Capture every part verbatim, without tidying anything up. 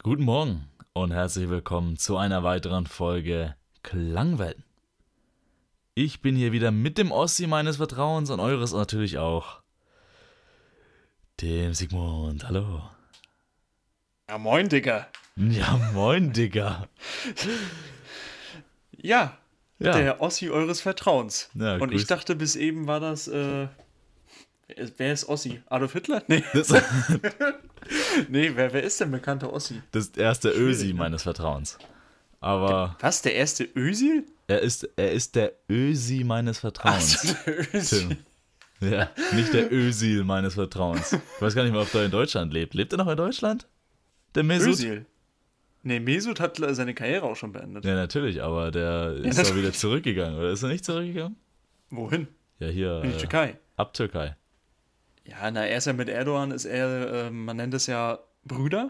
Guten Morgen und herzlich willkommen zu einer weiteren Folge Klangwelten. Ich bin hier wieder mit dem Ossi meines Vertrauens und eures natürlich auch, dem Sigmund. Hallo. Ja, moin, Digga. Ja, moin, Digga. Ja, Ja. der Ossi eures Vertrauens. Ja, Und grüß- ich dachte, bis eben war das, äh, wer ist Ossi? Adolf Hitler? Nee, Das, nee wer, wer ist denn bekannter Ossi? das ist erst der Ösi Schwierig, ne? meines Vertrauens. Aber Was, der erste Özil? er ist, er ist der Ösi meines Vertrauens. Ach, der Özil. Tim. Ja, nicht der Ösil meines Vertrauens. Ich weiß gar nicht mehr, ob er in Deutschland lebt. Lebt er noch in Deutschland? Der Mesut? Özil. Nee, Mesut hat seine Karriere auch schon beendet. Ja, natürlich, aber der ist natürlich. doch wieder zurückgegangen, oder ist er nicht zurückgegangen? Wohin? Ja, hier, In die äh, Türkei. ab Türkei. Ja, na, er ist ja mit Erdogan, ist er, äh, man nennt es ja Brüder.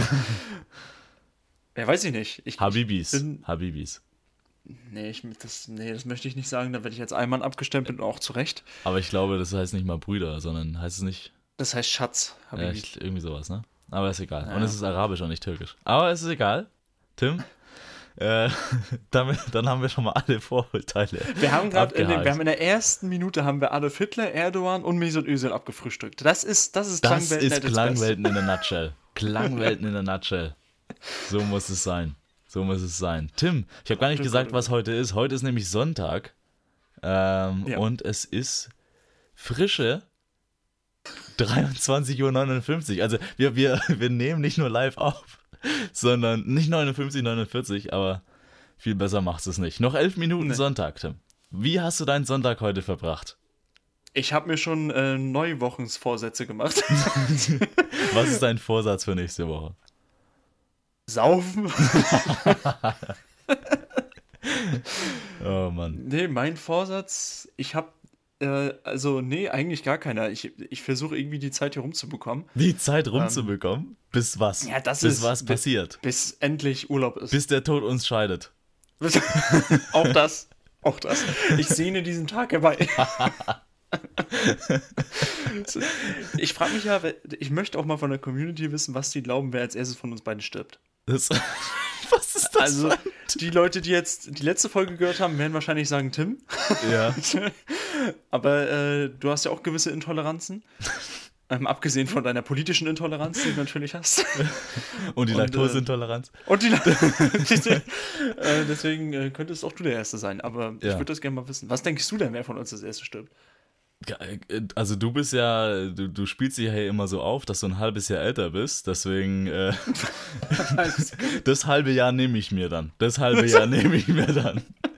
Ja, weiß ich nicht. Ich, Habibis, Ich bin, Habibis. nee, ich, das, nee, das möchte ich nicht sagen, da werde ich als Allmann abgestempelt und auch zu Recht. Aber ich glaube, das heißt nicht mal Brüder, sondern heißt es nicht, Das heißt Schatz, äh, Habibi. ich- irgendwie sowas, ne? Aber ist egal. Ja. Und es ist arabisch und nicht türkisch. Aber es ist egal. Tim, äh, damit, dann haben wir schon mal alle Vorurteile. Wir haben gerade, in, den- abgehakt. wir haben in der ersten Minute haben wir Adolf Hitler, Erdogan und Mesut Özil abgefrühstückt. Das ist, das ist Das Klangwelten ist at its Klangwelten in der Nutshell. Klangwelten in der Nutshell. So muss es sein. So muss es sein. Tim, ich habe gar nicht Gott, gesagt, Gott, was heute ist. Heute ist nämlich Sonntag. Ähm, Ja. Und es ist frische dreiundzwanzig Uhr neunundfünfzig. Also wir, wir, wir nehmen nicht nur live auf, sondern nicht neunundfünfzig, neunundvierzig, aber viel besser macht es nicht. Noch elf Minuten Nee. Sonntag, Tim. Wie hast du deinen Sonntag heute verbracht? Ich habe mir schon äh, Neuwochensvorsätze gemacht. Was ist dein Vorsatz für nächste Woche? Saufen? Oh Mann. Nee, mein Vorsatz, ich habe, äh, also nee, eigentlich gar keiner. Ich, ich versuche irgendwie die Zeit hier rumzubekommen. Die Zeit rumzubekommen? Bis was? Ja, das Bis ist- was bis- passiert? Bis endlich Urlaub ist. Bis der Tod uns scheidet. Auch das. Auch das. Ich sehne diesen Tag herbei. Ich frage mich ja, ich möchte auch mal von der Community wissen, was die glauben, wer als erstes von uns beiden stirbt. Das, was ist das? Also, die Leute, die jetzt die letzte Folge gehört haben, werden wahrscheinlich sagen Tim. Ja. Aber äh, du hast ja auch gewisse Intoleranzen. Ähm, abgesehen von deiner politischen Intoleranz, die du natürlich hast. Und die Und, Laktoseintoleranz. Und die äh, Deswegen äh, könntest auch du der Erste sein. Aber ich Ja. würde das gerne mal wissen. Was denkst du denn, wer von uns als Erste stirbt? Ja, äh, Also du bist ja, du, du spielst dich ja hier immer so auf, dass du ein halbes Jahr älter bist, deswegen äh, das halbe Jahr nehme ich mir dann. Das halbe Jahr nehme ich mir dann.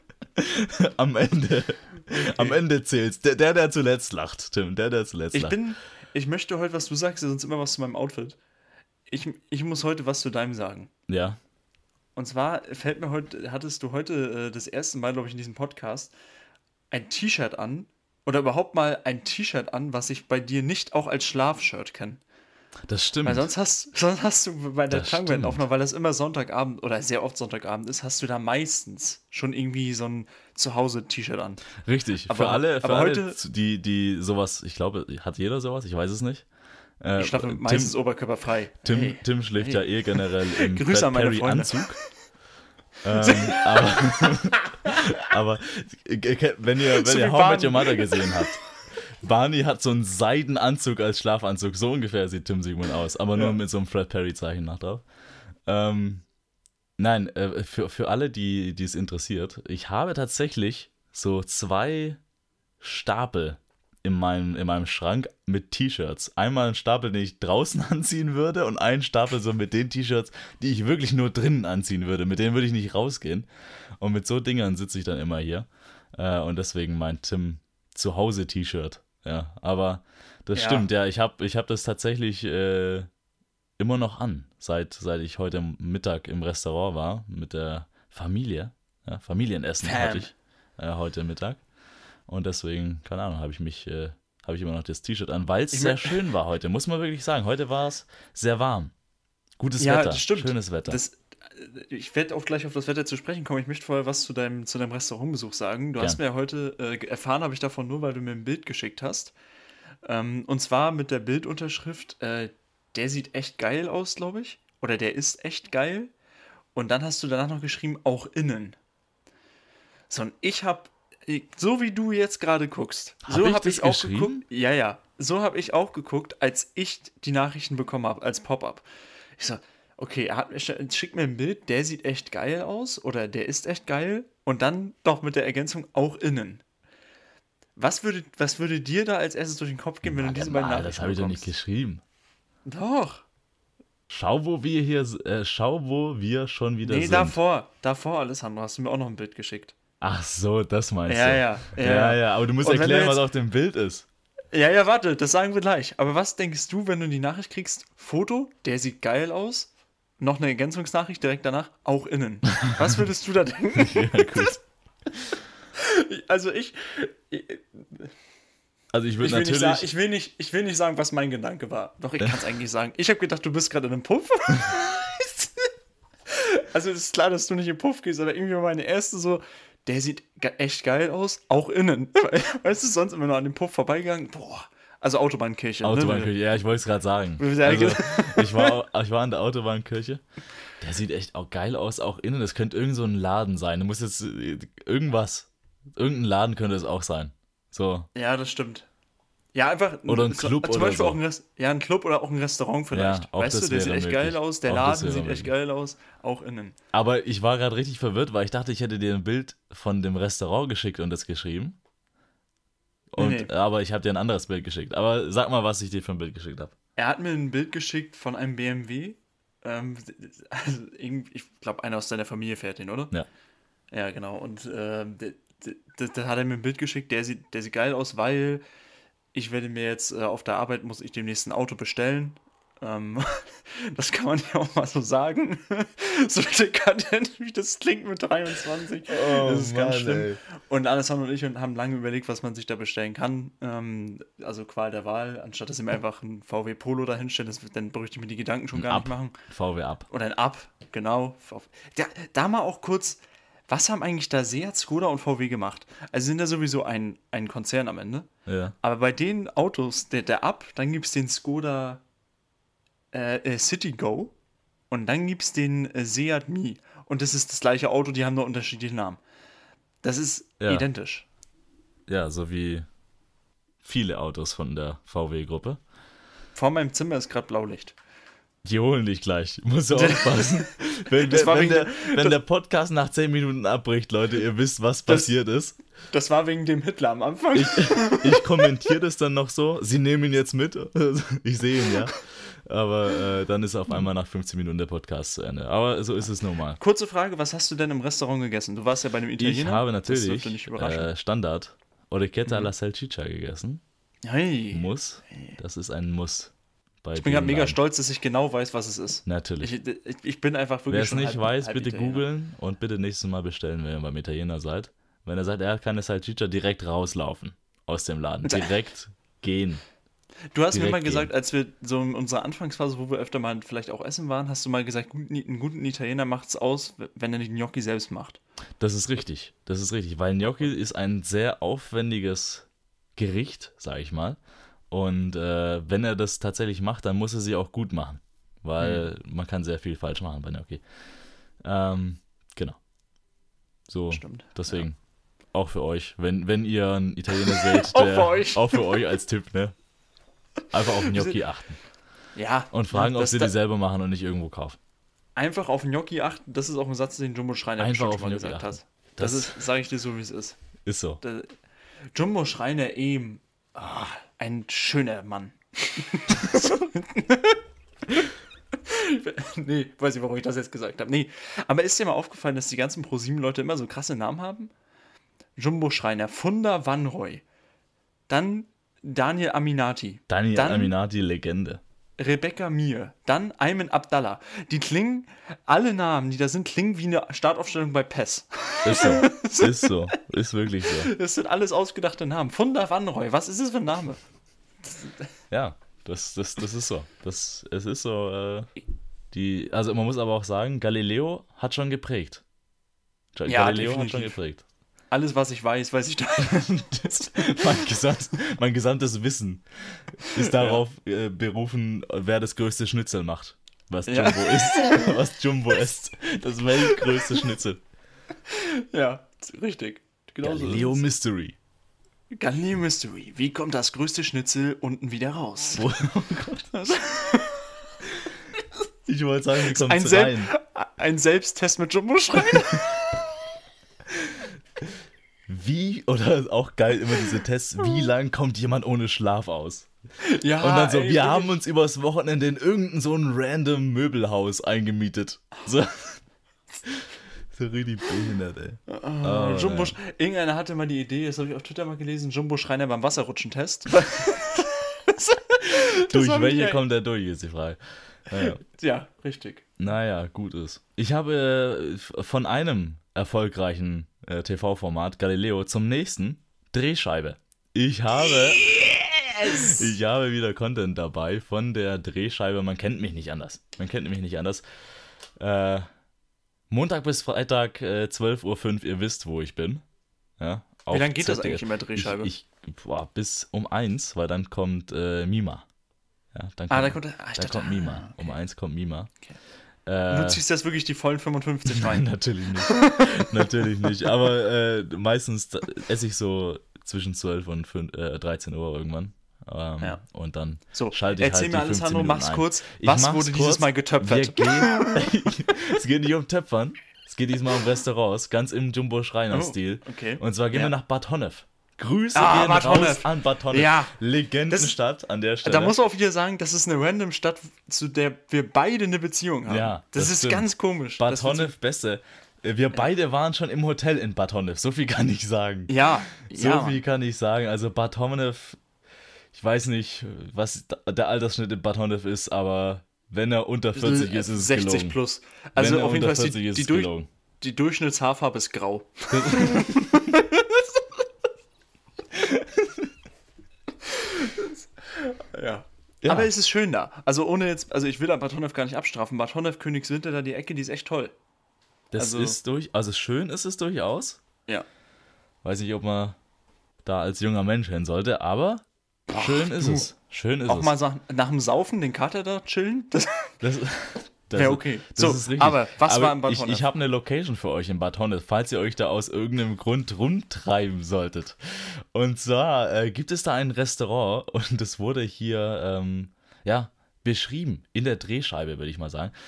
Am Ende, am Ende zählt's. Der, der, der zuletzt lacht, Tim, der, der zuletzt Ich lacht. bin, ich möchte heute, was du sagst, ist sonst immer was zu meinem Outfit. Ich, ich muss heute was zu deinem sagen. Ja, Und zwar fällt mir heute, hattest du heute äh, das erste Mal, glaube ich, in diesem Podcast ein T-Shirt an oder überhaupt mal ein T-Shirt an, was ich bei dir nicht auch als Schlafshirt kenne. das stimmt. Weil sonst hast, sonst hast du bei der Das Klangweltenaufnahme, weil das immer Sonntagabend oder sehr oft Sonntagabend ist, hast du da meistens schon irgendwie so ein Zuhause-T-Shirt an. Richtig, Aber- für alle, für aber alle heute- die, die sowas, ich glaube, hat jeder sowas, ich weiß es nicht. Äh, Ich schlafe Tim, meistens oberkörperfrei. Tim, Hey. Tim schläft hey. ja eh generell im Grüße Fred an meine Perry Freunde. Anzug. ähm, aber aber äh, wenn ihr, wenn So ihr wie How I Met Barney. Your Mother gesehen habt, Barney hat so einen Seidenanzug als Schlafanzug. So ungefähr sieht Tim Sigmund aus, aber nur Ja. mit so einem Fred Perry-Zeichen nach drauf. Ähm, nein, äh, für, für alle, die die es interessiert, ich habe tatsächlich so zwei Stapel in meinem, in meinem Schrank mit T-Shirts. Einmal einen Stapel, den ich draußen anziehen würde und einen Stapel so mit den T-Shirts, die ich wirklich nur drinnen anziehen würde. Mit denen würde ich nicht rausgehen. Und mit so Dingern sitze ich dann immer hier. Äh, und deswegen mein Tim Zuhause-T-Shirt. Ja, aber das Ja. stimmt, ja. Ich habe ich hab das tatsächlich äh, immer noch an, seit, seit ich heute Mittag im Restaurant war mit der Familie. Ja, Familienessen Fam. hatte ich äh, heute Mittag. Und deswegen, keine Ahnung, habe ich mich, äh, habe ich immer noch das T-Shirt an, weil es Ich sehr mein- schön war heute, muss man wirklich sagen. Heute war es sehr warm. Gutes Ja, Wetter, das stimmt. schönes Wetter. Das, äh, ich werde auch gleich auf das Wetter zu sprechen kommen. Ich möchte vorher was zu deinem, zu deinem Restaurantbesuch sagen. Du Gern. hast mir ja heute, äh, erfahren habe ich davon nur, weil du mir ein Bild geschickt hast. Ähm, und zwar mit der Bildunterschrift, äh, der sieht echt geil aus, glaube ich. oder der ist echt geil. Und dann hast du danach noch geschrieben, auch innen. So, und ich habe, so wie du jetzt gerade guckst, Hab so ich habe das ich auch geschrieben? geguckt. Ja, ja, so habe ich auch geguckt, als ich die Nachrichten bekommen habe, als Pop-up. Ich so, okay, er hat mir, schickt mir ein Bild, der sieht echt geil aus oder der ist echt geil. Und dann doch mit der Ergänzung, auch innen. Was würde, was würde dir da als erstes durch den Kopf gehen, wenn du Warte diese beiden mal, Nachrichten das habe ich doch nicht bekommst? geschrieben. Doch. Schau, wo wir hier, äh, schau, wo wir schon wieder Nee, sind. davor. Davor, Alessandro, hast du mir auch noch ein Bild geschickt. Ach so, das meinst Ja, du. ja, ja, ja, ja. ja, aber du musst Und wenn erklären, du was jetzt- auf dem Bild ist. Ja, ja, warte, das sagen wir gleich. Aber was denkst du, wenn du die Nachricht kriegst? Foto, der sieht geil aus. Noch eine Ergänzungsnachricht direkt danach, auch innen. Was würdest du da denken? Ja, gut. Also ich, ich, Also ich würde ich, will nicht natürlich... sagen, ich, will nicht, ich will nicht sagen, was mein Gedanke war. Doch, ich kann es eigentlich sagen. Ich habe gedacht, du bist gerade in einem Puff. Also es ist klar, dass du nicht in den Puff gehst, aber irgendwie war meine erste so, der sieht ge- echt geil aus, auch innen. Weißt du, sonst immer noch an dem Puff vorbeigegangen. Boah, also Autobahnkirche. Autobahnkirche, ja, ich wollte es gerade sagen. Ja, Also, genau. ich, war, ich war an der Autobahnkirche. Der sieht echt auch geil aus, auch innen. Das könnte irgend so ein Laden sein. Du musst jetzt äh, irgendwas, irgendein Laden könnte es auch sein. So, Ne? Ja, das stimmt. Ja, einfach Oder ein Club zum oder Beispiel so. auch ein Rest, ja, ein Club oder auch ein Restaurant vielleicht. Ja, auch weißt das du, der sieht wäre echt möglich. geil aus, der Auch das Laden wäre sieht echt möglich. geil aus, auch innen. aber ich war gerade richtig verwirrt, weil ich dachte, ich hätte dir ein Bild von dem Restaurant geschickt und das geschrieben. Und, Nee, nee. Aber ich habe dir ein anderes Bild geschickt. Aber sag mal, was ich dir für ein Bild geschickt habe. Er hat mir ein Bild geschickt von einem B M W. Ähm, also irgendwie, ich glaube, einer aus seiner Familie fährt den, oder? Ja. Ja, genau. Und ähm, da hat er mir ein Bild geschickt, der sieht, der sieht geil aus, weil ich werde mir jetzt äh, auf der Arbeit, muss ich demnächst ein Auto bestellen. Ähm, das kann man ja auch mal so sagen. So dekadent, wie das klingt mit dreiundzwanzig. Oh, das ist ganz Mann, schlimm. ey. Und Alessandro und ich haben lange überlegt, was man sich da bestellen kann. Ähm, also Qual der Wahl, anstatt dass ich mir einfach ein V W Polo da hinstelle, das, dann bräuchte ich mir die Gedanken schon Ein gar Up. nicht machen. V W ab. Oder ein Up, genau. Ja, da mal auch kurz, was haben eigentlich da Seat, Skoda und V W gemacht? Also sind da sowieso ein, ein Konzern am Ende. Ja. Aber bei den Autos, der, der Up, dann gibt es den Skoda äh, äh, Citigo und dann gibt es den äh, Seat Mii. Und das ist das gleiche Auto, die haben nur unterschiedliche Namen. Das ist Ja. identisch. Ja, so wie viele Autos von der V W-Gruppe. Vor meinem Zimmer ist gerade Blaulicht. Die holen dich gleich. Musst du aufpassen. Wenn, Das war wenn, wegen der, der- wenn der Podcast nach zehn Minuten abbricht, Leute, ihr wisst, was passiert ist. Das war wegen dem Hitler am Anfang. Ich, ich kommentiere das dann noch so. Sie nehmen ihn jetzt mit. Ich sehe ihn, ja. Aber äh, dann ist auf einmal nach fünfzehn Minuten der Podcast zu Ende. Aber so ist es normal. Kurze Frage, was hast du denn im Restaurant gegessen? Du warst ja bei dem Italiener. Ich habe Das dürfte natürlich nicht überraschen. äh, Standard Orecchietta Mhm. alla Salsiccia gegessen. Hey. Muss. Das ist ein Muss. Bei Ich bin gerade dem mega Laden. stolz, dass ich genau weiß, was es ist. Natürlich. Ich, ich, ich bin einfach wirklich Wer es schon nicht halb- weiß, halb bitte Italiener. googeln und bitte nächstes Mal bestellen, wenn ihr beim Italiener seid. Wenn er sagt, er hat keine Salsiccia, direkt rauslaufen aus dem Laden. Direkt gehen. Du hast mir direkt mal gehen. gesagt, als wir so in unserer Anfangsphase, wo wir öfter mal vielleicht auch essen waren, hast du mal gesagt, gut- einen guten Italiener macht es aus, wenn er die Gnocchi selbst macht. Das ist richtig. Das ist richtig, weil Gnocchi ist ein sehr aufwendiges Gericht, sage ich mal. Und äh, wenn er das tatsächlich macht, dann muss er sie auch gut machen. Weil Mhm. man kann sehr viel falsch machen bei Gnocchi. Ähm, genau. So, Stimmt. deswegen. Auch für euch. Wenn, wenn ihr einen Italiener seht, Auch der, für euch. auch für euch als Tipp, ne? Einfach auf Gnocchi achten. Ja. Und fragen, ja, ob das- sie die das- selber machen und nicht irgendwo kaufen. Einfach auf Gnocchi achten, das ist auch ein Satz, den Jumbo Schreiner Einfach bestimmt auf schon mal Gnocchi gesagt achten. hat. Das, Das- ist, sage ich dir so, wie es ist. Ist so. Der, Jumbo Schreiner eben, ah, ein schöner Mann. Nee, weiß nicht, warum ich das jetzt gesagt habe. Nee, aber ist dir mal aufgefallen, dass die ganzen ProSieben-Leute immer so krasse Namen haben? Jumbo Schreiner, Funda Wanroy, dann Daniel Aminati, Daniel Dann- Aminati, Legende. Rebecca Mir, dann Ayman Abdallah. Die klingen, alle Namen, die da sind, klingen wie eine Startaufstellung bei P E S. Ist so. Ist so. Ist wirklich so. Das sind alles ausgedachte Namen. Funda Wanroy, was ist das für ein Name? Ja, das, das, das ist so. Das, es ist so, äh, die, also man muss aber auch sagen, Galileo hat schon geprägt. Ja, Ja, Galileo hat schon definitiv. geprägt. Alles, was ich weiß, weiß ich da. mein, gesamt, mein gesamtes Wissen ist darauf äh, berufen, wer das größte Schnitzel macht. was Ja. Jumbo ist. Was Jumbo ist. Das weltgrößte Schnitzel. Ja, richtig. Genau Galileo so ist Mystery. es. Galileo Mystery. Wie kommt das größte Schnitzel unten wieder raus? Wo, oh Gott. Ich wollte sagen, wie kommt Ein, es Sel rein? ein Selbsttest mit Jumbo-Schreiner. Wie, oder auch geil, immer diese Tests, wie lang kommt jemand ohne Schlaf aus? Ja, Und dann so, ey, wir wirklich. haben uns übers Wochenende in irgendein so ein random Möbelhaus eingemietet. So, so richtig behindert, ey. Ah, Oh, Jumbo, ja. Irgendeiner hatte mal die Idee, das habe ich auf Twitter mal gelesen, Jumbo-Schreiner beim Wasserrutschen-Test. Durch hab ich welche ja- kommt er durch, ist die Frage. Naja. Ja, richtig. Naja, gut ist. Ich habe äh, von einem erfolgreichen äh, T V-Format, Galileo, zum nächsten, Drehscheibe. Ich habe, ich habe wieder Content dabei von der Drehscheibe. Man kennt mich nicht anders. Man kennt mich nicht anders. Äh, Montag bis Freitag, äh, zwölf Uhr fünf, ihr wisst, wo ich bin. Ja, Wie auf lange geht das Z D F. eigentlich in der Drehscheibe? Ich, ich, boah, bis um eins, weil dann kommt äh, Mima. Ja, dann ah, kommt, da kommt, ah, ich da dachte, kommt Mima. ah, Um eins kommt Mima. Okay. Äh, Du ziehst das wirklich die vollen fünfundfünfzig Nein, rein. natürlich nicht. Natürlich nicht. Aber äh, meistens da- esse ich so zwischen zwölf und fünf, äh, dreizehn Uhr irgendwann. Ähm, Ja. Und dann So, schalte ich erzähl halt mir, die Alessandro, fünfzehn mach's Minuten ein. kurz. Ich Was mach's wurde kurz. dieses Mal getöpfert? Wir gehen, es geht nicht um Töpfern. Es geht diesmal um Restaurants, ganz im Jumbo-Schreiner-Stil. Oh, okay. Und zwar gehen Ja. wir nach Bad Honnef. Grüße Ah, gehen Bad raus Honnef. an Bad Honnef. Ja. Legendenstadt an der Stelle. Da muss man auch wieder sagen, das ist eine random Stadt, zu der wir beide eine Beziehung haben. Ja, das, das ist stimmt. ganz komisch. Bad Das wird so- Honnef, Beste. Wir beide waren schon im Hotel in Bad Honnef. So viel kann ich sagen. Ja, So ja. viel kann ich sagen. Also Bad Honnef, ich weiß nicht, was der Altersschnitt in Bad Honnef ist, aber wenn er unter vierzig ist, ist es sechzig gelogen. plus. Wenn Also er auf jeden unter Fall ist vierzig die, ist, die, ist durch, gelogen. die Durchschnittshaarfarbe ist grau. ja. Ja. Aber es ist schön da. Also ohne jetzt, also ich will da Bad Honnef gar nicht abstrafen. Bad Honnef, Königswinter, da die Ecke, die ist echt toll. Das also- ist durch, also schön ist es durchaus. Ja. Weiß nicht, ob man da als junger Mensch hin sollte, aber schön ist du. es. Schön ist Auch es. mal sa- nach dem Saufen den Kater da chillen. Das, Das, das, Ja, okay. Das So, ist richtig. aber was war in Bad ich, Honnef? Ich habe eine Location für euch in Bad Honnef, falls ihr euch da aus irgendeinem Grund rumtreiben solltet. Und zwar äh, gibt es da ein Restaurant und das wurde hier ähm, ja, beschrieben in der Drehscheibe, würde ich mal sagen.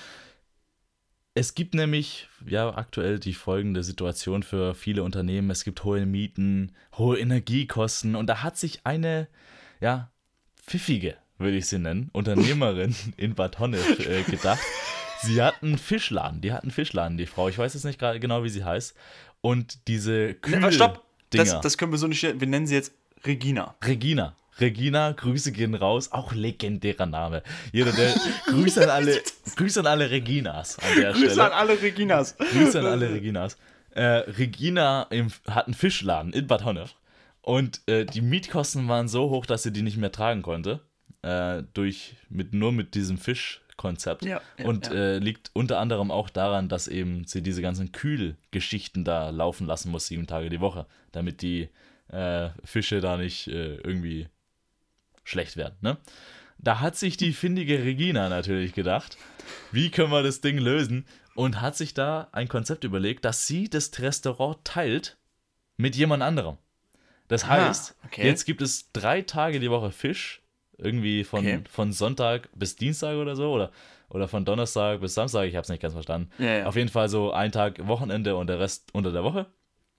Es gibt nämlich ja aktuell die folgende Situation für viele Unternehmen. Es gibt hohe Mieten, hohe Energiekosten und da hat sich eine ja, pfiffige, würde ich sie nennen, Unternehmerin in Bad Honnef äh, gedacht. Sie hat einen Fischladen, die hat einen Fischladen, die Frau. Ich weiß jetzt nicht gerade genau, wie sie heißt. Und diese Kühl Ne, stopp! Das, Dinger. das können wir so nicht. Wir nennen sie jetzt Regina. Regina. Regina, Grüße gehen raus. Auch legendärer Name. Jeder, der Grüße an alle, Grüße an alle Reginas an der Grüße Stelle. an alle Reginas. Grüße an alle Reginas. Äh, Regina im, hat einen Fischladen in Bad Honnef. Und äh, die Mietkosten waren so hoch, dass sie die nicht mehr tragen konnte. Äh, durch, mit, nur mit diesem Fischkonzept. Ja, ja, und ja. Äh, liegt unter anderem auch daran, dass eben sie diese ganzen Kühlgeschichten da laufen lassen muss, sieben Tage die Woche. Damit die äh, Fische da nicht äh, irgendwie schlecht werden. Ne? Da hat sich die findige Regina natürlich gedacht, wie können wir das Ding lösen? Und hat sich da ein Konzept überlegt, dass sie das Restaurant teilt mit jemand anderem. Das heißt, Ah, okay. jetzt gibt es drei Tage die Woche Fisch, irgendwie von, Okay. von Sonntag bis Dienstag oder so, oder, oder von Donnerstag bis Samstag, ich habe es nicht ganz verstanden. Ja, ja. Auf jeden Fall so ein Tag Wochenende und der Rest unter der Woche.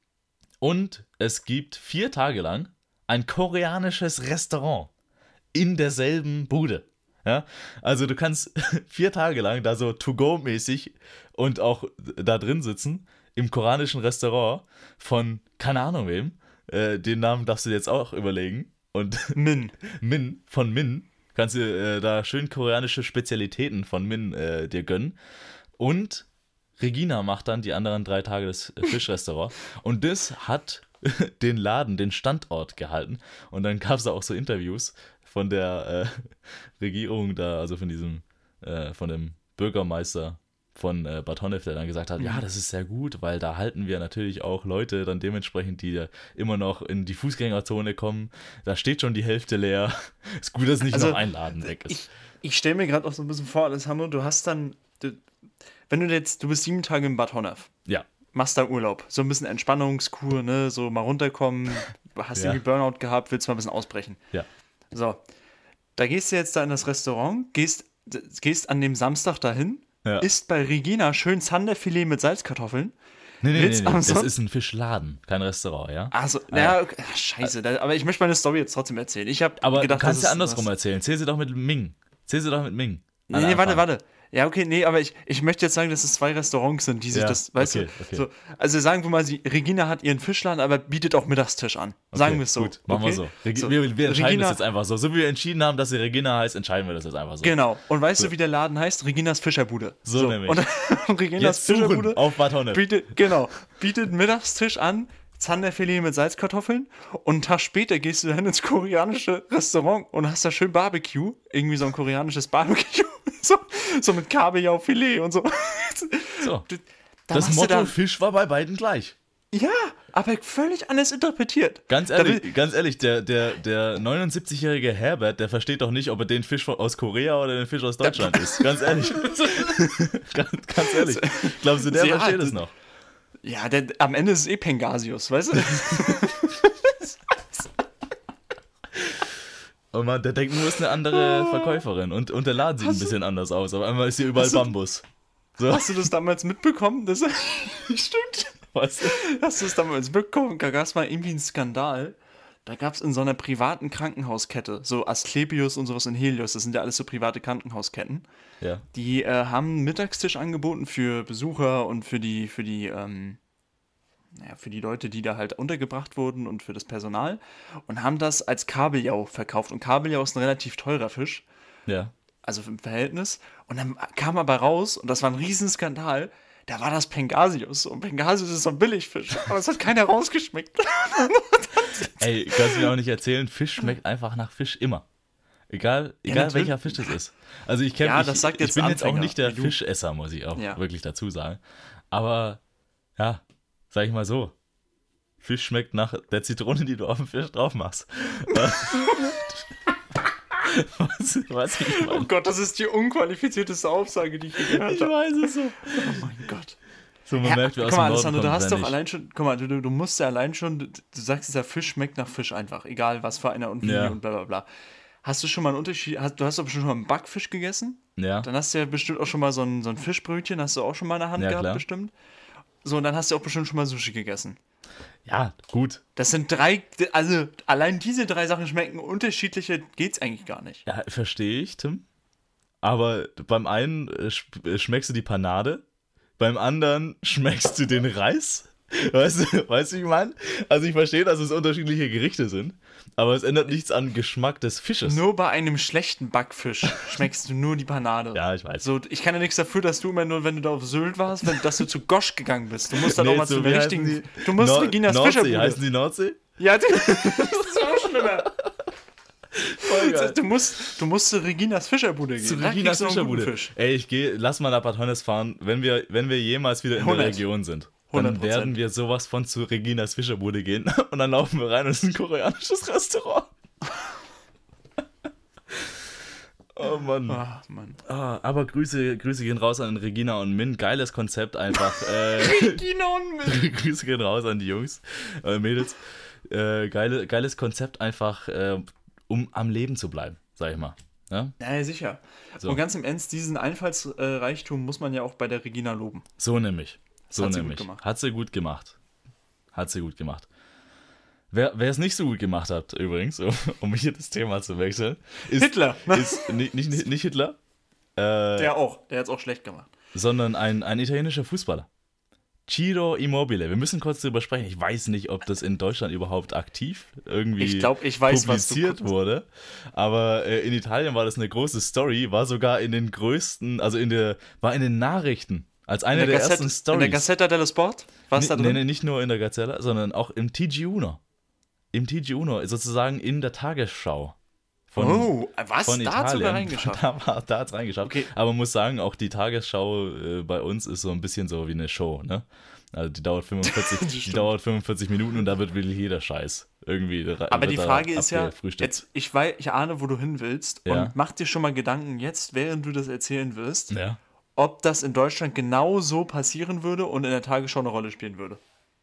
Und es gibt vier Tage lang ein koreanisches Restaurant in derselben Bude. Ja? Also du kannst vier Tage lang da so to-go-mäßig und auch da drin sitzen, im koreanischen Restaurant von, keine Ahnung wem, äh, den Namen darfst du dir jetzt auch überlegen. Und Min. Min, von Min, kannst du äh, da schön koreanische Spezialitäten von Min äh, dir gönnen. Und Regina macht dann die anderen drei Tage das äh, Fischrestaurant. Und das hat den Laden, den Standort gehalten. Und dann gab es da auch so Interviews von der äh, Regierung da, also von diesem, äh, von dem Bürgermeister von äh, Bad Honnef, der dann gesagt hat, Mhm. ja, das ist sehr gut, weil da halten wir natürlich auch Leute dann dementsprechend, die immer noch in die Fußgängerzone kommen. Da steht schon die Hälfte leer. Ist gut, dass nicht Also, noch ein Laden weg ist. Ich, ich stelle mir gerade auch so ein bisschen vor, Alessandro, du hast dann, du, wenn du jetzt, du bist sieben Tage in Bad Honnef, Ja, machst da Urlaub, so ein bisschen Entspannungskur, ne, so mal runterkommen, hast Ja. irgendwie Burnout gehabt, willst mal ein bisschen ausbrechen. ja, So, da gehst du jetzt da in das Restaurant, gehst, gehst an dem Samstag dahin, ja. isst bei Regina schön Zanderfilet mit Salzkartoffeln. Nee, nee, nee, Willst nee. am das Son- ist ein Fischladen, kein Restaurant, ja? Also, Ah, naja, okay, ach, scheiße, da, aber ich möchte meine Story jetzt trotzdem erzählen. Ich habe Aber gedacht, du kannst das ja ist andersrum was- erzählen. Zähl sie doch mit Ming. Zähl sie doch mit Ming. Nee, nee, warte, warte. Ja, okay, nee, aber ich, ich möchte jetzt sagen, dass es zwei Restaurants sind, die sich Ja, das, weißt okay, du, okay. so, also sagen wir mal, sie, Regina hat ihren Fischladen, aber bietet auch Mittagstisch an. Sagen wir es so. Gut, machen okay? wir so. Regi So, wir, wir entscheiden Regina- das jetzt einfach so. So wie wir entschieden haben, dass sie Regina heißt, entscheiden wir das jetzt einfach so. Genau. Und weißt So. du, wie der Laden heißt? Reginas Fischerbude. So nämlich. Und, und Reginas Jetzt suchen Fischerbude auf Bad Honnef. bietet, genau, bietet Mittagstisch an, Zanderfilet mit Salzkartoffeln und einen Tag später gehst du dann ins koreanische Restaurant und hast da schön Barbecue, irgendwie so ein koreanisches Barbecue, so, so mit Kabeljau-Filet und so. So. Da Das machst du Motto dann- Fisch war bei beiden gleich. Ja, aber völlig anders interpretiert. Ganz Da ehrlich, will- ganz ehrlich, der, der, der neunundsiebzigjährige Herbert, der versteht doch nicht, ob er den Fisch von- aus Korea oder den Fisch aus Deutschland isst. Ganz ehrlich. ganz, ganz ehrlich. Glaubst du, der Sehr versteht alt. es noch? Ja, der, am Ende ist es eh Pengasius, weißt du? Oh Mann, der denkt nur, ist eine andere Verkäuferin und, und der Laden sieht ein bisschen anders aus. Aber einmal ist hier überall Hast du- Bambus. So, Hast du das damals mitbekommen? Das stimmt. was? Hast du das damals mitbekommen? Da gab es mal irgendwie einen Skandal. Da gab es in so einer privaten Krankenhauskette, so Asklepios und sowas in Helios, das sind ja alles so private Krankenhausketten, Ja. die äh, haben einen Mittagstisch angeboten für Besucher und für die, für die, ähm, naja, für die Leute, die da halt untergebracht wurden und für das Personal und haben das als Kabeljau verkauft. Und Kabeljau ist ein relativ teurer Fisch, Ja. also im Verhältnis. Und dann kam aber raus, und das war ein Riesenskandal, da war das Pengasius. Und Pengasius ist so ein Billigfisch, aber es hat keiner rausgeschmeckt. Ey, kannst du mir auch nicht erzählen, Fisch schmeckt einfach nach Fisch immer. Egal, egal natürlich. welcher Fisch das ist. Also ich, kenn, Ja, ich, das sagt ich jetzt bin ein jetzt auch Anfänger, nicht der wie du. Fischesser, muss ich auch Ja. wirklich dazu sagen. Aber ja, sag ich mal so. Fisch schmeckt nach der Zitrone, die du auf den Fisch drauf machst. was, was ich Oh meine. Gott, das ist die unqualifizierteste Aussage, die ich je gehört Ich habe. weiß es so. Oh mein Gott. So, man Ja, merkt, wie aus guck mal, dem Norden Alessandro, du kommt, hast wenn doch ich- allein schon, guck mal, du, du, du musst ja allein schon, du, du sagst, dieser Fisch schmeckt nach Fisch einfach, egal was für einer und wie Ja. und bla bla bla. Hast du schon mal einen Unterschied, hast, du hast doch bestimmt schon mal einen Backfisch gegessen? Ja, Dann hast du ja bestimmt auch schon mal so ein, so ein Fischbrötchen, hast du auch schon mal in der Hand Ja, gehabt, klar. bestimmt. So, und dann hast du auch bestimmt schon mal Sushi gegessen. ja, gut. Das sind drei, also allein diese drei Sachen schmecken unterschiedliche, geht's eigentlich gar nicht. Ja, verstehe ich, Tim. Aber beim einen äh, sch- äh, schmeckst du die Panade, beim anderen schmeckst du den Reis. Weißt du, weißt du, wie ich meine? Also ich verstehe, dass es unterschiedliche Gerichte sind, aber es ändert nichts an Geschmack des Fisches. Nur bei einem schlechten Backfisch schmeckst du nur die Panade. Ja, ich weiß. So, ich kann ja nichts dafür, dass du immer nur, wenn du da auf Sylt warst, wenn, dass du zu Gosch gegangen bist. Du musst dann Nee, auch mal so zu wie der heißen richtigen. die? Du musst Nor- Reginas Nordsee, Fischerbude. heißen die Nordsee? Ja, die, das ist auch schlimmer. Voll geil. Du musst, du musst zu Reginas Fischerbude gehen. Zu Da Reginas kriegst du auch einen guten Fischerbude. Fisch. Ey, ich gehe, lass mal nach Bad Honnef fahren, wenn wir, wenn wir jemals wieder in hundert. der Region sind. Dann hundert Prozent. werden wir sowas von zu Reginas Fischerbude gehen und dann laufen wir rein und es ist ein koreanisches Restaurant. Oh Mann. Ach, Mann. Ah, aber Grüße, Grüße gehen raus an Regina und Min. Geiles Konzept einfach. Äh, Regina und Milch. Grüße gehen raus an die Jungs, äh, Mädels. Äh, geile, geiles Konzept einfach, äh, um am Leben zu bleiben, sag ich mal. Ja? Ja, sicher. So. Und ganz im Ernst, diesen Einfallsreichtum muss man ja auch bei der Regina loben. So nämlich. So hat sie gut nämlich. gemacht. Hat sie gut gemacht. Hat sie gut gemacht. Wer, wer es nicht so gut gemacht hat, übrigens, um, um hier das Thema zu wechseln, ist, Hitler. ist nicht, nicht, nicht Hitler, äh, Der auch. Der hat es auch schlecht gemacht. sondern ein, ein italienischer Fußballer. Ciro Immobile. Wir müssen kurz darüber sprechen. Ich weiß nicht, ob das in Deutschland überhaupt aktiv irgendwie Ich glaub, ich weiß, was du publiziert guckst. wurde. Aber äh, in Italien war das eine große Story, war sogar in den größten, also in der, war in den Nachrichten als eine In der, der, Gazzetta, ersten Stories. in der Gazzetta dello Sport? Was da Nee, drin? nee, nicht nur in der Gazella, sondern auch im T G Uno. Im T G Uno, sozusagen in der Tagesschau. Von, oh, was? von Da hat sogar Italien. reingeschafft. Da, war- da hat es reingeschafft. Okay. Aber man muss sagen, auch die Tagesschau äh, bei uns ist so ein bisschen so wie eine Show, ne? Also die dauert fünfundvierzig, die stimmt. dauert fünfundvierzig Minuten und da wird wirklich jeder Scheiß irgendwie. Aber die wird da Frage ist ja, abgefrühstückt. jetzt, ich, weiß, ich ahne, wo du hin willst Ja. und mach dir schon mal Gedanken jetzt, während du das erzählen wirst, Ja. ob das in Deutschland genau so passieren würde und in der Tagesschau eine Rolle spielen würde.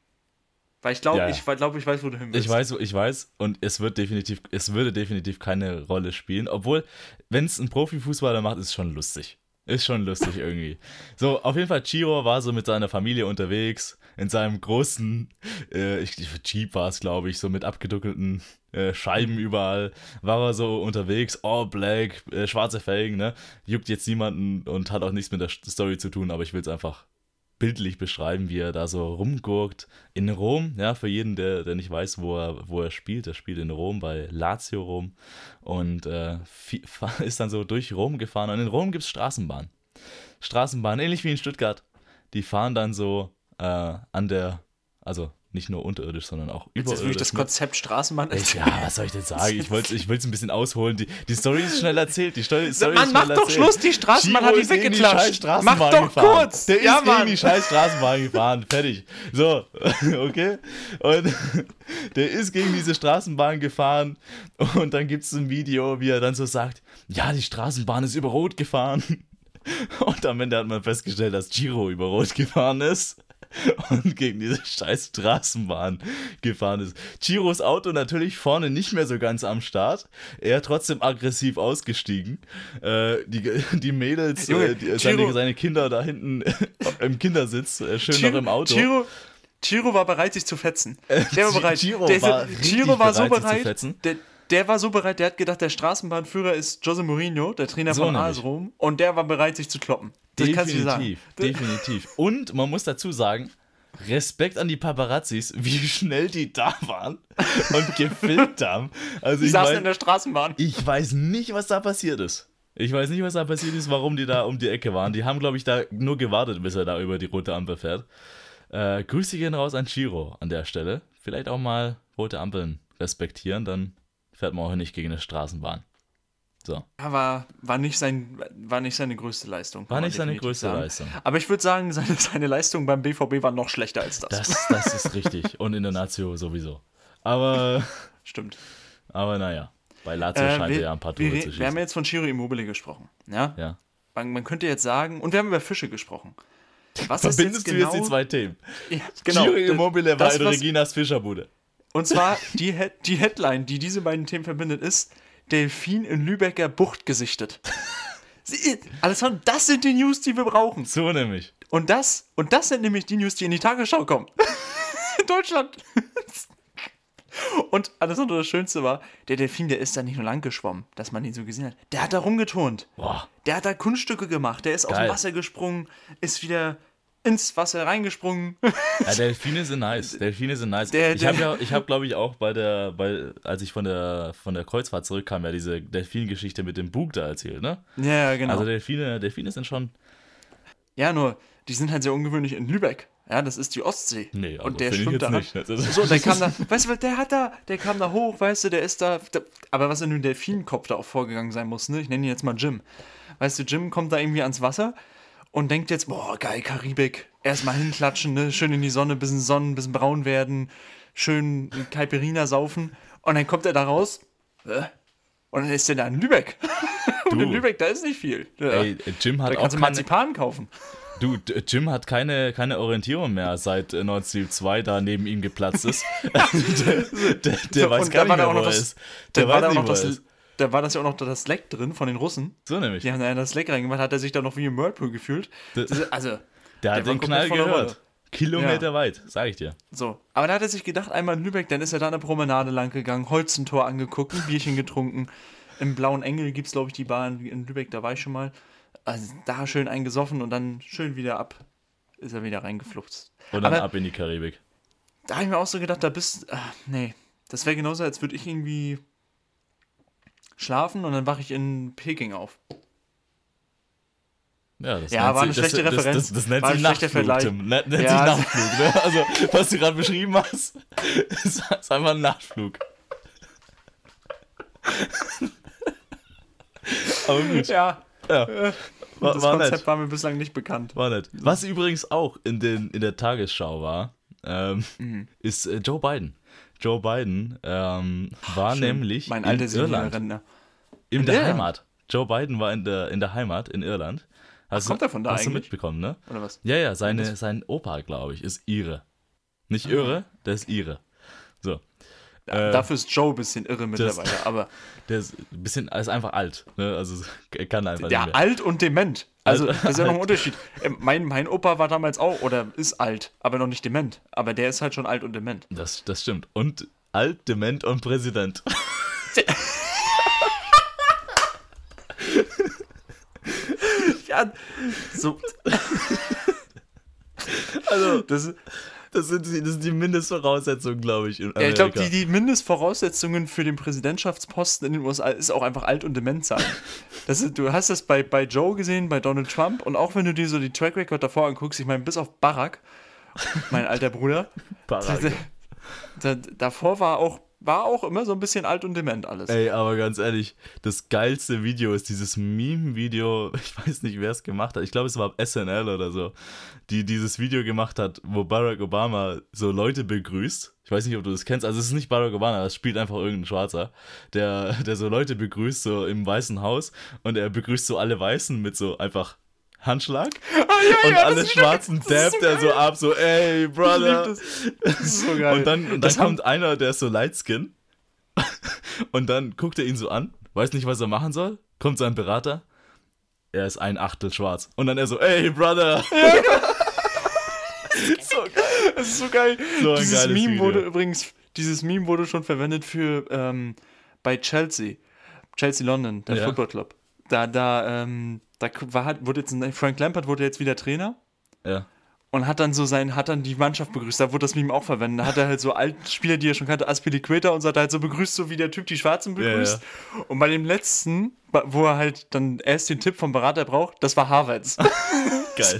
Weil ich glaube, Ja, ja. ich, glaub, ich weiß, wo du hin willst. Ich weiß, ich weiß, und es wird definitiv, es würde definitiv keine Rolle spielen. Obwohl, wenn es ein Profifußballer macht, ist es schon lustig. Ist schon lustig irgendwie. So, auf jeden Fall, Ciro war so mit seiner Familie unterwegs, in seinem großen, äh, ich, Jeep war es, glaube ich, so mit abgeduckelten äh, Scheiben überall, war er so unterwegs, all black, äh, schwarze Felgen, ne? Juckt jetzt niemanden und hat auch nichts mit der Story zu tun, aber ich will es einfach bildlich beschreiben, wie er da so rumgurkt. In Rom, ja, für jeden, der, der nicht weiß, wo er, wo er spielt. Er spielt in Rom, bei Lazio Rom. Und äh, fi- ist dann so durch Rom gefahren. Und in Rom gibt es Straßenbahn. Straßenbahn, ähnlich wie in Stuttgart. Die fahren dann so äh, an der, also nicht nur unterirdisch, sondern auch Jetzt ist überirdisch. wirklich das mit- Konzept Straßenbahn. Ja, was soll ich denn sagen? Ich wollte ich es ein bisschen ausholen. Die, die Story ist schnell erzählt. Die Story, Story Mann, ist mach schnell doch erzählt. Schluss, die Straßenbahn Giro hat die ist gegen weggeklatscht. scheiß Straßenbahn Mach doch gefahren. kurz. Der Ja, ist gegen Mann. die scheiß Straßenbahn gefahren. Fertig. So, okay. Und der ist gegen diese Straßenbahn gefahren. Und dann gibt es ein Video, wie er dann so sagt, ja, die Straßenbahn ist über Rot gefahren. Und am Ende hat man festgestellt, dass Giro über Rot gefahren ist und gegen diese scheiß Straßenbahn gefahren ist. Giros Auto natürlich vorne nicht mehr so ganz am Start. Er trotzdem aggressiv ausgestiegen. Äh, die, die Mädels, Junge, äh, die, Giro- seine, seine Kinder da hinten im Kindersitz, äh, schön noch im Auto. Giro, Giro war bereit, sich zu fetzen. Der war Gi- bereit. Giro der, war richtig Giro war so bereit, sich zu bereit. fetzen. Der, der war so bereit, der hat gedacht, der Straßenbahnführer ist Jose Mourinho, der Trainer So von nämlich. AS Rom, und der war bereit, sich zu kloppen. Das kannst du dir sagen. Definitiv, definitiv. Und man muss dazu sagen, Respekt an die Paparazzis, wie schnell die da waren und gefilmt haben. Also Die ich saßen mein, in der Straßenbahn. Ich weiß nicht, was da passiert ist. Ich weiß nicht, was da passiert ist, warum die da um die Ecke waren. Die haben, glaube ich, da nur gewartet, bis er da über die rote Ampel fährt. Äh, Grüße gehen raus an Giro an der Stelle. Vielleicht auch mal rote Ampeln respektieren, dann fährt man auch nicht gegen eine Straßenbahn. So. Aber war nicht, sein, war nicht seine größte Leistung. kann War man nicht seine definitiv größte sagen. Leistung. Aber ich würde sagen, seine, seine Leistung beim B V B war noch schlechter als das. Das, das ist richtig. Und in der Lazio sowieso. Aber, Stimmt. aber naja, bei Lazio Äh, scheint er wir, ja ein paar wir, Tore zu re- wir haben schießen. jetzt von Ciro Immobile gesprochen. Ja? Ja. Man, man könnte jetzt sagen, und wir haben über Fische gesprochen. Was ist Verbindest jetzt du genau, jetzt die zwei Themen? Ja, genau. Giro Immobile war das, in was- Reginas Fischerbude. Und zwar die, He- die Headline, die diese beiden Themen verbindet, ist Delfin in Lübecker Bucht gesichtet. Sie- Alessandro, das sind die News, die wir brauchen. So nämlich. Und das, und das sind nämlich die News, die in die Tagesschau kommen. In Deutschland. Und Alessandro, das Schönste war, der Delfin, der ist da nicht nur lang geschwommen, dass man ihn so gesehen hat. Der hat da rumgeturnt. Boah. Der hat da Kunststücke gemacht. Der ist aus Geil. dem Wasser gesprungen, ist wieder ins Wasser reingesprungen. Ja, Delfine sind nice. Delfine sind nice. Der- ich der- habe ja, ich habe glaube ich auch bei der, bei, als ich von der, von der Kreuzfahrt zurückkam, ja diese Delfin-Geschichte mit dem Bug da erzählt, ne? Ja, genau. Also Delfine, Delfine sind schon, ja, nur, die sind halt sehr ungewöhnlich in Lübeck. Ja, das ist die Ostsee. nee, also und der finde ich schwimmt jetzt da. nicht. Das ist- So, der kam da, weißt du, was, der hat da, der kam da hoch, weißt du, der ist da, da aber was in dem Delfinkopf da auch vorgegangen sein muss, ne? Ich nenne ihn jetzt mal Jim. Weißt du, Jim kommt da irgendwie ans Wasser und denkt jetzt, boah, geil, Karibik. Erstmal hinklatschen, ne? Schön in die Sonne, bisschen Sonnen, bisschen braun werden, schön Caipirinha saufen. Und dann kommt er da raus, äh, und dann ist der da in Lübeck. Und in Du. Lübeck, da ist nicht viel. Ja. Ey, Jim da hat auch kannst du keine, Marzipan kaufen. du, D- Jim hat keine, keine Orientierung mehr, seit äh, Nord Stream zwei da neben ihm geplatzt ist. der der, der weiß Und gar da war nicht da mehr, auch wo noch er das- ist. Der Da war weiß da auch nicht, noch wo er das, ist. da war das ja auch noch das Leck drin von den Russen. So nämlich. Die haben da das Leck reingemacht, hat er sich da noch wie im Whirlpool gefühlt. Das- Das- Also, Der der hat war den komplett Knall von der gehört. Rolle. Kilometer Ja. weit, sag ich dir. so. Aber da hat er sich gedacht, einmal in Lübeck, dann ist er da eine Promenade lang gegangen, Holzentor angeguckt, ein Bierchen getrunken. Im Blauen Engel gibt es, glaube ich, die Bar in in Lübeck, da war ich schon mal. Also da schön eingesoffen und dann schön wieder ab, ist er wieder reingeflucht. Und dann Aber- ab in die Karibik. Da habe ich mir auch so gedacht, da bist, ach, nee, das wäre genauso, als würde ich irgendwie schlafen und dann wache ich in Peking auf. Ja, das Ja, nennt war eine sich- das, schlechte das, Referenz. Das, das nennt War sich ein schlechter Nachtflug, Vergleich. Tim. Nennt, nennt Ja. sich Nachtflug. Ne? Also, was du gerade beschrieben hast, ist, ist einfach ein Nachtflug. Aber gut. Ja. Ja. Äh, War, das war Konzept nett. war mir bislang nicht bekannt. War nett. Was übrigens auch in, den, in der Tagesschau war, ähm, Mhm. ist äh, Joe Biden. Joe Biden ähm, war Schön. nämlich Mein in alter Irland. Seniorenrentner. In In der Irland? Heimat. Joe Biden war in der, in der Heimat in Irland. Hast, kommt du- er von da hast du eigentlich? mitbekommen, ne? Oder was? Ja, ja, seine, Das- sein Opa, glaube ich, ist Ire. Nicht Ah. Irre, der ist Ire. So. Ja, Äh, dafür ist Joe ein bisschen irre mittlerweile, aber Der ist ein bisschen, er ist einfach alt. Ne? Also er kann einfach der nicht mehr. alt und dement. Also, Alt- das ist ja noch ein alt. Unterschied. Ähm, Mein, mein Opa war damals auch, oder ist alt, aber noch nicht dement. Aber der ist halt schon alt und dement. Das, das stimmt. Und alt, dement und Präsident. Ja, so. Also, Das, das sind, die- das sind die Mindestvoraussetzungen, glaube ich, in ja, ich glaube, Amerika. die, die Mindestvoraussetzungen für den Präsidentschaftsposten in den U S A ist auch einfach alt und dement sein. Das ist, du hast das bei, bei Joe gesehen, bei Donald Trump, und auch wenn du dir so die Track Record davor anguckst, ich meine, bis auf Barack, mein alter Bruder, Barack. da, da, davor war auch, war auch immer so ein bisschen alt und dement alles. Ey, aber ganz ehrlich, das geilste Video ist dieses Meme-Video, ich weiß nicht, wer es gemacht hat, ich glaube, es war S N L oder so, die dieses Video gemacht hat, wo Barack Obama so Leute begrüßt. Ich weiß nicht, ob du das kennst, also es ist nicht Barack Obama, es spielt einfach irgendein Schwarzer, der, der so Leute begrüßt, so im Weißen Haus, und er begrüßt so alle Weißen mit so einfach Handschlag, ja, und ja, alle das Video- Schwarzen das ist so dabbt er so geil. ab, so ey, Ich Brother. lieb das. Das ist so geil. Und dann, und dann Das haben- kommt einer, der ist so lightskin. Und dann guckt er ihn so an, weiß nicht, was er machen soll. Kommt sein Berater. Er ist ein Achtel schwarz. Und dann er so, ey, Brother. so geil. Das ist so geil. So ein dieses geiles Meme Video. wurde übrigens, dieses Meme wurde schon verwendet für ähm, bei Chelsea. Chelsea London, der Ja. Football Club. Da, da, ähm, da war, hat- wurde jetzt ein, Frank Lampard wurde jetzt wieder Trainer Ja. und hat dann so sein, hat dann die Mannschaft begrüßt. Da wurde das Meme auch verwendet. Da hat er halt so alten Spieler, die er schon kannte, Aspilicueta, und so, hat er halt so begrüßt, so wie der Typ die Schwarzen begrüßt. Und bei dem letzten, wo er halt dann erst den Tipp vom Berater braucht, das war Harvards. Geil.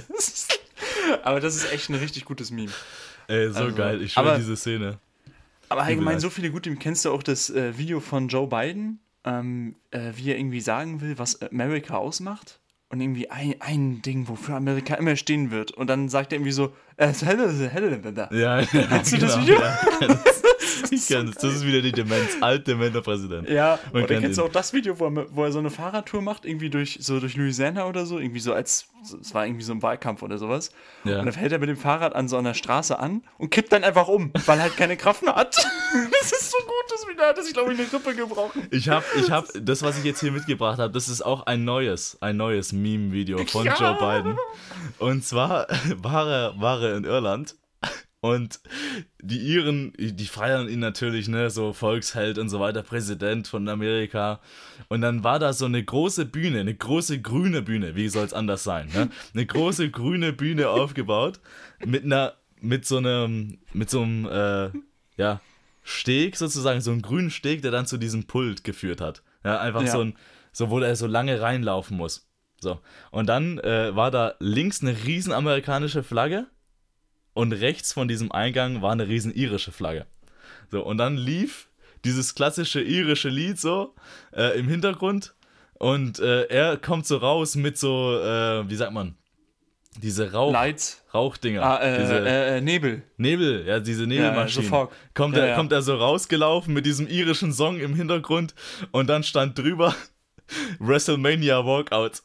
Aber das ist echt ein richtig gutes Meme. Ey, so Also, geil. Ich schwöre, aber- diese Szene. Aber allgemein Übel so viele gute. Kennst du auch das äh, Video von Joe Biden, ähm, äh, wie er irgendwie sagen will, was Amerika ausmacht? Und irgendwie ein, ein Ding, wofür Amerika immer stehen wird. Und dann sagt er irgendwie so, äh, helle, helle, da. Ja, ja. Kennst du das genau. Video? Ja, ich kenn das. Ich kenn das. Das ist wieder die Demenz. Alt, dementer Präsident. Ja, Man oder kennt kennst du ihn. auch das Video, wo er, wo er so eine Fahrradtour macht, irgendwie durch, so durch Louisiana oder so, irgendwie so als, es war irgendwie so ein Wahlkampf oder sowas. Ja. Und dann fällt er mit dem Fahrrad an so einer Straße an und kippt dann einfach um, weil er halt keine Kraft mehr hat. Das ist so gut, das Video, hat sich, glaube ich, eine Rippe gebrochen. Ich habe, ich hab, das, was ich jetzt hier mitgebracht habe, das ist auch ein neues, ein neues Meme-Video von Ja. Joe Biden. Und zwar war er, war er in Irland und die Iren, die feiern ihn natürlich, ne, so Volksheld und so weiter, Präsident von Amerika. Und dann war da so eine große Bühne, eine große grüne Bühne, wie soll es anders sein, ne? Eine große grüne Bühne aufgebaut mit einer, mit so einem, mit so einem, äh, ja, Steg sozusagen, so einen grünen Steg, der dann zu diesem Pult geführt hat. Ja, einfach Ja. so ein, so wo er so lange reinlaufen muss. So. Und dann äh, war da links eine riesen amerikanische Flagge und rechts von diesem Eingang war eine riesen irische Flagge. So, und dann lief dieses klassische irische Lied so äh, im Hintergrund und äh, er kommt so raus mit so, äh, wie sagt man, diese Rauch, Lights. Rauchdinger. Ah, äh, diese, äh, äh, Nebel. Nebel, ja, diese Nebelmaschinen. so Fog. kommt, Ja, er, ja. kommt er so rausgelaufen mit diesem irischen Song im Hintergrund und dann stand drüber WrestleMania Walkout.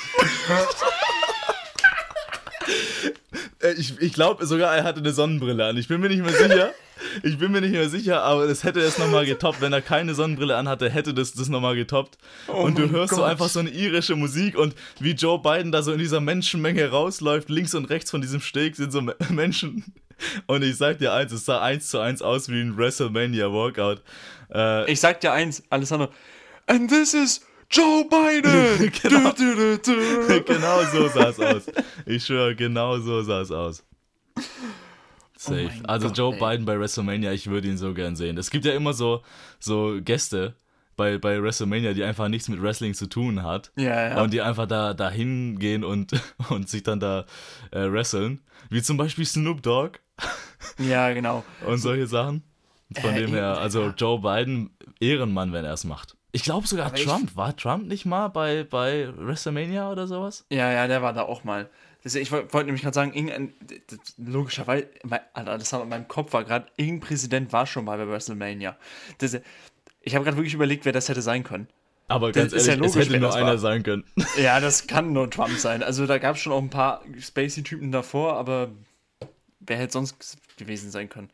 Äh, ich ich glaube sogar, er hatte eine Sonnenbrille an. Ich bin mir nicht mehr sicher. Ich bin mir nicht mehr sicher, aber es hätte es nochmal getoppt. Wenn er keine Sonnenbrille anhatte, hätte das das nochmal getoppt. Oh und du mein hörst so Gott. einfach so eine irische Musik und wie Joe Biden da so in dieser Menschenmenge rausläuft. Links und rechts von diesem Steg sind so Me- Menschen. Und ich sag dir eins, es sah eins zu eins aus wie ein WrestleMania Walkout. Äh, Ich sag dir eins, Alessandro. And this is Joe Biden! Genau. Du, du, du, du. genau so sah es aus. Ich schwöre, genau so sah es aus. Safe. mein also Gott, Joe ey. Biden bei WrestleMania, ich würde ihn so gern sehen. Es gibt ja immer so, so Gäste bei, bei WrestleMania, die einfach nichts mit Wrestling zu tun hat. Ja, ja. Und die einfach da, da hingehen und, und sich dann da äh, wresteln. Wie zum Beispiel Snoop Dogg Ja, genau. und solche Sachen. Von Äh, dem her, eh, also ja. Joe Biden, Ehrenmann, wenn er es macht. Ich glaube sogar Aber ich- Trump. War Trump nicht mal bei, bei WrestleMania oder sowas? Ja, ja, der war da auch mal. Das, ich wollte wollt nämlich gerade sagen, irgendein, das, logischerweise, mein, Alter, das war in meinem Kopf war gerade, irgendein Präsident war schon mal bei WrestleMania. Das, ich habe gerade wirklich überlegt, wer das hätte sein können. Aber Das ganz ist ehrlich, ja logisch, es hätte wer nur das einer war. sein können. Ja, das kann nur Trump sein. Also da gab es schon auch ein paar Spacey-Typen davor, aber wer hätte sonst gewesen sein können?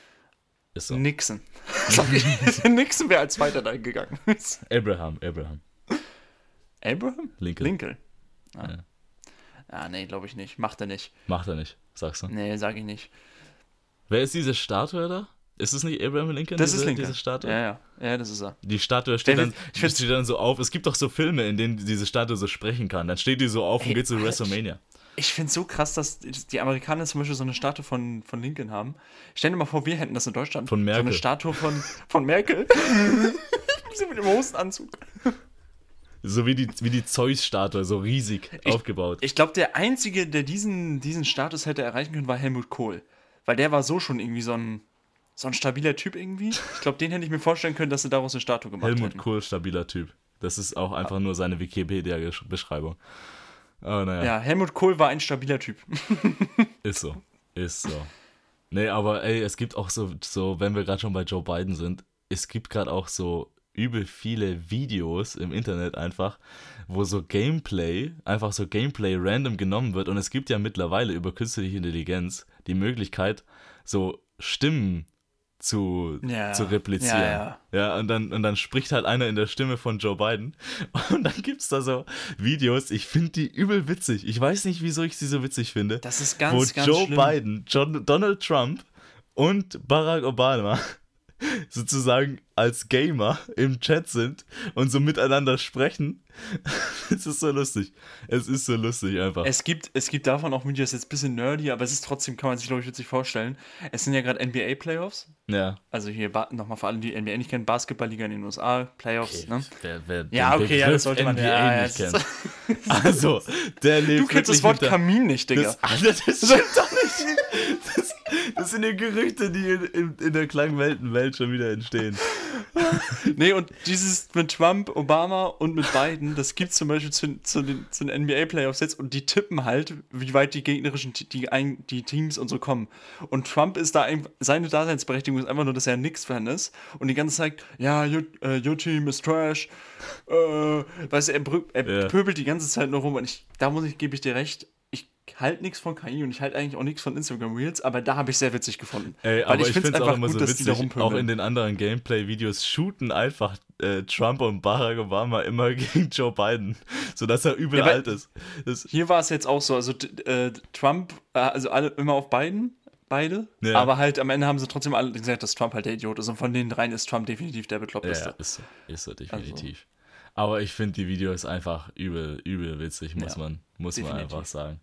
Ist so. Nixon. Sorry, Nixon wäre als Zweiter da gegangen. Abraham, Abraham. Abraham? Lincoln. Lincoln. Ah, Ja. ah nee, glaube ich nicht. Macht er nicht. Macht er nicht, sagst du. Nee, sag ich nicht. Wer ist diese Statue da? Ist es nicht Abraham Lincoln, Das diese, ist Lincoln. diese Statue? Ja, ja. Ja, das ist er. Die Statue steht Der dann, wird- ich find's- steht dann so auf. Es gibt doch so Filme, in denen diese Statue so sprechen kann. Dann steht die so auf und Ey, geht zu Alter, WrestleMania. Ich finde es so krass, dass die Amerikaner zum Beispiel so eine Statue von, von Lincoln haben. Stell dir mal vor, wir hätten das in Deutschland. Von So Merkel. eine Statue von, von Merkel. Sie mit dem Hosenanzug. So wie die, wie die Zeus-Statue, so riesig aufgebaut. Ich glaube, der Einzige, der diesen, diesen Status hätte erreichen können, war Helmut Kohl. Weil der war so schon irgendwie so ein, so ein stabiler Typ irgendwie. Ich glaube, den hätte ich mir vorstellen können, dass sie daraus eine Statue gemacht Helmut hätten. Kohl, stabiler Typ. Das ist auch einfach nur seine Wikipedia-Beschreibung. Aber naja, Ja, Helmut Kohl war ein stabiler Typ. ist so. Ist so. Nee, aber ey, es gibt auch so, so wenn wir gerade schon bei Joe Biden sind, es gibt gerade auch so übel viele Videos im Internet einfach, wo so Gameplay, einfach so Gameplay random genommen wird. Und es gibt ja mittlerweile über künstliche Intelligenz die Möglichkeit, so Stimmen zu, Ja, zu replizieren. ja, ja. Ja, und dann, und dann spricht halt einer in der Stimme von Joe Biden. Und dann gibt's da so Videos, ich finde die übel witzig. Ich weiß nicht, wieso ich sie so witzig finde. Das ist ganz, wo ganz Joe schlimm. Biden, John, Donald Trump und Barack Obama sozusagen als Gamer im Chat sind und so miteinander sprechen. Es ist so lustig. Es ist so lustig einfach. Es gibt, es gibt davon auch Videos, jetzt ein bisschen nerdy, aber es ist trotzdem, kann man sich, glaube ich, witzig vorstellen. Es sind ja gerade N B A-Playoffs. Ja. Also hier ba- nochmal für alle, die N B A nicht kennen, Basketballliga in den U S A, Playoffs, Okay, ne? wer, wer Ja, den okay, ja, Begriff das sollte man N B A ja, ja, nicht es kennt. Also, der lebt Du kennst das wirklich Wort hinter- Kamin nicht, Digga. Das, Alter, das stimmt doch nicht. Das, das sind die Gerüchte, die in, in, in der Klangweltenwelt schon wieder entstehen. Nee, und dieses mit Trump, Obama und mit Biden, das gibt zum Beispiel zu, zu, den, zu den N B A-Playoffs jetzt und die tippen halt, wie weit die gegnerischen, die, ein, die Teams und so kommen. Und Trump ist da, ein, seine Daseinsberechtigung ist einfach nur, dass er ein Knicks-Fan ist und die ganze Zeit sagt, ja, your, uh, your team is trash. Äh, weißt du, er, brü- er Ja. pöbelt die ganze Zeit nur rum und ich, da muss ich, gebe ich dir recht, ich halte nichts von K I und ich halte eigentlich auch nichts von Instagram Reels, aber da habe ich sehr witzig gefunden. Ey, Weil aber ich, find's finde es auch immer so dass die da witzig, rumpöbeln. auch in den anderen Gameplay-Videos shooten einfach äh, Trump und Barack Obama immer gegen Joe Biden, sodass er übel Ja, aber- alt ist. Das, Hier war es jetzt auch so, also t- äh, Trump, äh, also alle immer auf Biden, beide, Ja. aber halt am Ende haben sie trotzdem alle gesagt, dass Trump halt der Idiot ist und von den dreien ist Trump definitiv der ja, ja, Bekloppteste. ist so, ist so definitiv. Also. Aber ich finde die Videos einfach übel, übel witzig, muss Ja, man, muss man definitiv. einfach sagen.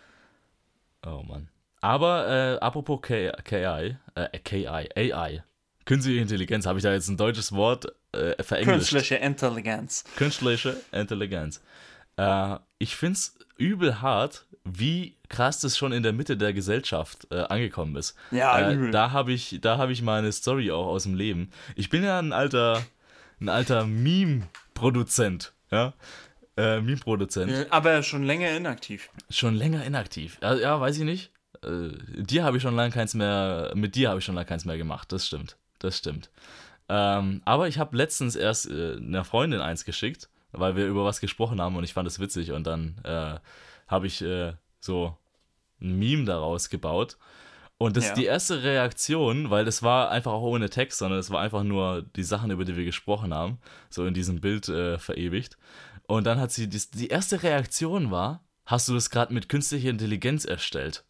Oh Mann. Aber äh, apropos K I, äh, K I, A I, künstliche Intelligenz, habe ich da jetzt ein deutsches Wort äh, verenglischt? Künstliche Intelligenz. Künstliche Intelligenz. Äh, ich finde es übel hart, wie krass das schon in der Mitte der Gesellschaft äh, angekommen ist. Ja, äh, übel. Da habe ich, da hab ich meine Story auch aus dem Leben. Ich bin ja ein alter, ein alter Meme-Produzent, ja, äh, Meme-Produzent. Ja, aber schon länger inaktiv. Schon länger inaktiv. Ja, ja, weiß ich nicht. Äh, dir habe ich schon lange keins mehr, mit dir habe ich schon lange keins mehr gemacht. Das stimmt. Das stimmt. Ähm, aber ich habe letztens erst äh, einer Freundin eins geschickt, weil wir über was gesprochen haben und ich fand es witzig und dann äh, habe ich äh, so ein Meme daraus gebaut. Und das Ja. ist die erste Reaktion, weil das war einfach auch ohne Text, sondern es war einfach nur die Sachen, über die wir gesprochen haben, so in diesem Bild äh, verewigt. Und dann hat sie, die, die erste Reaktion war, hast du das gerade mit künstlicher Intelligenz erstellt?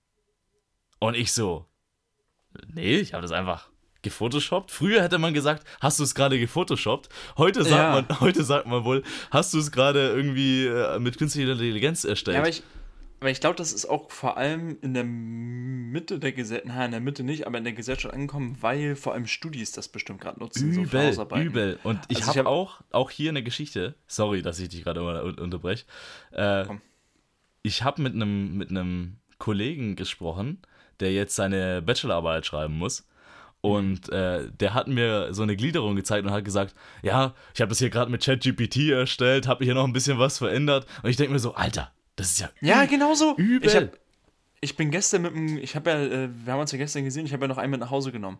Und ich so, nee, ich habe das einfach gefotoshoppt. Früher hätte man gesagt, hast du es gerade gefotoshoppt? Heute sagt, Ja. man, heute sagt man wohl, hast du es gerade irgendwie äh, mit künstlicher Intelligenz erstellt? Ja, aber ich, aber ich glaube, das ist auch vor allem in der Mitte der Gesellschaft, na, in der Mitte nicht, aber in der Gesellschaft angekommen, weil vor allem Studis das bestimmt gerade nutzen. so für Übel, Hausarbeiten. übel. Und ich Also ich habe hab- auch, auch hier eine Geschichte, sorry, dass ich dich gerade immer un- unterbreche. Äh, Komm. ich habe mit einem mit einem Kollegen gesprochen, der jetzt seine Bachelorarbeit schreiben muss. Und äh, der hat mir so eine Gliederung gezeigt und hat gesagt, ja, ich habe das hier gerade mit ChatGPT erstellt, habe hier noch ein bisschen was verändert. Und ich denke mir so, Alter, das ist ja Ja, genau so. übel. Ich, hab, ich bin gestern mit dem, ich habe ja, äh, wir haben uns ja gestern gesehen, ich habe ja noch einen mit nach Hause genommen.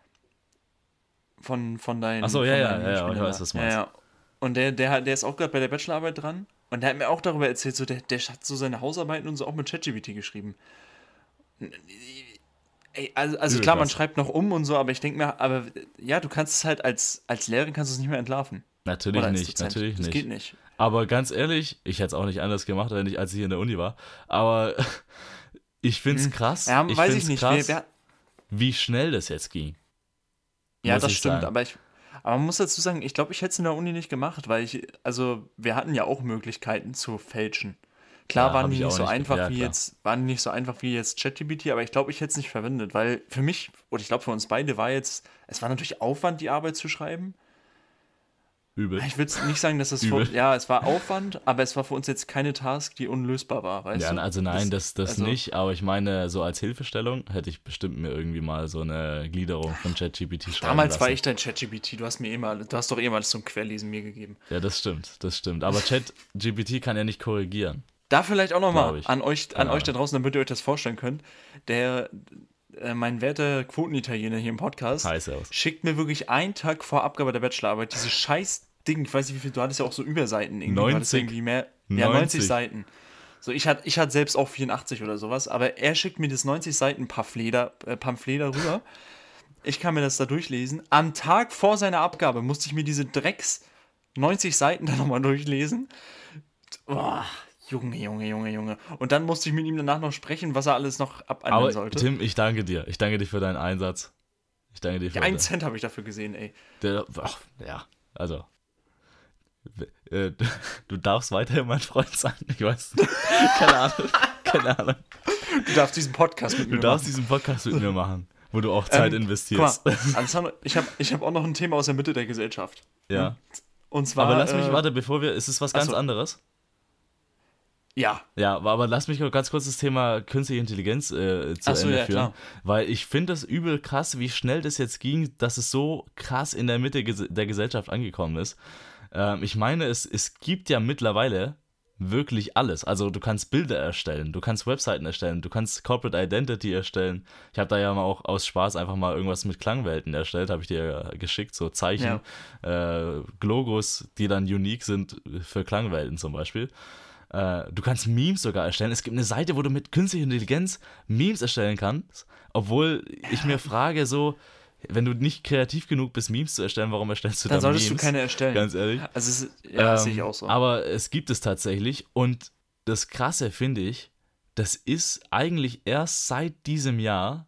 Von, von deinen. Ach so, ja, von ja, deinen ja, ja, ich Mitspielern weiß, da. was du Ja, meinst. ja. Und der, der, der ist auch gerade bei der Bachelorarbeit dran. Und der hat mir auch darüber erzählt, so der, der hat so seine Hausarbeiten und so auch mit ChatGPT geschrieben. Ey, also, also Übel klar, man krass. schreibt noch um und so, aber ich denke mir, aber ja, du kannst es halt als, als Lehrerin kannst du es nicht mehr entlarven. Natürlich Oder als nicht, Dozent. natürlich Das nicht. geht nicht. Aber ganz ehrlich, ich hätte es auch nicht anders gemacht, wenn ich, als ich hier in der Uni war. Aber ich finde es krass, Ja, ich weiß finde ich es nicht. krass, Wer, wer, wie schnell das jetzt ging, ja, muss das ich stimmt, sagen. aber ich. Aber man muss dazu sagen, ich glaube, ich hätte es in der Uni nicht gemacht, weil ich, also wir hatten ja auch Möglichkeiten zu fälschen. Klar Ja, waren habe die ich nicht auch so nicht. einfach Ja, wie klar. jetzt, waren die nicht so einfach wie jetzt ChatGPT, aber ich glaube, ich hätte es nicht verwendet, weil für mich, oder ich glaube für uns beide war jetzt, es war natürlich Aufwand, die Arbeit zu schreiben. Übel. Ich würde nicht sagen, dass es für, Übel. ja, es war Aufwand, aber es war für uns jetzt keine Task, die unlösbar war, weißt Ja, du? also nein, das, das also, nicht, aber ich meine, so als Hilfestellung hätte ich bestimmt mir irgendwie mal so eine Gliederung von ChatGPT schreiben Damals lassen. war ich dein ChatGPT, du hast mir eh mal, du hast doch eh mal zum Querlesen mir gegeben. Ja, das stimmt, das stimmt. Aber ChatGPT kann ja nicht korrigieren, Da vielleicht auch glaube nochmal ich. an euch, an Keine euch da Ahnung. draußen, damit ihr euch das vorstellen könnt. Der, äh, mein werter Quotenitaliener hier im Podcast Heiß aus. schickt mir wirklich einen Tag vor Abgabe der Bachelorarbeit dieses scheiß Ding, ich weiß nicht wie viel, du hattest ja auch so Überseiten irgendwie, du hattest neunzig. irgendwie mehr, ja, neunzig neunzig. Seiten. So, ich hatte ich hatte selbst auch vierundachtzig oder sowas, aber er schickt mir das neunzig Seiten Pamphlet, da- äh, Pamphlet darüber. Ich kann mir das da durchlesen. Am Tag vor seiner Abgabe musste ich mir diese Drecks neunzig Seiten da nochmal durchlesen. Boah, Junge, Junge, Junge, Junge. Und dann musste ich mit ihm danach noch sprechen, was er alles noch abändern Aber sollte. Tim, ich danke dir. Ich danke dir für deinen Einsatz. Ich danke dir für Ja, einen deinen. Cent habe ich dafür gesehen, ey. Der, ach, ja, also. Äh, Du darfst weiterhin mein Freund sein. Ich weiß. Keine Ahnung. Keine Ahnung. Du darfst diesen Podcast mit Du mir darfst machen. diesen Podcast mit mir machen, wo du auch Zeit Ähm, investierst. Guck mal, Alessandro, ich habe ich hab auch noch ein Thema aus der Mitte der Gesellschaft. Ja. Und zwar. Aber lass mich, äh, warte, bevor wir. Ist es was ach ganz so. anderes? Ja. Ja, aber aber lass mich noch ganz kurz das Thema künstliche Intelligenz äh, zu Ach so, Ende ja, führen. klar. Weil ich finde das übel krass, wie schnell das jetzt ging, dass es so krass in der Mitte ges- der Gesellschaft angekommen ist. Ähm, ich meine, es, es gibt ja mittlerweile wirklich alles. Also du kannst Bilder erstellen, du kannst Webseiten erstellen, du kannst Corporate Identity erstellen. Ich habe da ja mal auch aus Spaß einfach mal irgendwas mit Klangwelten erstellt, habe ich dir ja geschickt, so Zeichen, äh, Logos, die dann unique sind für Klangwelten zum Beispiel. Äh, du kannst Memes sogar erstellen. Es gibt eine Seite, wo du mit künstlicher Intelligenz Memes erstellen kannst, obwohl ich mir frage so, wenn du nicht kreativ genug bist, Memes zu erstellen, warum erstellst du Dann dann solltest Memes? du keine erstellen. Ganz ehrlich. Also, es ist, ja, das Ähm, sehe ich auch so. Aber es gibt es tatsächlich und das Krasse finde ich, das ist eigentlich erst seit diesem Jahr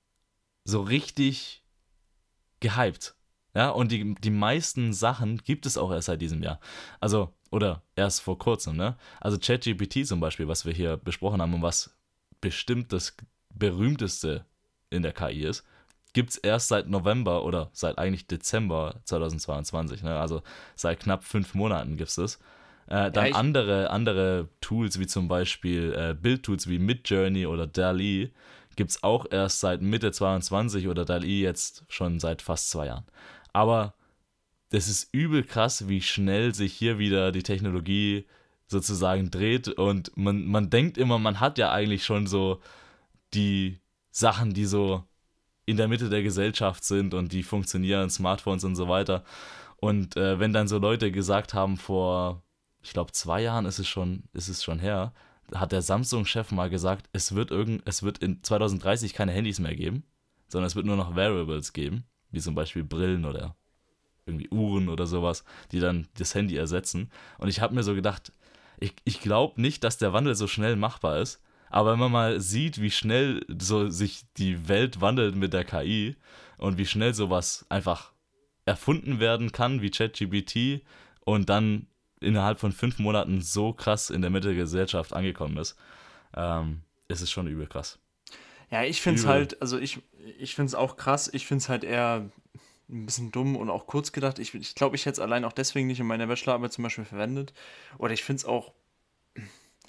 so richtig gehypt. Ja, und die, die meisten Sachen gibt es auch erst seit diesem Jahr. Also, oder erst vor kurzem, ne? Also ChatGPT zum Beispiel, was wir hier besprochen haben und was bestimmt das berühmteste in der K I ist, gibt es erst seit November oder seit eigentlich Dezember zweitausendzweiundzwanzig, ne? Also seit knapp fünf Monaten gibt es das. Äh, dann ich- andere, andere Tools, wie zum Beispiel äh, Bildtools wie Midjourney oder DALL-E, gibt es auch erst seit Mitte zweiundzwanzig oder DALL-E jetzt schon seit fast zwei Jahren. Aber das ist übel krass, wie schnell sich hier wieder die Technologie sozusagen dreht und man, man denkt immer, man hat ja eigentlich schon so die Sachen, die so in der Mitte der Gesellschaft sind und die funktionieren, Smartphones und so weiter. Und äh, wenn dann so Leute gesagt haben, vor, ich glaube, zwei Jahren ist es schon, ist es schon her, hat der Samsung-Chef mal gesagt, es wird, irgend, es wird in zweitausenddreißig keine Handys mehr geben, sondern es wird nur noch Wearables geben, wie zum Beispiel Brillen oder irgendwie Uhren oder sowas, die dann das Handy ersetzen. Und ich habe mir so gedacht, ich, ich glaube nicht, dass der Wandel so schnell machbar ist, aber wenn man mal sieht, wie schnell so sich die Welt wandelt mit der K I und wie schnell sowas einfach erfunden werden kann, wie ChatGPT und dann innerhalb von fünf Monaten so krass in der Mitte der Gesellschaft angekommen ist, ähm, ist es schon übel krass. Ja, ich finde es Übel. halt, also ich, ich finde es auch krass, ich finde es halt eher ein bisschen dumm und auch kurz gedacht. Ich glaube, ich, glaub, ich hätte es allein auch deswegen nicht in meiner Bachelorarbeit zum Beispiel verwendet. Oder ich finde es auch,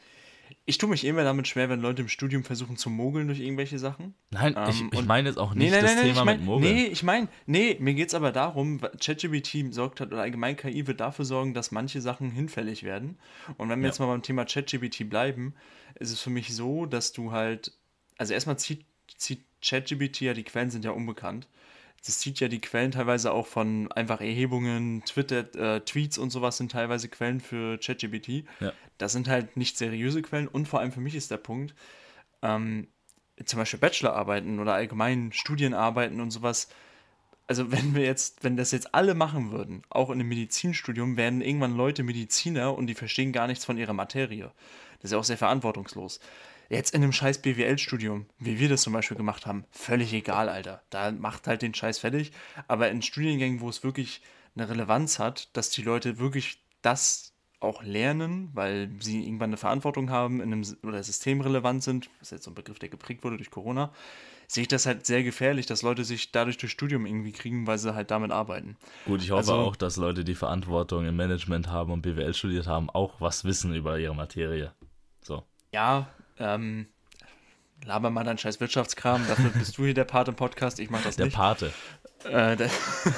Ich tue mich immer damit schwer, wenn Leute im Studium versuchen zu mogeln durch irgendwelche Sachen. Nein, Ähm, ich, ich und- meine jetzt auch Nee, nicht nein, das nein, nein, Thema ich mein, mit Mogeln. nee, ich meine, nee, mir geht es aber darum, ChatGPT sorgt hat, oder allgemein K I wird dafür sorgen, dass manche Sachen hinfällig werden. Und wenn wir Ja. jetzt mal beim Thema ChatGPT bleiben, ist es für mich so, dass du halt, also erstmal zieht, zieht ChatGPT ja, die Quellen sind ja unbekannt. Das zieht ja die Quellen teilweise auch von einfach Erhebungen, Twitter, äh, Tweets und sowas sind teilweise Quellen für ChatGPT. Ja. Das sind halt nicht seriöse Quellen und vor allem für mich ist der Punkt, ähm, zum Beispiel Bachelorarbeiten oder allgemein Studienarbeiten und sowas. Also wenn wir jetzt, wenn das jetzt alle machen würden, auch in einem Medizinstudium, werden irgendwann Leute Mediziner und die verstehen gar nichts von ihrer Materie. Das ist ja auch sehr verantwortungslos. Jetzt in einem scheiß B W L-Studium, wie wir das zum Beispiel gemacht haben, völlig egal, Alter. Da macht halt den Scheiß fertig. Aber in Studiengängen, wo es wirklich eine Relevanz hat, dass die Leute wirklich das auch lernen, weil sie irgendwann eine Verantwortung haben in einem, S- oder systemrelevant sind, das ist jetzt so ein Begriff, der geprägt wurde durch Corona, sehe ich das halt sehr gefährlich, dass Leute sich dadurch durch Studium irgendwie kriegen, weil sie halt damit arbeiten. Gut, ich hoffe Also- auch, dass Leute, die Verantwortung im Management haben und B W L studiert haben, auch was wissen über ihre Materie. So. Ja, ähm, laber mal deinen scheiß Wirtschaftskram, dafür bist du hier der Part im Podcast, ich mach das Der nicht. Pate, Äh, der,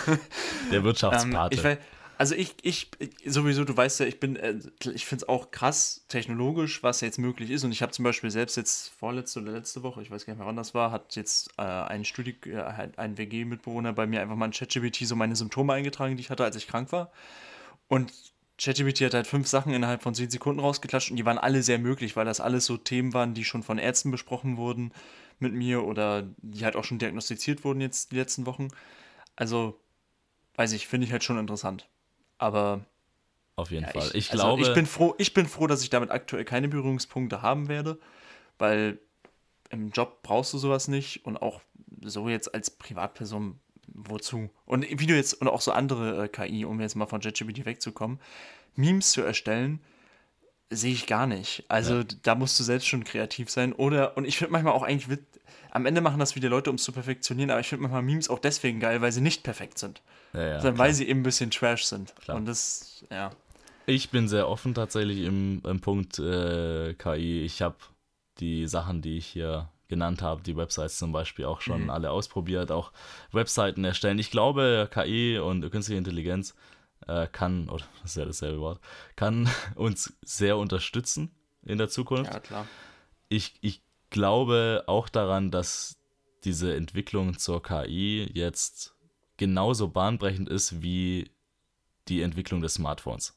der Ähm, Wirtschaftspate. ich weiß, also ich, ich, sowieso, du weißt ja, ich bin, äh, ich finde es auch krass technologisch, was jetzt möglich ist. Und ich habe zum Beispiel selbst jetzt vorletzte oder letzte Woche, ich weiß gar nicht mehr wann das war, hat jetzt äh, ein Studi äh, halt ein W G-Mitbewohner bei mir einfach mal in ChatGPT so meine Symptome eingetragen, die ich hatte, als ich krank war. Und ChatGPT hat halt fünf Sachen innerhalb von zehn Sekunden rausgeklatscht und die waren alle sehr möglich, weil das alles so Themen waren, die schon von Ärzten besprochen wurden mit mir oder die halt auch schon diagnostiziert wurden jetzt die letzten Wochen. Also, weiß ich, finde ich halt schon interessant. Aber Auf jeden ja, Fall. ich, Ich also glaube, ich bin froh, ich bin froh, dass ich damit aktuell keine Berührungspunkte haben werde, weil im Job brauchst du sowas nicht und auch so jetzt als Privatperson wozu? Und wie du jetzt und auch so andere äh, K I, um jetzt mal von ChatGPT wegzukommen, Memes zu erstellen, sehe ich gar nicht. Also Ja. da musst du selbst schon kreativ sein oder und ich finde manchmal auch eigentlich wit- am Ende machen das wieder Leute, um es zu perfektionieren, aber ich finde manchmal Memes auch deswegen geil, weil sie nicht perfekt sind, ja, ja, sondern klar. weil sie eben ein bisschen Trash sind. Klar. Und das, ja. Ich bin sehr offen tatsächlich im, im Punkt äh, K I. Ich habe die Sachen, die ich hier genannt habe, die Websites zum Beispiel auch schon Mhm. alle ausprobiert, auch Webseiten erstellen. Ich glaube, K I und künstliche Intelligenz äh, kann, oder das ist ja dasselbe Wort, kann uns sehr unterstützen in der Zukunft. Ja, klar. Ich, ich glaube auch daran, dass diese Entwicklung zur K I jetzt genauso bahnbrechend ist wie die Entwicklung des Smartphones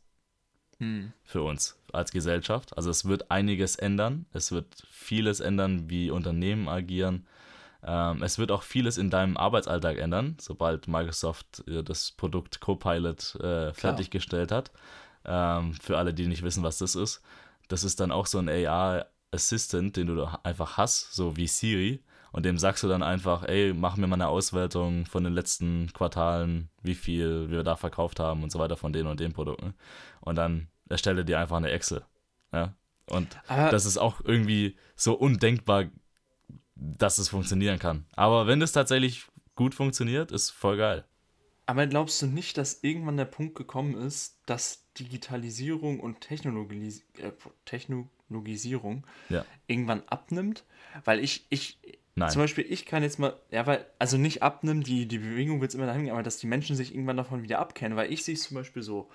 Hm. für uns als Gesellschaft. Also es wird einiges ändern. Es wird vieles ändern, wie Unternehmen agieren. Ähm, es wird auch vieles in deinem Arbeitsalltag ändern, sobald Microsoft äh, das Produkt Copilot äh, fertiggestellt hat. Ähm, für alle, die nicht wissen, was das ist. Das ist dann auch so ein A I-Assistant, den du da einfach hast, so wie Siri. Und dem sagst du dann einfach, ey, mach mir mal eine Auswertung von den letzten Quartalen, wie viel wir da verkauft haben und so weiter von den und den Produkten. Und dann erstelle dir einfach eine Excel. Ja? Und Aber das ist auch irgendwie so undenkbar, dass es funktionieren kann. Aber wenn es tatsächlich gut funktioniert, ist voll geil. Aber glaubst du nicht, dass irgendwann der Punkt gekommen ist, dass Digitalisierung und Technologis äh, Technologisierung Ja. irgendwann abnimmt? Weil ich, ich, Nein. zum Beispiel, ich kann jetzt mal, ja, weil, also nicht abnimmt, die, die Bewegung wird es immer dahin gehen, aber dass die Menschen sich irgendwann davon wieder abkennen, weil ich sehe es zum Beispiel so,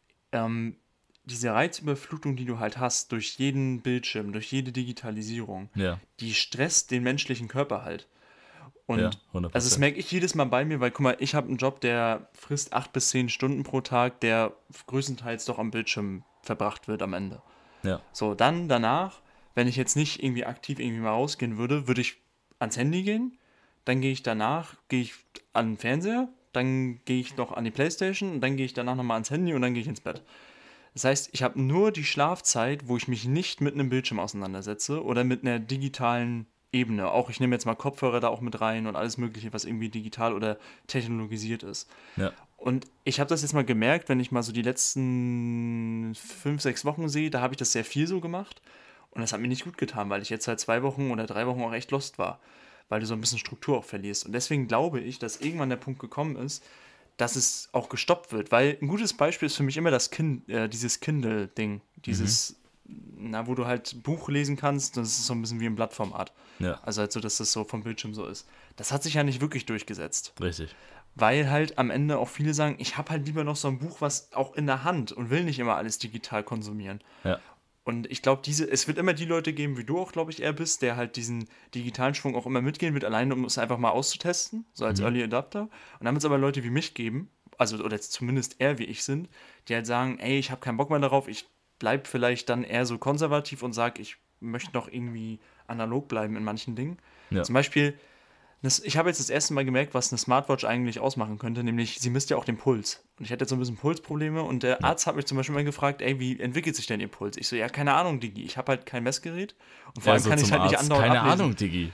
ähm, diese Reizüberflutung, die du halt hast, durch jeden Bildschirm, durch jede Digitalisierung, Ja, die stresst den menschlichen Körper halt. Und ja, hundert Prozent. also das merke ich jedes Mal bei mir, weil guck mal, ich habe einen Job, der frisst acht bis zehn Stunden pro Tag, der größtenteils doch am Bildschirm verbracht wird am Ende. Ja, So, dann danach, wenn ich jetzt nicht irgendwie aktiv irgendwie mal rausgehen würde, würde ich ans Handy gehen, dann gehe ich danach, gehe ich an den Fernseher, dann gehe ich noch an die Playstation und dann gehe ich danach nochmal ans Handy und dann gehe ich ins Bett. Das heißt, ich habe nur die Schlafzeit, wo ich mich nicht mit einem Bildschirm auseinandersetze oder mit einer digitalen Ebene. Auch ich nehme jetzt mal Kopfhörer da auch mit rein und alles Mögliche, was irgendwie digital oder technologisiert ist. ja, Und ich habe das jetzt mal gemerkt, wenn ich mal so die letzten fünf, sechs Wochen sehe, da habe ich das sehr viel so gemacht. Und das hat mir nicht gut getan, weil ich jetzt seit zwei Wochen oder drei Wochen auch echt lost war. Weil du so ein bisschen Struktur auch verlierst. Und deswegen glaube ich, dass irgendwann der Punkt gekommen ist, dass es auch gestoppt wird. Weil ein gutes Beispiel ist für mich immer das kind, äh, dieses Kindle-Ding. Dieses na, wo du halt Buch lesen kannst, das ist so ein bisschen wie im Blattformat. Ja, Also halt so, dass das so vom Bildschirm so ist. Das hat sich ja nicht wirklich durchgesetzt. richtig. Weil halt am Ende auch viele sagen, ich habe halt lieber noch so ein Buch, was auch in der Hand und will nicht immer alles digital konsumieren. Ja, Und ich glaube, diese, es wird immer die Leute geben, wie du auch, glaube ich, eher bist, der halt diesen digitalen Schwung auch immer mitgehen wird, alleine um es einfach mal auszutesten, so als Mhm. Early Adapter. Und dann wird es aber Leute wie mich geben, also oder jetzt zumindest eher wie ich sind, die halt sagen, ey, ich habe keinen Bock mehr darauf, ich bleib vielleicht dann eher so konservativ und sage, ich möchte noch irgendwie analog bleiben in manchen Dingen. ja. Zum Beispiel, das, ich habe jetzt das erste Mal gemerkt, was eine Smartwatch eigentlich ausmachen könnte, nämlich sie misst ja auch den Puls. Und ich hatte jetzt so ein bisschen Pulsprobleme und der Arzt hat mich zum Beispiel mal gefragt, ey, wie entwickelt sich denn Ihr Puls? Ich so, ja, keine Ahnung, Digi, ich habe halt kein Messgerät und vor allem Also kann ich zum halt nicht Arzt. andauernd Keine ablesen. Ahnung, Diggi.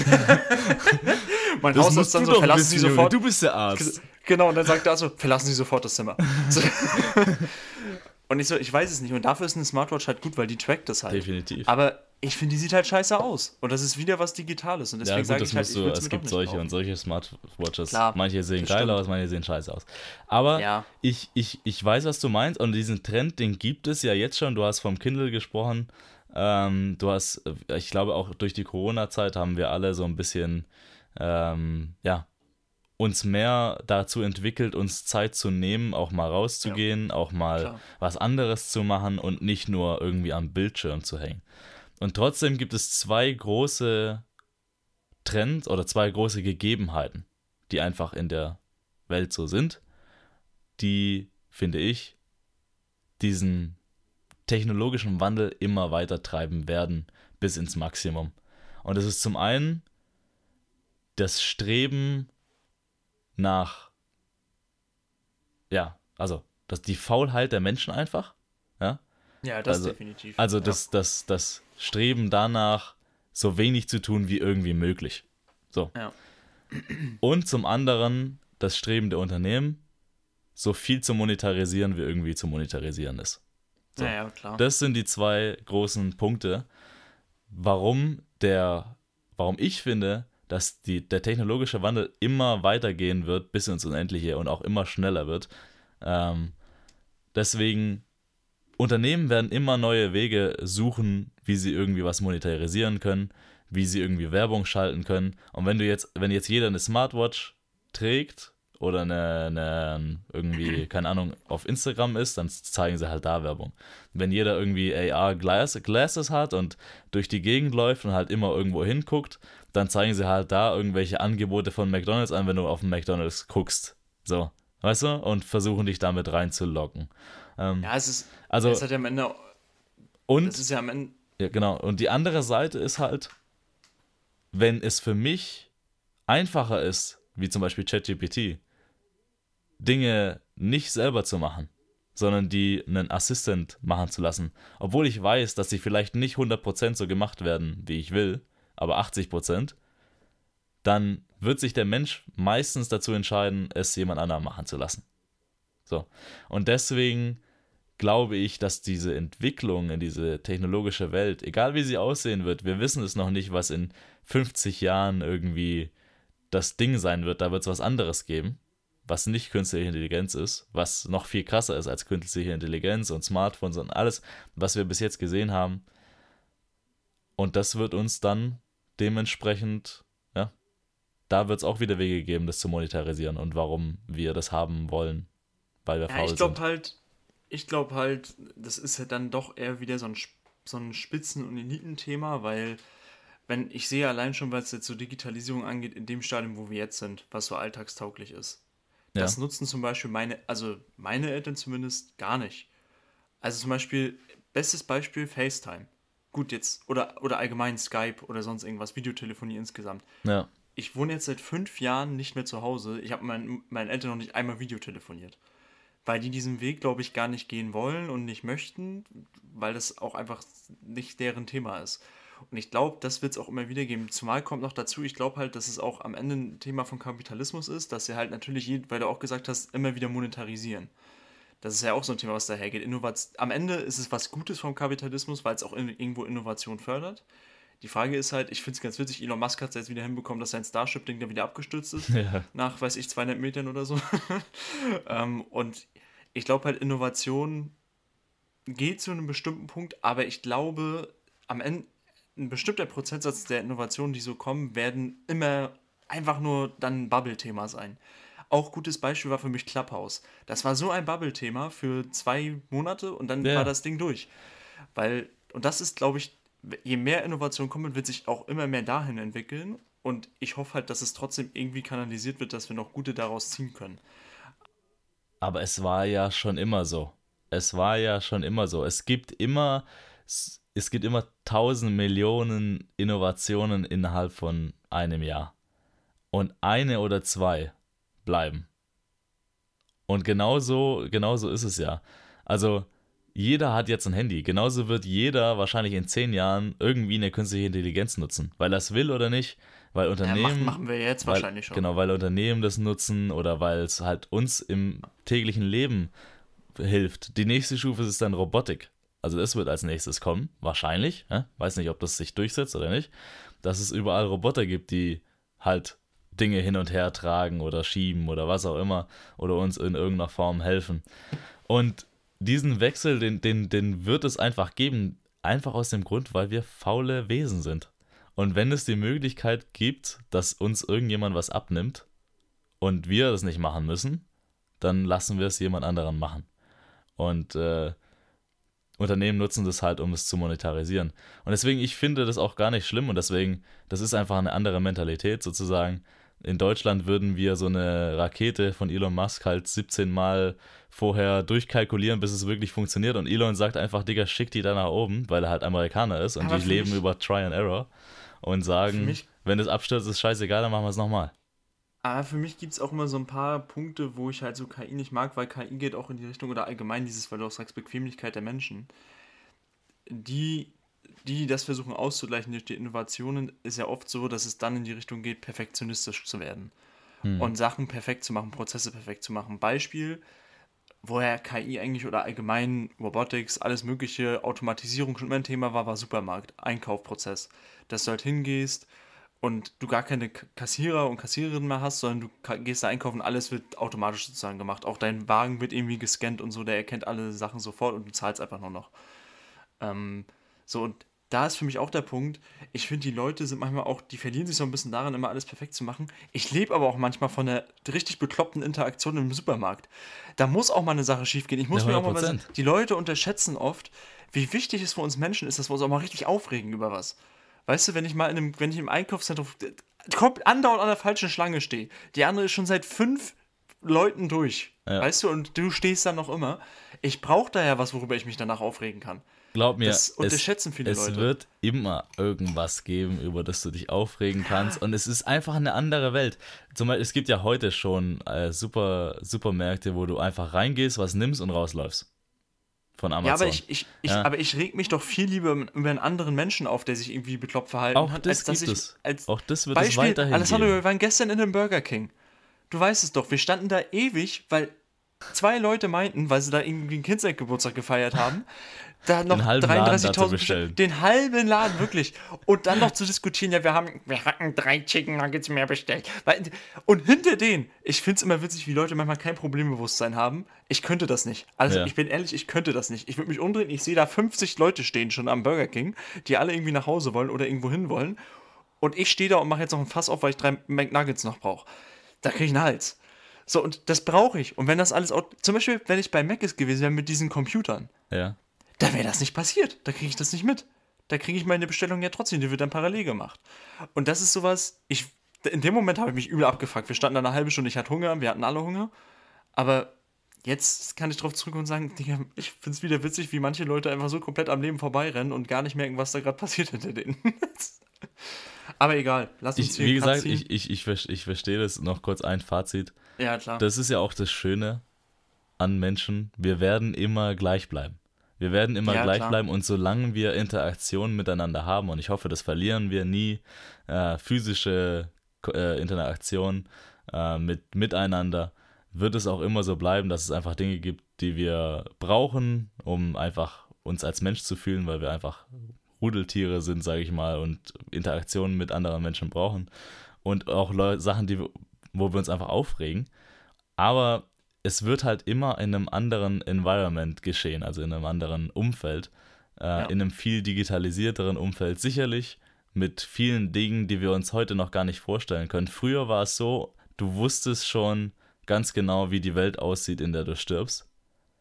Mein Das Hausarzt musst dann du so, doch verlassen Sie wissen, Junge. sofort. Du bist der Arzt. Genau, und dann sagt er so, verlassen Sie sofort das Zimmer. So. Und ich so, ich weiß es nicht. Und dafür ist eine Smartwatch halt gut, weil die trackt das halt. Definitiv. Aber ich finde, die sieht halt scheiße aus. Und das ist wieder was Digitales. Und Ja, deswegen gut, sage das ich halt, musst ich du, will es es mir gibt doch nicht solche kaufen. und solche Smartwatches. Klar, Manche sehen das geil stimmt. aus, manche sehen scheiße aus. Aber Ja. ich, ich, ich weiß, was du meinst und diesen Trend, den gibt es ja jetzt schon. Du hast vom Kindle gesprochen. Ähm, du hast, äh, ich glaube auch durch die Corona-Zeit haben wir alle so ein bisschen, ähm, ja, uns mehr dazu entwickelt, uns Zeit zu nehmen, auch mal rauszugehen, auch mal Klar. was anderes zu machen und nicht nur irgendwie am Bildschirm zu hängen. Und trotzdem gibt es zwei große Trends oder zwei große Gegebenheiten, die einfach in der Welt so sind, die, finde ich, diesen technologischen Wandel immer weiter treiben werden bis ins Maximum. Und das ist zum einen das Streben nach, ja, also das, die Faulheit der Menschen einfach, ja, Ja, das Also- definitiv. also ja. das, das, das Streben danach, so wenig zu tun wie irgendwie möglich. So. Ja. Und zum anderen das Streben der Unternehmen, so viel zu monetarisieren, wie irgendwie zu monetarisieren ist. So. Ja, ja, klar. Das sind die zwei großen Punkte, warum der, warum ich finde, dass die, der technologische Wandel immer weitergehen wird bis ins Unendliche und auch immer schneller wird. Ähm, deswegen, Unternehmen werden immer neue Wege suchen, wie sie irgendwie was monetarisieren können, wie sie irgendwie Werbung schalten können. Und wenn du jetzt, wenn jetzt jeder eine Smartwatch trägt oder eine, eine irgendwie, keine Ahnung, auf Instagram ist, dann zeigen sie halt da Werbung. Wenn jeder irgendwie A R-Glasses hat und durch die Gegend läuft und halt immer irgendwo hinguckt, dann zeigen sie halt da irgendwelche Angebote von McDonald's an, wenn du auf den McDonald's guckst. So, weißt du? Und versuchen dich damit reinzulocken. Ähm, Ja, es ist, also, es hat ja am Ende, und, es ist ja am Ende, ja, genau, und die andere Seite ist halt, wenn es für mich einfacher ist, wie zum Beispiel ChatGPT, Dinge nicht selber zu machen, sondern die einen Assistant machen zu lassen, obwohl ich weiß, dass sie vielleicht nicht hundert Prozent so gemacht werden, wie ich will, aber achtzig Prozent, dann wird sich der Mensch meistens dazu entscheiden, es jemand anderem machen zu lassen. So. Und deswegen glaube ich, dass diese Entwicklung in diese technologische Welt, egal wie sie aussehen wird, wir wissen es noch nicht, was in fünfzig Jahren irgendwie das Ding sein wird, da wird es was anderes geben, was nicht künstliche Intelligenz ist, was noch viel krasser ist als künstliche Intelligenz und Smartphones und alles, was wir bis jetzt gesehen haben. Und das wird uns dann dementsprechend, ja, da wird es auch wieder Wege geben, das zu monetarisieren und warum wir das haben wollen, weil wir ja, faul ich sind. glaube halt, ich glaube halt, das ist ja dann doch eher wieder so ein, Sp- so ein Spitzen- und Elitenthema, weil wenn ich sehe allein schon, was jetzt so Digitalisierung angeht, in dem Stadium, wo wir jetzt sind, was so alltagstauglich ist. Ja. Das nutzen zum Beispiel meine, also meine Eltern zumindest gar nicht. Also zum Beispiel, bestes Beispiel FaceTime. Gut, jetzt, oder, oder allgemein Skype oder sonst irgendwas, Videotelefonie insgesamt. Ja, Ich wohne jetzt seit fünf Jahren nicht mehr zu Hause. Ich habe mein, meinen Eltern noch nicht einmal Videotelefoniert. Weil die diesen Weg, glaube ich, gar nicht gehen wollen und nicht möchten, weil das auch einfach nicht deren Thema ist. Und ich glaube, das wird es auch immer wieder geben. Zumal kommt noch dazu, ich glaube halt, dass es auch am Ende ein Thema von Kapitalismus ist, dass sie halt natürlich, je- weil du auch gesagt hast, immer wieder monetarisieren. Das ist ja auch so ein Thema, was dahergeht. Innovat- am Ende ist es was Gutes vom Kapitalismus, weil es auch in, irgendwo Innovation fördert. Die Frage ist halt, ich finde es ganz witzig, Elon Musk hat es jetzt wieder hinbekommen, dass sein Starship-Ding da wieder abgestürzt ist. ja, Nach, weiß ich, zweihundert Metern oder so. ähm, und ich glaube halt, Innovation geht zu einem bestimmten Punkt, aber ich glaube, am Ende, ein bestimmter Prozentsatz der Innovationen, die so kommen, werden immer einfach nur dann ein Bubble-Thema sein. Auch gutes Beispiel war für mich Clubhouse. Das war so ein Bubble-Thema für zwei Monate und dann war Ja. das Ding durch. Weil, und das ist, glaube ich, je mehr Innovation kommt, wird sich auch immer mehr dahin entwickeln. Und ich hoffe halt, dass es trotzdem irgendwie kanalisiert wird, dass wir noch gute daraus ziehen können. Aber es war ja schon immer so. Es war ja schon immer so. Es gibt immer, es gibt immer tausend Millionen Innovationen innerhalb von einem Jahr. Und eine oder zwei bleiben. Und genauso, genauso ist es ja. Also, jeder hat jetzt ein Handy. Genauso wird jeder wahrscheinlich in zehn Jahren irgendwie eine künstliche Intelligenz nutzen. Weil er es will oder nicht. Weil Ja, machen, Unternehmen, machen wir jetzt weil, wahrscheinlich schon. genau, weil Unternehmen das nutzen oder weil es halt uns im täglichen Leben hilft. Die nächste Stufe ist dann Robotik. Also das wird als nächstes kommen, wahrscheinlich. Hä? Weiß nicht, ob das sich durchsetzt oder nicht. Dass es überall Roboter gibt, die halt Dinge hin und her tragen oder schieben oder was auch immer oder uns in irgendeiner Form helfen. Und diesen Wechsel, den, den, den wird es einfach geben, einfach aus dem Grund, weil wir faule Wesen sind. Und wenn es die Möglichkeit gibt, dass uns irgendjemand was abnimmt und wir das nicht machen müssen, dann lassen wir es jemand anderen machen. Und äh, Unternehmen nutzen das halt, um es zu monetarisieren. Und deswegen, ich finde das auch gar nicht schlimm und deswegen, das ist einfach eine andere Mentalität sozusagen. In Deutschland würden wir so eine Rakete von Elon Musk halt siebzehn Mal vorher durchkalkulieren, bis es wirklich funktioniert. Und Elon sagt einfach, Digga, schick die da nach oben, weil er halt Amerikaner ist und Aber die für leben mich, über Try and Error und für sagen, mich, wenn es abstürzt, ist scheißegal, dann machen wir es nochmal. aber für mich gibt es auch immer so ein paar Punkte, wo ich halt so K I nicht mag, weil K I geht auch in die Richtung, oder allgemein dieses, weil du auch sagst, Bequemlichkeit der Menschen. Die, die das versuchen auszugleichen durch die Innovationen, ist ja oft so, dass es dann in die Richtung geht, perfektionistisch zu werden. Hm. Und Sachen perfekt zu machen, Prozesse perfekt zu machen. Beispiel, woher K I eigentlich oder allgemein Robotics, alles mögliche, Automatisierung schon immer ein Thema war, war Supermarkt, Einkaufprozess. Dass du halt hingehst und du gar keine K- Kassierer und Kassiererinnen mehr hast, sondern du ka- gehst da einkaufen, alles wird automatisch sozusagen gemacht. Auch dein Wagen wird irgendwie gescannt und so, der erkennt alle Sachen sofort und du zahlst einfach nur noch. Ähm, so, und da ist für mich auch der Punkt, ich finde, die Leute sind manchmal auch, die verlieren sich so ein bisschen daran, immer alles perfekt zu machen. Ich lebe aber auch manchmal von der richtig bekloppten Interaktion im Supermarkt. Da muss auch mal eine Sache schiefgehen. Ich Ja, muss mir auch hundert mal was. Prozent. Die Leute unterschätzen oft, wie wichtig es für uns Menschen ist, dass wir uns auch mal richtig aufregen über was. Weißt du, wenn ich mal in einem, wenn ich im Einkaufszentrum komplett andauernd an der falschen Schlange stehe, die andere ist schon seit fünf Leuten durch. Ja. Weißt du, und du stehst dann noch immer. Ich brauche da ja was, worüber ich mich danach aufregen kann. Glaub mir, Das es, unterschätzen viele es Leute. wird immer irgendwas geben, über das du dich aufregen kannst. Und es ist einfach eine andere Welt. Zum Beispiel, es gibt ja heute schon äh, super Supermärkte, wo du einfach reingehst, was nimmst und rausläufst. Von Amazon. Ja, aber ich, ich, ich, Ja. aber ich reg mich doch viel lieber über einen anderen Menschen auf, der sich irgendwie bekloppt verhalten Auch hat, das als dass gibt ich es. als Auch das wird Beispiel, es weiterhin Alessandro, geben. wir waren gestern in einem Burger King. Du weißt es doch, wir standen da ewig, weil zwei Leute meinten, weil sie da irgendwie einen Kindheitsgeburtstag gefeiert haben, da noch Den halben Laden da zu dreiunddreißigtausend bestellen. den halben Laden, wirklich. Und dann noch zu diskutieren, ja, wir haben, wir hatten drei Chicken Nuggets mehr bestellt. Weil, und hinter denen, ich finde es immer witzig, wie Leute manchmal kein Problembewusstsein haben. Ich könnte das nicht. Also Ja. ich bin ehrlich, ich könnte das nicht. Ich würde mich umdrehen, ich sehe da fünfzig Leute stehen schon am Burger King, die alle irgendwie nach Hause wollen oder irgendwo hin wollen. Und ich stehe da und mache jetzt noch ein Fass auf, weil ich drei McNuggets noch brauche. Da kriege ich einen Hals. So, und das brauche ich. Und wenn das alles, auch, zum Beispiel, wenn ich bei Mac ist gewesen wäre mit diesen Computern, Ja. da wäre das nicht passiert. Da kriege ich das nicht mit. Da kriege ich meine Bestellung ja trotzdem, die wird dann parallel gemacht. Und das ist sowas, ich, in dem Moment habe ich mich übel abgefuckt. Wir standen da eine halbe Stunde, ich hatte Hunger, wir hatten alle Hunger. Aber jetzt kann ich drauf zurück und sagen, Digga, ich finde es wieder witzig, wie manche Leute einfach so komplett am Leben vorbeirennen und gar nicht merken, was da gerade passiert hinter denen. Aber egal, lass uns Ich, hier wie einen Cut gesagt, ziehen. ich, ich, ich, ver- ich verstehe das. Noch kurz ein Fazit. Ja, klar. Das ist ja auch das Schöne an Menschen. Wir werden immer gleich bleiben. Wir werden immer Ja, gleich klar. bleiben und solange wir Interaktionen miteinander haben, und ich hoffe, das verlieren wir nie, äh, physische äh, Interaktion äh, mit, miteinander, wird es auch immer so bleiben, dass es einfach Dinge gibt, die wir brauchen, um einfach uns als Mensch zu fühlen, weil wir einfach Rudeltiere sind, sage ich mal, und Interaktionen mit anderen Menschen brauchen. Und auch Leu- Sachen, die wir, wo wir uns einfach aufregen. Aber es wird halt immer in einem anderen Environment geschehen, also in einem anderen Umfeld, äh, Ja. in einem viel digitalisierteren Umfeld sicherlich, mit vielen Dingen, die wir uns heute noch gar nicht vorstellen können. Früher war es so, du wusstest schon ganz genau, wie die Welt aussieht, in der du stirbst.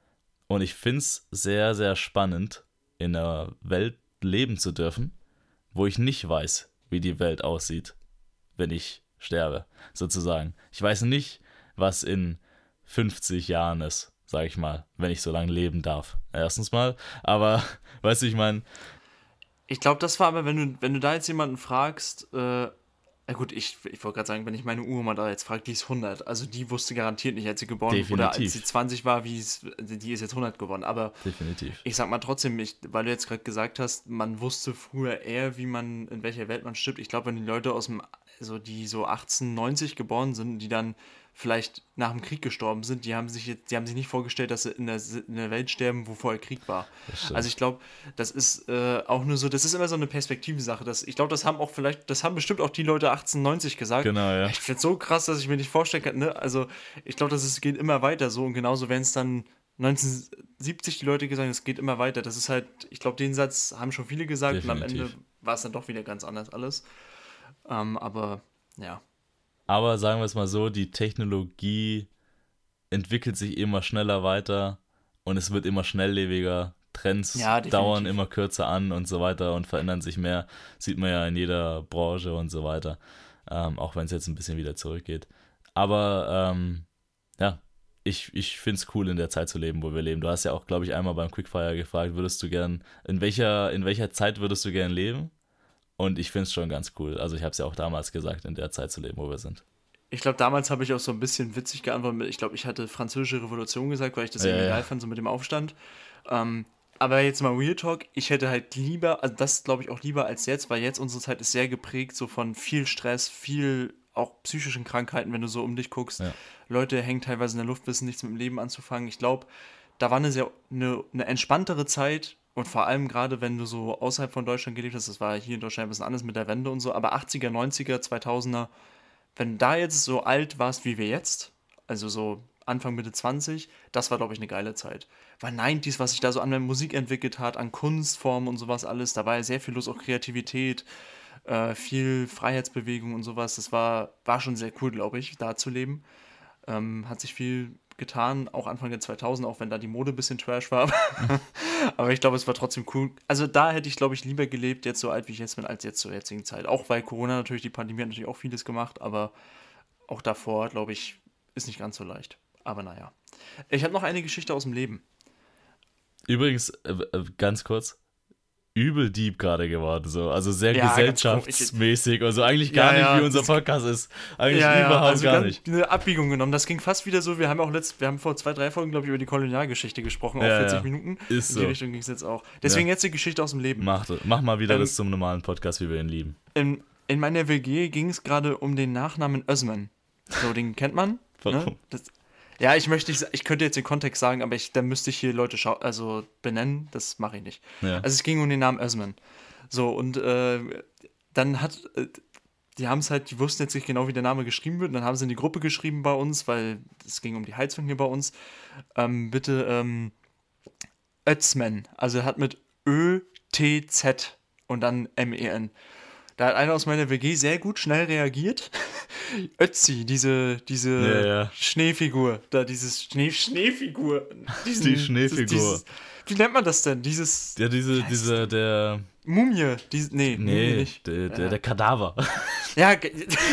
Und ich finde es sehr, sehr spannend, in einer Welt leben zu dürfen, wo ich nicht weiß, wie die Welt aussieht, wenn ich sterbe, sozusagen. Ich weiß nicht, was in fünfzig Jahren ist, sag ich mal, wenn ich so lange leben darf. Erstens mal, aber, weißt du, ich meine, Ich glaube, das war aber, wenn du, wenn du da jetzt jemanden fragst, äh, na gut, ich, ich wollte gerade sagen, wenn ich meine Uroma da jetzt frage, die ist hundert. Also die wusste garantiert nicht, als sie geboren wurde, oder als Definitiv. sie zwanzig war, wie es, die ist jetzt hundert geworden. Aber definitiv. ich sag mal trotzdem, ich, weil du jetzt gerade gesagt hast, man wusste früher eher, wie man, in welcher Welt man stirbt. Ich glaube, wenn die Leute aus dem, also die so achtzehnhundertneunzig geboren sind, die dann vielleicht nach dem Krieg gestorben sind, die haben sich jetzt, die haben sich nicht vorgestellt, dass sie in der, in der Welt sterben, wo vorher Krieg war. Also ich glaube, das ist äh, auch nur so, das ist immer so eine Perspektivsache. Das, ich glaube, das haben auch vielleicht, das haben bestimmt auch die Leute achtzehnhundertneunzig gesagt. Genau, ja. Ich finde es so krass, dass ich mir nicht vorstellen kann, ne? Also ich glaube, das ist, geht immer weiter so, und genauso werden es dann neunzehnhundertsiebzig die Leute gesagt, es geht immer weiter. Das ist halt, ich glaube, den Satz haben schon viele gesagt, Definitiv. und am Ende war es dann doch wieder ganz anders alles. Ähm, aber ja. Aber sagen wir es mal so, die Technologie entwickelt sich immer schneller weiter und es wird immer schnelllebiger. Trends Ja, definitiv. dauern immer kürzer an und so weiter und verändern sich mehr. Sieht man ja in jeder Branche und so weiter. Ähm, auch wenn es jetzt ein bisschen wieder zurückgeht. Aber ähm, ja, ich, ich finde es cool, in der Zeit zu leben, wo wir leben. Du hast ja auch, glaube ich, einmal beim Quickfire gefragt, würdest du gern, in welcher, in welcher Zeit würdest du gern leben? Und ich finde es schon ganz cool. Also ich habe es ja auch damals gesagt, in der Zeit zu leben, wo wir sind. Ich glaube, damals habe ich auch so ein bisschen witzig geantwortet. Ich glaube, ich hatte französische Revolution gesagt, weil ich das Ja, irgendwie ja. geil fand, so mit dem Aufstand. Ähm, aber jetzt mal Real Talk, ich hätte halt lieber, also das glaube ich auch lieber als jetzt, weil jetzt unsere Zeit ist sehr geprägt, so von viel Stress, viel auch psychischen Krankheiten, wenn du so um dich guckst. Ja. Leute hängen teilweise in der Luft, wissen nichts mit dem Leben anzufangen. Ich glaube, da war eine sehr eine, eine entspanntere Zeit. Und vor allem gerade, wenn du so außerhalb von Deutschland gelebt hast, das war hier in Deutschland ein bisschen anders mit der Wende und so, aber achtziger, neunziger, zweitausender, wenn du da jetzt so alt warst wie wir jetzt, also so Anfang, Mitte zwanzig, das war, glaube ich, eine geile Zeit. Weil neunziger, was sich da so an der Musik entwickelt hat, an Kunstformen und sowas alles, da war ja sehr viel los, auch Kreativität, äh, viel Freiheitsbewegung und sowas. Das war, war schon sehr cool, glaube ich, da zu leben. Ähm, hat sich viel getan, auch Anfang der zweitausender, auch wenn da die Mode ein bisschen trash war. Aber ich glaube, es war trotzdem cool. Also da hätte ich, glaube ich, lieber gelebt, jetzt so alt wie ich jetzt bin, als jetzt zur jetzigen Zeit. Auch weil Corona natürlich, die Pandemie hat natürlich auch vieles gemacht, aber auch davor, glaube ich, ist nicht ganz so leicht. Aber naja. Ich habe noch eine Geschichte aus dem Leben. Übrigens, äh, äh, ganz kurz, übel deep gerade geworden, so. Also sehr Ja, ganz gesellschaftsmäßig, also eigentlich gar Ja, nicht, ja, wie unser das- Podcast ist. Eigentlich Ja, ja, überhaupt also gar ganz nicht. eine Abbiegung genommen. Das ging fast wieder so, wir haben auch letzt, wir haben vor zwei, drei Folgen, glaube ich, über die Kolonialgeschichte gesprochen, Ja, auf vierzig ja. Minuten. Ist In so. die Richtung ging es jetzt auch. Deswegen Ja. jetzt die Geschichte aus dem Leben. Mach, mach mal wieder Ähm, das zum normalen Podcast, wie wir ihn lieben. In, in meiner W G ging es gerade um den Nachnamen Özmen. So, den kennt man. Warum? Ne? Das, ja, ich möchte nicht, ich könnte jetzt den Kontext sagen, aber ich, dann müsste ich hier Leute schau also benennen. Das mache ich nicht. Ja. Also es ging um den Namen Özmen. So, und äh, dann hat, äh, die haben es halt, die wussten jetzt nicht genau, wie der Name geschrieben wird. Und dann haben sie in die Gruppe geschrieben bei uns, weil es ging um die Heizung hier bei uns. Ähm, bitte ähm, Özmen. Also er hat mit Ö, T, Z und dann M, E, N. Da hat einer aus meiner W G sehr gut schnell reagiert. Ötzi, diese, diese Ja, ja. Schneefigur, da dieses Schnee, Schneefigur. Diesen, Die Schneefigur. Dieses, wie nennt man das denn? Dieses Ja, diese, diese, der, Mumie. Diese, nee, Mumie nee, nicht. der, der, Ja. der Kadaver. Ja, ge-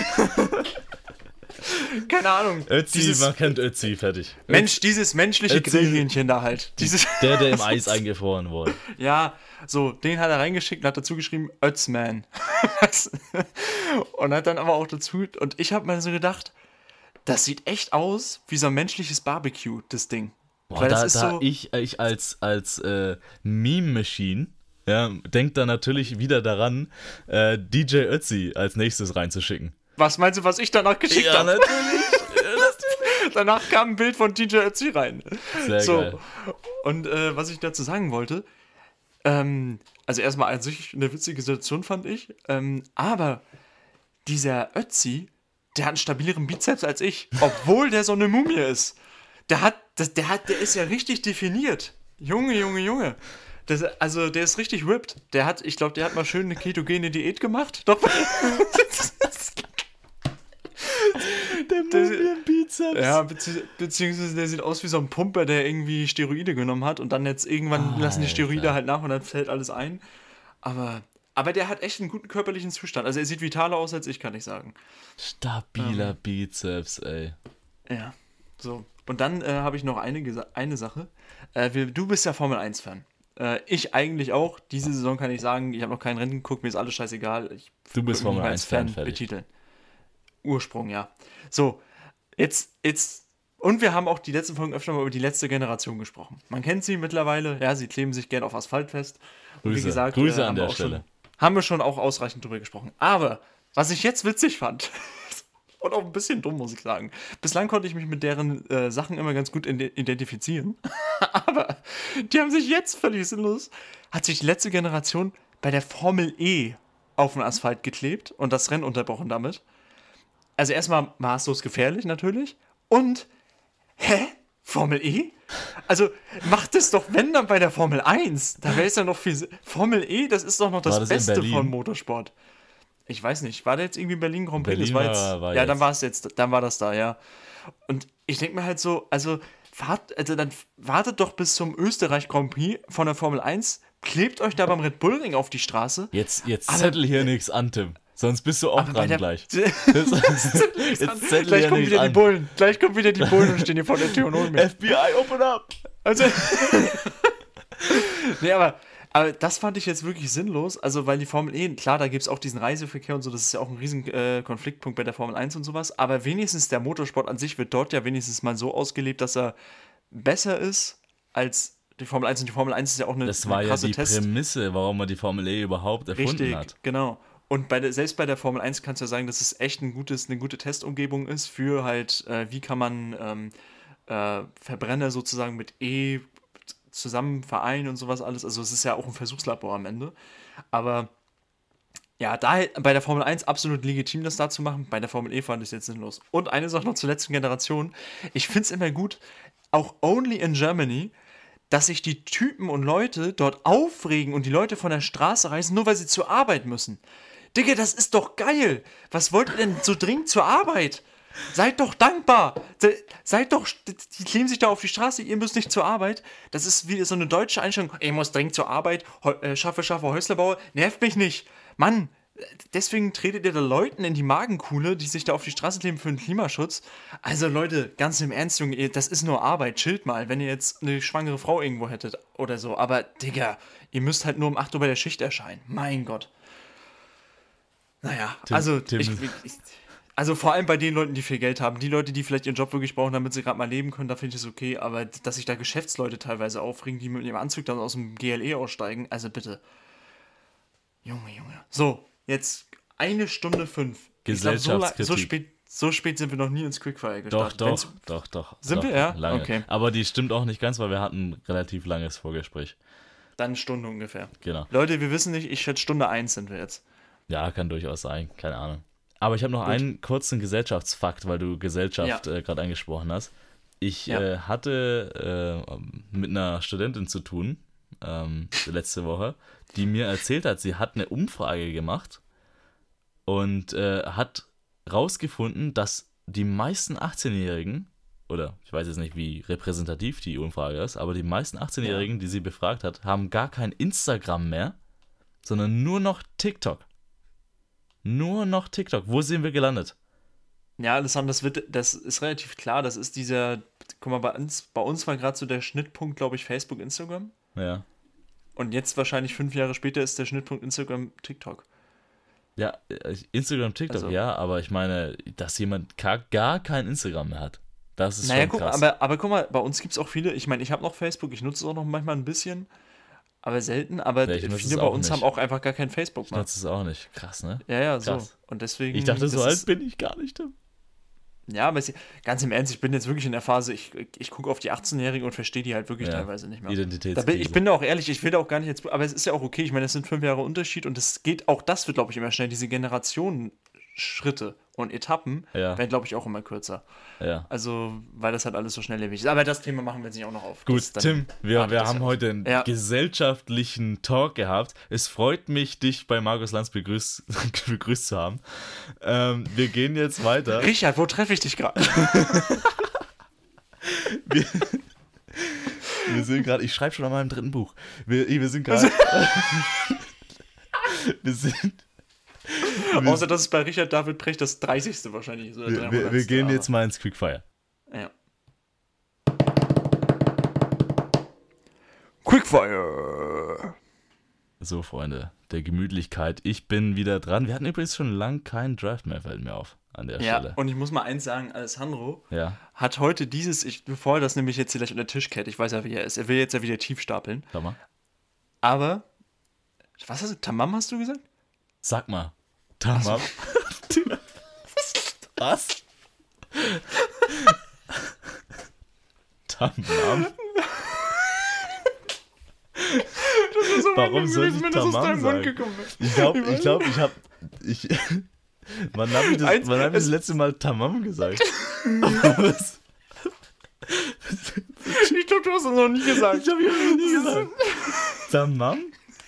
keine Ahnung. Ötzi, dieses, man kennt Ötzi, fertig. Mensch, dieses menschliche Ötzi- Grillhähnchen da halt. Dieses, Der, der im Eis eingefroren wurde. ja, so, den hat er reingeschickt und hat dazu geschrieben, Özman. Und hat dann aber auch dazu, und ich habe mir so gedacht, das sieht echt aus wie so ein menschliches Barbecue, das Ding. Boah, Weil da, das ist da so, ich, ich als, als äh, Meme-Machine, ja, denk da natürlich wieder daran, äh, D J Ötzi als nächstes reinzuschicken. was meinst du, was ich danach geschickt habe? natürlich. Danach kam ein Bild von D J Ötzi rein. Sehr So, geil. und äh, was ich dazu sagen wollte, ähm, also erstmal an sich eine witzige Situation fand ich, ähm, aber dieser Ötzi, der hat einen stabileren Bizeps als ich, obwohl der so eine Mumie ist. der hat, das, der hat, der ist ja richtig definiert. Junge, Junge, Junge. Das, also, der ist richtig ripped. Der hat, ich glaube, der hat mal schön eine ketogene Diät gemacht. Doch. Der Mumienbizeps. Ja, bezieh beziehungsweise der sieht aus wie so ein Pumper, der irgendwie Steroide genommen hat und dann jetzt irgendwann Ah, lassen die Steroide Alter. halt nach und dann fällt alles ein. Aber, aber der hat echt einen guten körperlichen Zustand. Also er sieht vitaler aus als ich, kann ich sagen. Stabiler ähm. Bizeps, ey. Ja, so. Und dann äh, habe ich noch eine, eine Sache. Äh, wir, du bist ja Formel eins Fan. Äh, ich eigentlich auch. Diese Saison kann ich sagen, ich habe noch kein Rennen geguckt, mir ist alles scheißegal. Ich du bist Formel eins Fan, Fan betiteln. Ursprung, ja. So, jetzt, jetzt, und wir haben auch die letzten Folgen öfter mal über die letzte Generation gesprochen. Man kennt sie mittlerweile, ja, sie kleben sich gern auf Asphalt fest. Und Grüße, wie gesagt, Grüße äh, an der Stelle. Schon, haben wir schon auch ausreichend drüber gesprochen. Aber, was ich jetzt witzig fand, und auch ein bisschen dumm, muss ich sagen, bislang konnte ich mich mit deren äh, Sachen immer ganz gut identifizieren. Aber die haben sich jetzt völlig sinnlos, hat sich die letzte Generation bei der Formel E auf den Asphalt geklebt und das Rennen unterbrochen damit. Also erstmal maßlos gefährlich natürlich. Und, hä? Formel E? Also macht es doch, wenn dann bei der Formel eins. Da wäre es ja noch viel... Formel E, das ist doch noch das, das Beste von Motorsport. Ich weiß nicht, war der jetzt irgendwie in Berlin Grand Prix? Berlin das war jetzt, war, war ja, jetzt. dann war es jetzt, dann war das da, ja. Und ich denke mir halt so, also, wart, also dann wartet doch bis zum Österreich Grand Prix von der Formel eins, klebt euch da beim Red Bull Ring auf die Straße. Jetzt, jetzt zettel hier nichts an, Tim. Sonst bist du auch dran der, gleich. Jetzt gleich kommen wieder an. die Bullen. Gleich kommen wieder die Bullen und stehen hier vor der Tür und holen mich. F B I, open up! Also, nee, aber, aber das fand ich jetzt wirklich sinnlos. Also, weil die Formel E, klar, da gibt es auch diesen Reiseverkehr und so, das ist ja auch ein riesen äh, Konfliktpunkt bei der Formel eins und sowas. Aber wenigstens der Motorsport an sich wird dort ja wenigstens mal so ausgelebt, dass er besser ist als die Formel eins. Und die Formel eins ist ja auch eine, das war eine krasse ja die Test. Prämisse, warum man die Formel E überhaupt erfunden Richtig, hat. Genau. Und bei der, selbst bei der Formel eins kannst du ja sagen, dass es echt ein gutes, eine gute Testumgebung ist für halt, äh, wie kann man ähm, äh, Verbrenner sozusagen mit E zusammen vereinen und sowas alles. Also es ist ja auch ein Versuchslabor am Ende. Aber ja, da bei der Formel eins absolut legitim, das da zu machen. Bei der Formel E fand ich es jetzt sinnlos. Und eine Sache noch zur letzten Generation. Ich finde es immer gut, auch only in Germany, dass sich die Typen und Leute dort aufregen und die Leute von der Straße reißen, nur weil sie zur Arbeit müssen. Digga, das ist doch geil. Was wollt ihr denn so dringend zur Arbeit? Seid doch dankbar. Se seid doch, die kleben sich da auf die Straße, ihr müsst nicht zur Arbeit. Das ist wie so eine deutsche Einstellung. Ich muss dringend zur Arbeit, äh, schaffe, schaffe, Häuslerbauer. Nervt mich nicht. Mann, deswegen tretet ihr da Leuten in die Magenkuhle, die sich da auf die Straße kleben für den Klimaschutz. Also Leute, ganz im Ernst, Junge, das ist nur Arbeit. Chillt mal, wenn ihr jetzt eine schwangere Frau irgendwo hättet oder so. Aber, Digga, ihr müsst halt nur um acht Uhr bei der Schicht erscheinen. Mein Gott. Naja, Tim, also Tim. Ich, ich, also vor allem bei den Leuten, die viel Geld haben, die Leute, die vielleicht ihren Job wirklich brauchen, damit sie gerade mal leben können, da finde ich es okay, aber dass sich da Geschäftsleute teilweise aufregen, die mit ihrem Anzug dann aus dem G L E aussteigen, also bitte. Junge, Junge. So, jetzt eine Stunde fünf. Gesellschaftskritik. Ich glaub, so, so, spät, so spät sind wir noch nie ins Quickfire gestartet. Doch, doch, Wenn's, doch, doch. Sind doch, wir, ja? Lange. Okay. Aber die stimmt auch nicht ganz, weil wir hatten ein relativ langes Vorgespräch. Dann eine Stunde ungefähr. Genau. Leute, wir wissen nicht, ich schätze Stunde eins sind wir jetzt. Ja, kann durchaus sein, keine Ahnung. Aber ich habe noch Gut. einen kurzen Gesellschaftsfakt, weil du Gesellschaft Ja. äh, gerade angesprochen hast. Ich Ja. äh, hatte äh, mit einer Studentin zu tun, ähm, letzte Woche, die mir erzählt hat, sie hat eine Umfrage gemacht und äh, hat rausgefunden, dass die meisten achtzehnjährigen, oder ich weiß jetzt nicht, wie repräsentativ die Umfrage ist, aber die meisten achtzehnjährigen, die sie befragt hat, haben gar kein Instagram mehr, sondern nur noch TikTok. Nur noch TikTok. Wo sind wir gelandet? Ja, Alessandro, das, wird, das ist relativ klar. Das ist dieser, guck mal, bei uns, bei uns war gerade so der Schnittpunkt, glaube ich, Facebook, Instagram. Ja. Und jetzt wahrscheinlich fünf Jahre später ist der Schnittpunkt Instagram, TikTok. Ja, äh, Instagram, TikTok, Also- ja, aber ich meine, dass jemand gar, gar kein Instagram mehr hat. Das ist Naja, schon guck, krass. aber, aber guck mal, bei uns gibt es auch viele, ich meine, ich habe noch Facebook, ich nutze es auch noch manchmal ein bisschen, aber selten, aber Ja, ich nutze viele es bei auch uns nicht. haben auch einfach gar kein Facebook ich mehr. nutze es auch nicht. Krass, ne? Ja, ja, so. Krass. Und deswegen. Ich dachte, so das alt ist- bin ich gar nicht. Tim. Ja, aber es, ganz im Ernst, ich bin jetzt wirklich in der Phase, ich, ich gucke auf die achtzehnjährigen und verstehe die halt wirklich Ja. teilweise nicht mehr. Da Identitätskrise. bin, ich bin da auch ehrlich, ich will da auch gar nicht jetzt, aber es ist ja auch okay, ich meine, es sind fünf Jahre Unterschied und es geht, auch das wird, glaube ich, immer schnell, diese Generationenschritte und Etappen Ja. werden, glaube ich, auch immer kürzer. Ja. Also, weil das halt alles so schnelllebig ist. Aber das Thema machen wir jetzt nicht auch noch auf. Gut, Das dann- Tim, wir, Ah, wir das haben ja- heute einen Ja. gesellschaftlichen Talk gehabt. Es freut mich, dich bei Markus Lanz begrüßt, begrüßt zu haben. Ähm, wir gehen jetzt weiter. Richard, wo treffe ich dich gerade? Wir, wir sind gerade, ich schreibe schon an meinem dritten Buch. Wir, wir sind gerade. wir sind. Wir, Außer, dass es bei Richard David Precht das dreißigste wahrscheinlich ist. Oder wir, wir, wir dreihundertste, gehen aber- jetzt mal ins Quickfire. Ja. Quickfire! So, Freunde, der Gemütlichkeit. Ich bin wieder dran. Wir hatten übrigens schon lange keinen Draft mehr, fällt mir auf, an der Ja, Stelle. und ich muss mal eins sagen, Alessandro Ja, hat heute dieses, ich, bevor er das nämlich jetzt vielleicht unter den Tisch kennt, ich weiß ja, wie er ist, er will jetzt ja wieder tief stapeln, sag mal. aber, was hast du, Tamam hast du gesagt? Sag mal. Tamam. Was? Tamam? Warum soll ich Tamam sagen? Ich glaube, ich glaube, ich habe ich wann habe ich das, Eins- wann hab ich das es- letzte Mal Tamam gesagt? Was? Ich glaube, du hast es noch nie gesagt. Ich habe ja noch nie gesagt. Tamam?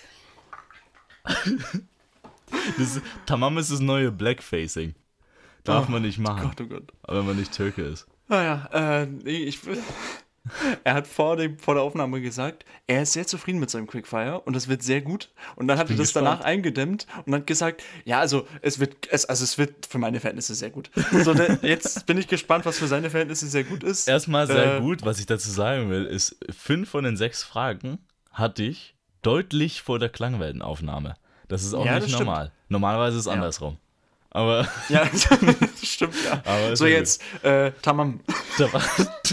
Das, Tamam ist das neue Blackfacing. Darf Oh, man nicht machen, Gott, oh Gott. wenn man nicht Türke ist. Naja, äh, nee, ich will. Er hat vor, dem, vor der Aufnahme gesagt, er ist sehr zufrieden mit seinem Quickfire und das wird sehr gut. Und dann hat er bin das gespannt. danach eingedämmt und hat gesagt, ja, also es wird, es, also es wird für meine Verhältnisse sehr gut. So, der, jetzt bin ich gespannt, was für seine Verhältnisse sehr gut ist. Erstmal sehr Äh, gut, was ich dazu sagen will, ist, fünf von den sechs Fragen hatte ich deutlich vor der Klangweltenaufnahme. Das ist auch Ja, nicht das stimmt. normal. Normalerweise ist es Ja. andersrum. Aber Ja, stimmt, ja. Aber ist So, ja jetzt, äh, Tamam. da war.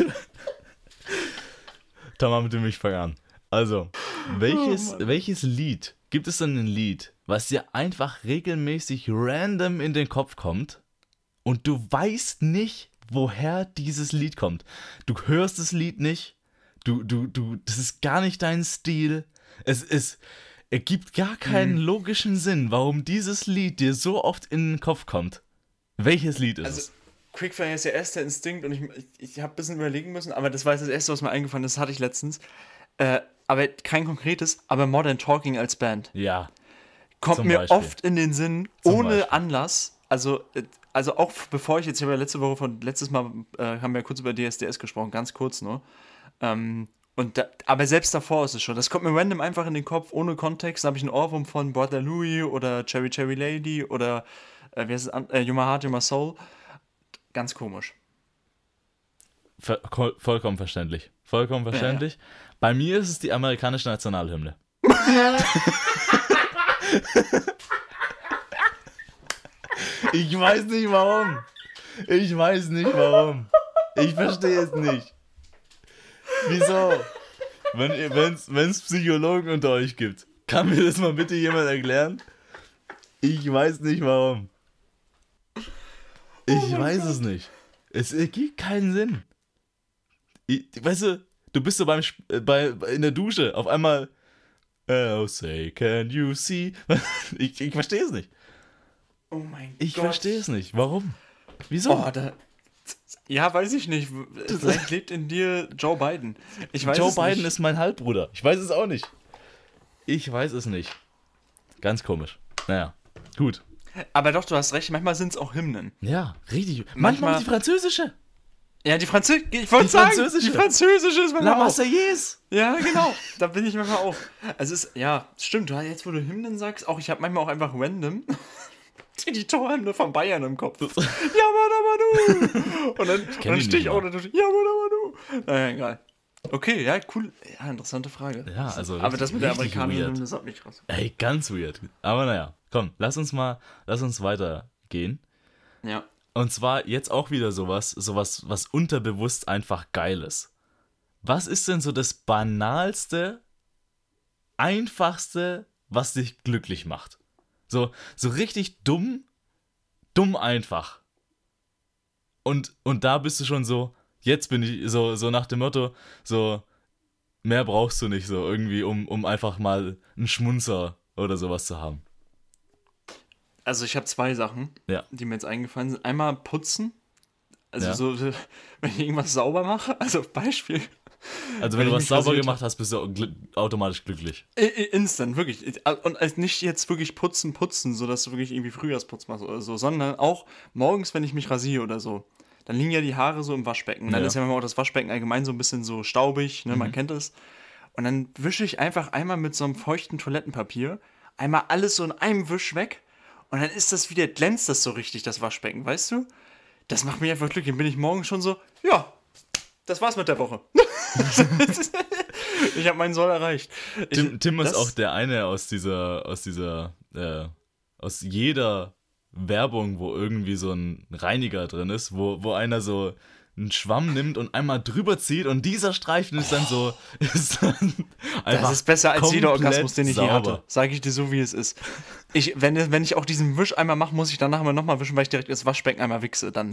Tamam, bitte mich fang an. Also, welches, Oh Mann. welches Lied, gibt es denn ein Lied, was dir einfach regelmäßig random in den Kopf kommt und du weißt nicht, woher dieses Lied kommt? Du hörst das Lied nicht, du, du, du, das ist gar nicht dein Stil. Es ist, ergibt gar keinen Hm. logischen Sinn, warum dieses Lied dir so oft in den Kopf kommt. Welches Lied ist Also, es? Quickfire ist der erste Instinkt und ich, ich, ich habe ein bisschen überlegen müssen, aber das war jetzt das erste, was mir eingefallen ist, das hatte ich letztens. Äh, aber kein konkretes, aber Modern Talking als Band. Ja, Kommt Zum mir Beispiel. oft in den Sinn, Zum ohne Beispiel. Anlass. Also, äh, also auch bevor ich jetzt, ich habe ja letzte Woche von, letztes Mal äh, haben wir ja kurz über D S D S gesprochen, ganz kurz nur. Ähm, und da, aber selbst davor ist es schon. Das kommt mir random einfach in den Kopf, ohne Kontext. Da habe ich einen Ohrwurm von Brother Louie oder Cherry Cherry Lady oder äh, wie heißt es, an- äh, You My Heart, You My Soul. Ganz komisch. Ver voll- vollkommen verständlich. Vollkommen verständlich. Bei mir ist es die amerikanische Nationalhymne. Ich weiß nicht warum. Ich weiß nicht warum. Ich verstehe es nicht. Wieso? Wenn es Psychologen unter euch gibt, kann mir das mal bitte jemand erklären? Ich weiß nicht warum. Ich mein weiß Gott. es nicht. Es ergibt keinen Sinn. Ich, weißt du, du bist so beim Sp- äh, bei, bei in der Dusche, auf einmal Oh, say, can you see? Ich, ich verstehe es nicht. Oh mein Ich Gott. verstehe es nicht. Warum? Wieso? Oh, da. Ja, weiß ich nicht. Vielleicht lebt in dir Joe Biden. Ich weiß Joe es Biden nicht. ist mein Halbbruder. Ich weiß es auch nicht. Ich weiß es nicht. Ganz komisch. Naja, gut. Aber doch, du hast recht, manchmal sind es auch Hymnen. Ja, richtig. Manchmal, Manchmal- auch die französische. Ja, die Französische. Ich wollte Die sagen, französische. die französische ist La manchmal auch. Marseillaise. Ja, genau. Da bin ich manchmal auch. Also es ist, ja, stimmt. Du, jetzt, wo du Hymnen sagst, auch ich habe manchmal auch einfach random die, die Torhymne von Bayern im Kopf. Ja, Madamadu. Und dann, und kenn dann die stehe ich nicht auch mal. da. Ja, Madamadu. Naja, egal. Okay, ja, cool. Ja, interessante Frage. Ja, also Aber richtig- das mit der richtig amerikanischen weird. Hymne, das hat mich raus. Ey, ganz weird. Aber naja, komm, lass uns mal, lass uns weitergehen. Ja. Und zwar jetzt auch wieder sowas, sowas, was unterbewusst einfach geil ist. Was ist denn so das banalste, einfachste, was dich glücklich macht? So, so richtig dumm, dumm einfach. Und, und da bist du schon so, jetzt bin ich so, so nach dem Motto, so, mehr brauchst du nicht so irgendwie, um, um einfach mal einen Schmunzer oder sowas zu haben. Also ich habe zwei Sachen, Ja. die mir jetzt eingefallen sind. Einmal putzen. Also Ja. so, wenn ich irgendwas sauber mache. Also Beispiel. Also Wenn wenn du ich was mich sauber rasiert gemacht hast, bist du gl- automatisch glücklich. I- i- Instant, wirklich. Und als nicht jetzt wirklich putzen, putzen, sodass du wirklich irgendwie Frühjahrsputz machst oder so, sondern auch morgens, wenn ich mich rasiere oder so, dann liegen ja die Haare so im Waschbecken. Und dann Ja. ist ja manchmal auch das Waschbecken allgemein so ein bisschen so staubig, ne, man kennt es. Und dann wische ich einfach einmal mit so einem feuchten Toilettenpapier einmal alles so in einem Wisch weg und dann ist das wieder, glänzt das so richtig, das Waschbecken, weißt du? Das macht mich einfach glücklich. Dann bin ich morgen schon so, ja, das war's mit der Woche. Ich habe meinen Soll erreicht. Ich, Tim, Tim ist das- auch der eine aus dieser, aus dieser, äh, aus jeder Werbung, wo irgendwie so ein Reiniger drin ist, wo, wo einer so einen Schwamm nimmt und einmal drüber zieht und dieser Streifen ist dann so, ist dann einfach Das ist besser als jeder komplett Orgasmus, den ich je sauber. hatte. Sage ich dir so, wie es ist. Ich, wenn, wenn ich auch diesen Wisch einmal mache, muss ich danach mal nochmal wischen, weil ich direkt das Waschbecken einmal wichse. Dann.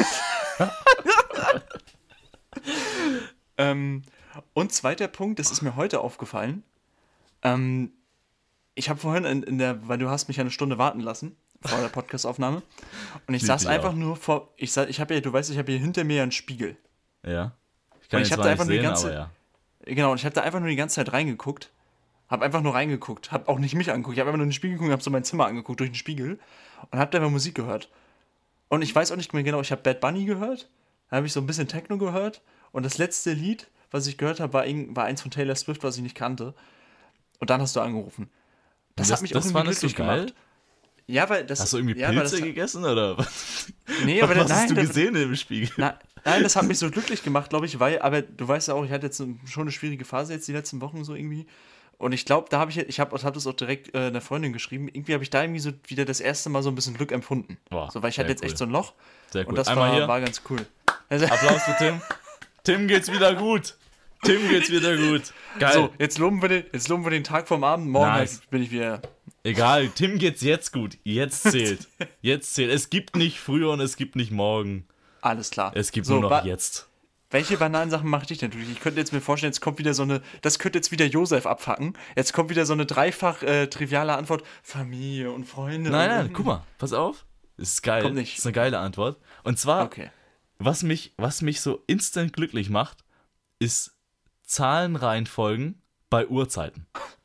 ähm, und zweiter Punkt, das ist mir heute aufgefallen. Ähm, ich habe vorhin in, in der, weil du hast mich ja eine Stunde warten lassen vor der Podcastaufnahme. Und ich Lieb saß dich einfach auch. nur vor, ich, sa- ich habe ja, du weißt, ich habe hier hinter mir ja einen Spiegel. Ja. Ich kann Und ihn ich hab zwar da nicht einfach nur die sehen, ganze- aber ja. Genau, und ich habe da einfach nur die ganze Zeit reingeguckt. Hab einfach nur reingeguckt. Hab auch nicht mich angeguckt. Ich habe einfach nur in den Spiegel geguckt und hab so mein Zimmer angeguckt durch den Spiegel. Und hab da einfach Musik gehört. Und ich weiß auch nicht mehr genau, ich habe Bad Bunny gehört. Dann habe ich so ein bisschen Techno gehört. Und das letzte Lied, was ich gehört habe, war, irgend- war eins von Taylor Swift, was ich nicht kannte. Und dann hast du angerufen. Das, Das- hat mich das auch irgendwie fandest du glücklich geil? gemacht. Ja, weil das... Hast du irgendwie ja, weil Pilze das, gegessen oder was? Nee, aber was nein, hast du der- gesehen im Spiegel? Na, nein, das hat mich so glücklich gemacht, glaube ich, weil, aber du weißt ja auch, ich hatte jetzt schon eine schwierige Phase jetzt die letzten Wochen so irgendwie. Und ich glaube, da habe ich, ich habe hab das auch direkt äh, einer Freundin geschrieben, irgendwie habe ich da irgendwie so wieder das erste Mal so ein bisschen Glück empfunden. Boah, so, weil ich sehr hatte jetzt cool. echt so ein Loch. Sehr cool. Und das Einmal war, hier. war ganz cool. Also, Applaus für Tim. Tim geht's wieder gut. Tim geht's wieder gut. Geil. so, jetzt loben, wir den, jetzt loben wir den Tag vom Abend, morgen Nice. halt bin ich wieder... Egal, Tim geht's jetzt gut. Jetzt zählt. Jetzt zählt. Es gibt nicht früher und es gibt nicht morgen. Alles klar. Es gibt so, nur noch wa- jetzt. Welche Bananensachen mache ich denn natürlich? Ich könnte jetzt mir vorstellen, jetzt kommt wieder so eine, das könnte jetzt wieder Josef abfacken. Jetzt kommt wieder so eine dreifach äh, triviale Antwort. Familie und Freunde. Nein, und, nein, guck mal. Pass auf. Das ist geil. Kommt nicht. Das ist eine geile Antwort. Und zwar, Okay. was mich, was mich so instant glücklich macht, ist Zahlenreihenfolgen bei Uhrzeiten.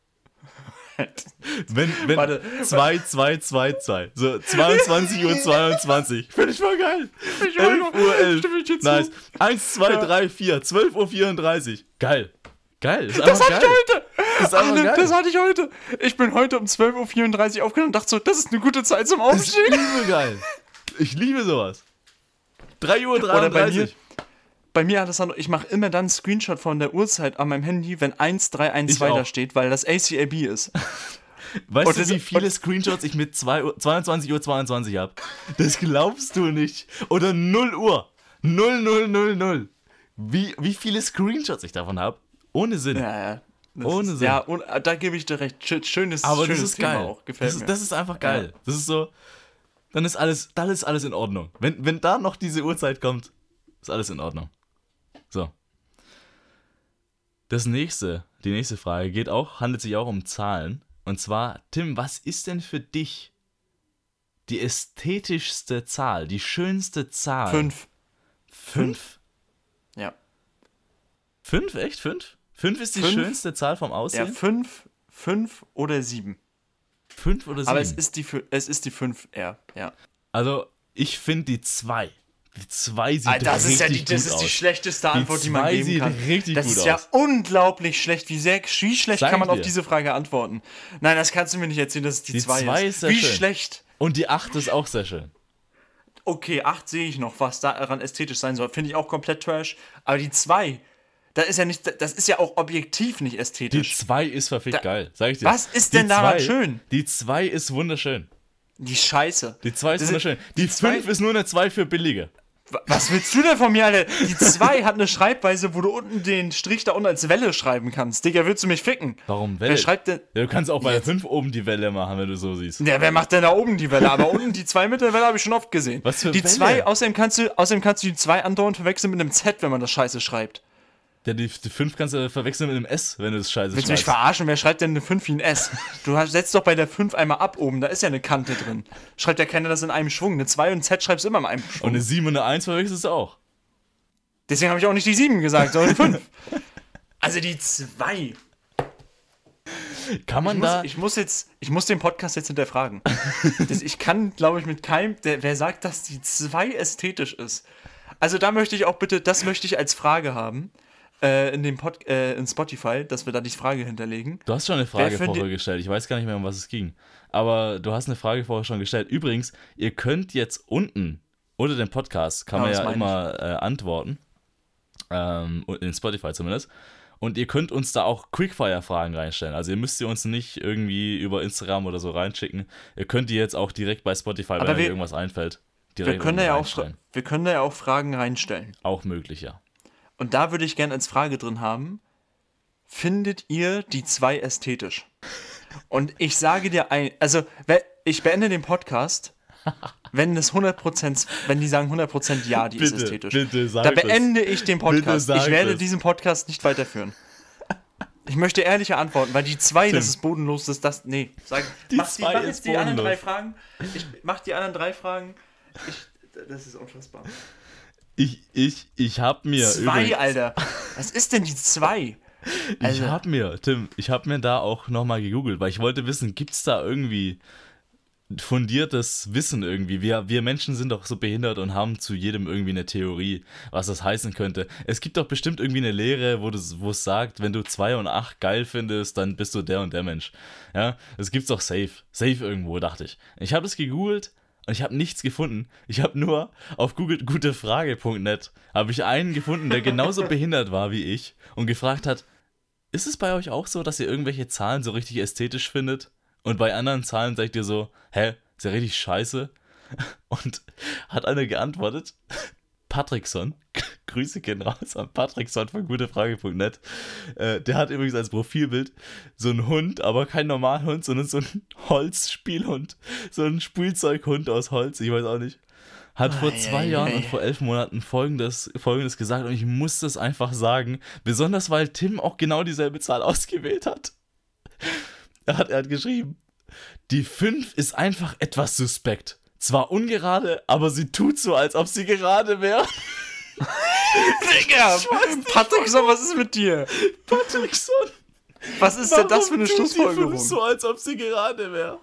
Wenn, wenn Warte. zwei, zwei, zwei, zwei. So, zweiundzwanzig Uhr zweiundzwanzig. Finde ich voll geil. elf Uhr elf. Stimme ich dir zu. Nice. eins, zwei, Ja. drei, vier. zwölf Uhr vierunddreißig. Geil. Geil. Das ist Das einfach hatte geil. ich heute! Das ist einfach Alter, geil. das hatte ich heute! Ich bin heute um zwölf Uhr vierunddreißig aufgenommen und dachte so, das ist eine gute Zeit zum Das ist Aufstehen. übel geil. Ich liebe sowas. drei Uhr Oder bei mir, dreiunddreißig. bei mir hat das dann, ich mache immer dann einen Screenshot von der Uhrzeit an meinem Handy, wenn eins drei eins zwei Ich auch. da steht, weil das A C A B ist. Weißt Und du, das- wie viele Screenshots ich mit zwei Uhr, zweiundzwanzig Uhr zweiundzwanzig habe? Das glaubst du nicht. Oder null Uhr. null null null null. Wie, wie viele Screenshots ich davon habe? Ohne Sinn. Ja, ja. Das Ohne ist, Sinn. Ja, und äh, da gebe ich dir recht. Schö- Schönes, Aber schönes das ist Thema geil. auch. Gefällt das, ist, mir. das ist einfach geil. Ja. Das ist so, dann ist alles, dann ist alles in Ordnung. Wenn, wenn da noch diese Uhrzeit kommt, ist alles in Ordnung. So. Das nächste, die nächste Frage geht auch, handelt sich auch um Zahlen. Und zwar, Tim, was ist denn für dich die ästhetischste Zahl, die schönste Zahl? Fünf. Fünf? Ja. Fünf? Echt? Fünf? Fünf ist die Fünf? schönste Zahl vom Ja, Aussehen? fünf, fünf oder sieben. Fünf oder sieben? Aber es ist die, fü- es ist die fünf, ja. ja. Also, ich finde die zwei. Die zwei sieht Ah, das richtig ist ja die, das gut ist die aus. schlechteste Antwort, die, man zwei geben sieht kann. richtig das gut ist ja aus. unglaublich schlecht. Wie, sehr, wie schlecht Sag kann man ich auf dir. diese Frage antworten? Nein, das kannst du mir nicht erzählen, dass es die, Die zwei, zwei ist. ist sehr Wie schön. schlecht? Und die acht ist auch sehr schön. Okay, acht sehe ich noch, was daran ästhetisch sein soll. Finde ich auch komplett trash. Aber die zwei, das ist ja nicht, das ist ja auch objektiv nicht Die ästhetisch. zwei ist verfickt Da- geil, sag ich dir. Was ist Die denn daran zwei- schön? Die zwei ist wunderschön. Die Scheiße. Die zwei ist Das wunderschön. Die zwei- fünf ist nur eine zwei für billige. Wa- Was willst du denn von mir, Alter? Die zwei hat eine Schreibweise, wo du unten den Strich da unten als Welle schreiben kannst. Digga, willst du mich ficken? Warum Wer Welle? schreibt denn... Ja, du kannst auch bei Jetzt- der fünf oben die Welle machen, wenn du so siehst. Ja, wer macht denn da oben die Welle? Aber unten die zwei mit der Welle habe ich schon oft gesehen. Was für Die Welle? zwei, außerdem kannst du, außerdem kannst du die zwei andauernd verwechseln mit einem Z, wenn man das Scheiße schreibt. Ja, die, die fünf kannst du verwechseln mit einem S, wenn du das scheiße Willst du mich verarschen? Wer schreibt denn eine fünf wie ein S? Du hast, setzt doch bei der fünf einmal ab oben, da ist ja eine Kante drin. Schreibt ja keiner das in einem Schwung. Eine zwei und ein Z schreibst du immer in einem Schwung. Und eine sieben und eine eins verwechselst du auch. Deswegen habe ich auch nicht die sieben gesagt, sondern fünf. Also die zwei. Kann man ich da... Muss, ich muss jetzt, ich muss den Podcast jetzt hinterfragen. das, ich kann, glaube ich, mit keinem, der, wer sagt, dass die zwei ästhetisch ist. Also da möchte ich auch bitte, das möchte ich als Frage haben. Äh, in dem Pod, äh, in Spotify, dass wir da die Frage hinterlegen. Du hast schon eine Frage Wer vorher gestellt. Ich weiß gar nicht mehr, um was es ging. Aber du hast eine Frage vorher schon gestellt. Übrigens, ihr könnt jetzt unten unter dem Podcast, kann Ja, man das ja meine immer äh, antworten. Ähm, in Spotify zumindest. Und ihr könnt uns da auch Quickfire-Fragen reinstellen. Also ihr müsst sie uns nicht irgendwie über Instagram oder so reinschicken. Ihr könnt die jetzt auch direkt bei Spotify, Aber wenn euch wir- irgendwas einfällt, Wir direkt können, da ja auch, reinstellen. wir können da ja auch Fragen reinstellen. Auch möglich, ja. Und da würde ich gerne als Frage drin haben, findet ihr die zwei ästhetisch? Und ich sage dir ein, also we- ich beende den Podcast, wenn es hundert Prozent, wenn die sagen hundert Prozent ja, die ist Bitte, ästhetisch. bitte sag da das. beende ich den Bitte Podcast. sag Ich werde das. diesen Podcast nicht weiterführen. Ich möchte ehrliche Antworten, weil die zwei, Tim. das ist bodenlos, das ist das, nee. Sag, Die mach zwei mach ist jetzt die anderen bodenlos. drei Fragen. Ich mach die anderen drei Fragen. Ich, das ist unfassbar. Ich, ich, ich hab mir Zwei, übrigens, Alter. Was ist denn die zwei? ich Also- hab mir, Tim, ich hab mir da auch nochmal gegoogelt, weil ich wollte wissen, gibt's da irgendwie fundiertes Wissen irgendwie? Wir, wir Menschen sind doch so behindert und haben zu jedem irgendwie eine Theorie, was das heißen könnte. Es gibt doch bestimmt irgendwie eine Lehre, wo das, wo es sagt, wenn du zwei und acht geil findest, dann bist du der und der Mensch. Ja, das gibt's doch safe. Safe irgendwo, dachte ich. Ich habe es gegoogelt und ich habe nichts gefunden. Ich habe nur auf google gutefrage punkt net habe ich einen gefunden, der genauso behindert war wie ich und gefragt hat, ist es bei euch auch so, dass ihr irgendwelche Zahlen so richtig ästhetisch findet? Und bei anderen Zahlen sagt ihr so, hä, ist ja richtig scheiße. Und hat einer geantwortet, Patrickson, Grüße gehen raus an Patrickson von gutefrage punkt net. Äh, der hat übrigens als Profilbild so einen Hund, aber kein normaler Hund, sondern so ein Holzspielhund. So ein Spielzeughund aus Holz, ich weiß auch nicht. Hat vor Ei, zwei ei, Jahren ei. und vor elf Monaten folgendes, folgendes gesagt und ich muss das einfach sagen, besonders weil Tim auch genau dieselbe Zahl ausgewählt hat. Er hat, er hat geschrieben, die fünf ist einfach etwas suspekt. Zwar ungerade, aber sie tut so, als ob sie gerade wäre. Digga, Patrickson, was ist mit dir? Patrickson. Was ist denn das für eine Warum tut die Schlussfolgerung? fünf so, als ob sie gerade wäre?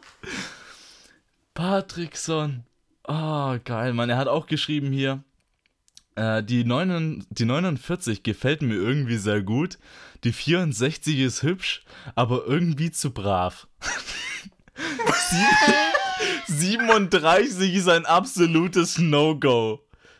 Patrickson. Ah, geil, Mann. Er hat auch geschrieben hier, äh, die, neun, die neunundvierzig gefällt mir irgendwie sehr gut. Die vierundsechzig ist hübsch, aber irgendwie zu brav. Sie- siebenunddreißig ist ein absolutes No-Go.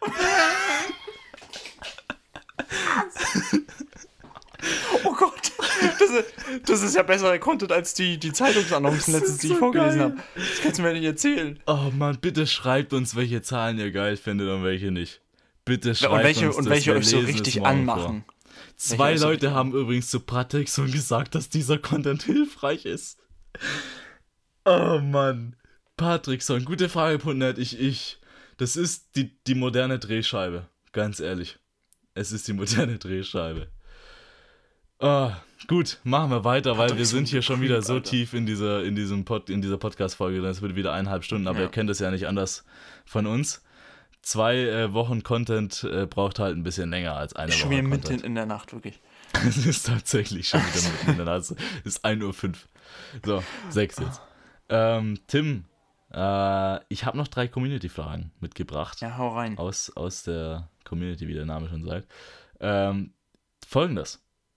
Oh Gott, das ist, das ist ja besserer Content als die, die Zeitungsannoncen letztens, die ich so vorgelesen geil. habe. Das kannst du mir nicht erzählen. Oh Mann, bitte schreibt uns, welche Zahlen ihr geil findet und welche nicht. Bitte schreibt Und welche, uns und das, welche wir euch so lesen es richtig morgen anmachen. vor. Zwei Welche euch so Leute richtig haben übrigens zu Patrickson gesagt, dass dieser Content hilfreich ist. Oh Mann. Patrickson, gute Frage punkt net. Ich, ich. Das ist die, die moderne Drehscheibe. Ganz ehrlich. Es ist die moderne Drehscheibe. Ah, gut, machen wir weiter, weil wir Patrickson, sind hier du schon wieder Creep, so Alter. tief in dieser, in diesem Pod, in dieser Podcast-Folge. Das wird wieder eineinhalb Stunden, aber Ja. ihr kennt es ja nicht anders von uns. Zwei äh, Wochen Content äh, braucht halt ein bisschen länger als eine Schon Woche wieder mitten Content. in der Nacht, wirklich. Es ist tatsächlich schon wieder mitten in der Nacht. Es ist ein Uhr fünf. So, sechs jetzt. Ähm, Tim, äh, ich habe noch drei Community-Fragen mitgebracht. Ja, hau rein. Aus, aus der Community, wie der Name schon sagt. Ähm, Folgendes.